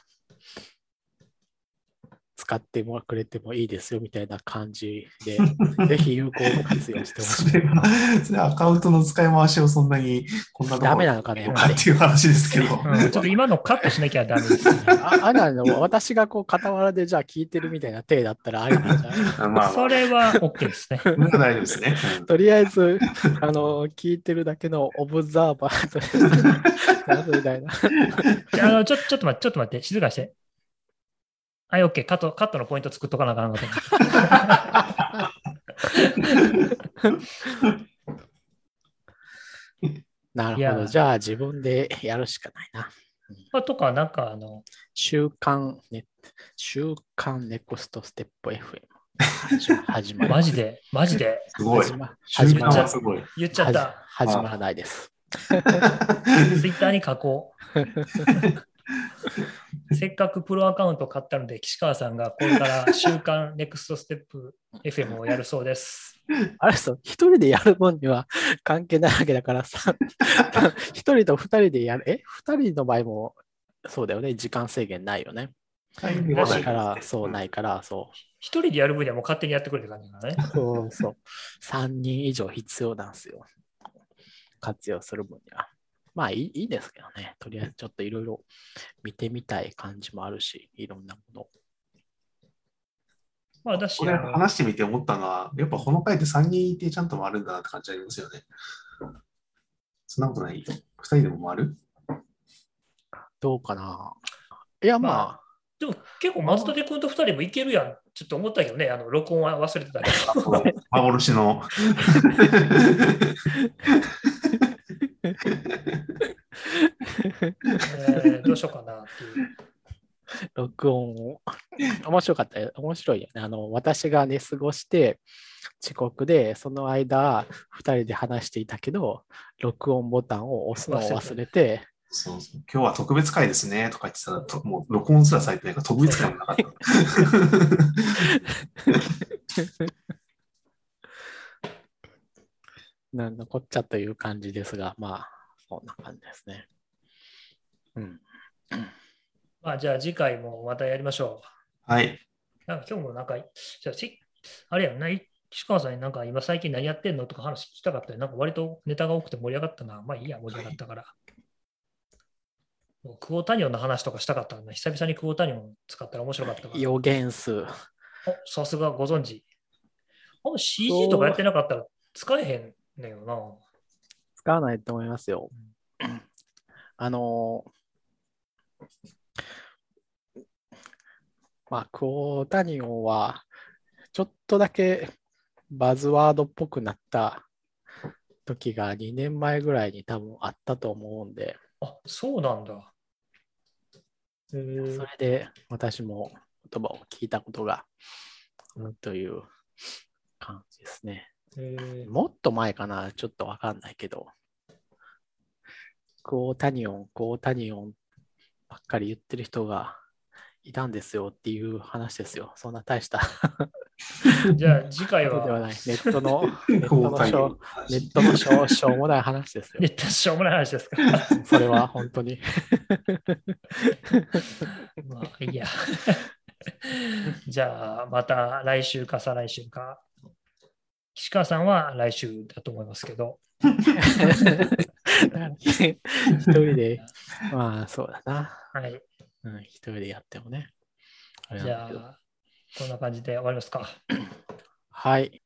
使ってくれてもいいですよみたいな感じで、ぜひ有効活用してほしい。 それはアカウントの使い回しをそんなにこんなところダメなのかね、やっぱりっていう話ですけど。 ちょっと今のカットしなきゃダメですね。 私がこう傍らでじゃあ聞いてるみたいな体だったらありなんじゃない？ それは OK ですね。 大丈夫ですね。 とりあえず、聞いてるだけのオブザーバーとしてみたいな。 ちょっと待って、静かにして。はい、OK。カットのポイント作っとかなあかんのとなるほど。じゃあ自分でやるしかないな。 とか、なんか週刊ネクストステップ FM。始まる。 マジで。 すごい。 すごい。言っちゃった。 始まらないです。 ツイッターに書こう。 せっかくプロアカウント買ったので、岸川さんがこれから週刊ネクストステップ FM をやるそうです。 あれそう、一人でやる分には関係ないわけだからさ、一人と二人でやる、二人の場合もそうだよね、時間制限ないよね。だから、そうないから、そう。 一人でやる分にはもう勝手にやってくれって感じだからね。 そうそう。3人以上必要なんですよ。活用する分には。まあいいですけどね。とりあえずちょっといろいろ見てみたい感じもあるし、いろんなもの。 まあ、だし、 これ話してみて思ったのは、やっぱこの回って3人いてちゃんと回るんだなって感じありますよね。そんなことない ?2 人でも回る？ どうかな。いや、まあ。 でも結構松立君と2人もいけるやん。ちょっと思ったけどね、録音は忘れてたけど。 幻の。 どうしようかなっていう。 録音を面白かったよ。面白いよね。私が寝過ごして遅刻で、その間、2人で話していたけど、録音ボタンを押すのを忘れて、 そうそう、今日は特別会ですねとか言ってたら、もう録音すらされてないから特別会もなかった。 なんのこっちゃという感じですが、まあ、そんな感じですね。うん。 まあ、じゃあ次回もまたやりましょう。はい。 なんか今日もなんか、じゃあれやんな、岸川さんになんか今最近何やってんのとか話聞きたかったよ。なんか割とネタが多くて盛り上がったな。まあいいや、盛り上がったから。クオータニオンの話とかしたかったな。久々にクオータニオン使ったら面白かったから。 予言数。 さすがご存知。CG とかやってなかったら使えへんねんよな。 使わないと思いますよ。まあ、クオータニオンは、ちょっとだけバズワードっぽくなった時が2年前ぐらいに多分あったと思うんで。 あ、そうなんだ。 それで私も言葉を聞いたことがあるという感じですね。もっと前かな、ちょっとわかんないけど。クオータニオンばっかり言ってる人がいたんですよっていう話ですよ。そんな大したじゃあ次回はではない。ネットのしょうもない話ですよ。 ネットのしょうもない話ですか。 それは本当に。 まあいいや。じゃあまた来週か再来週か。岸川さんは来週だと思いますけど。 一人で、まあそうだな。 はい。 一人でやってもね。 じゃあ、こんな感じで終わりますか。 はい。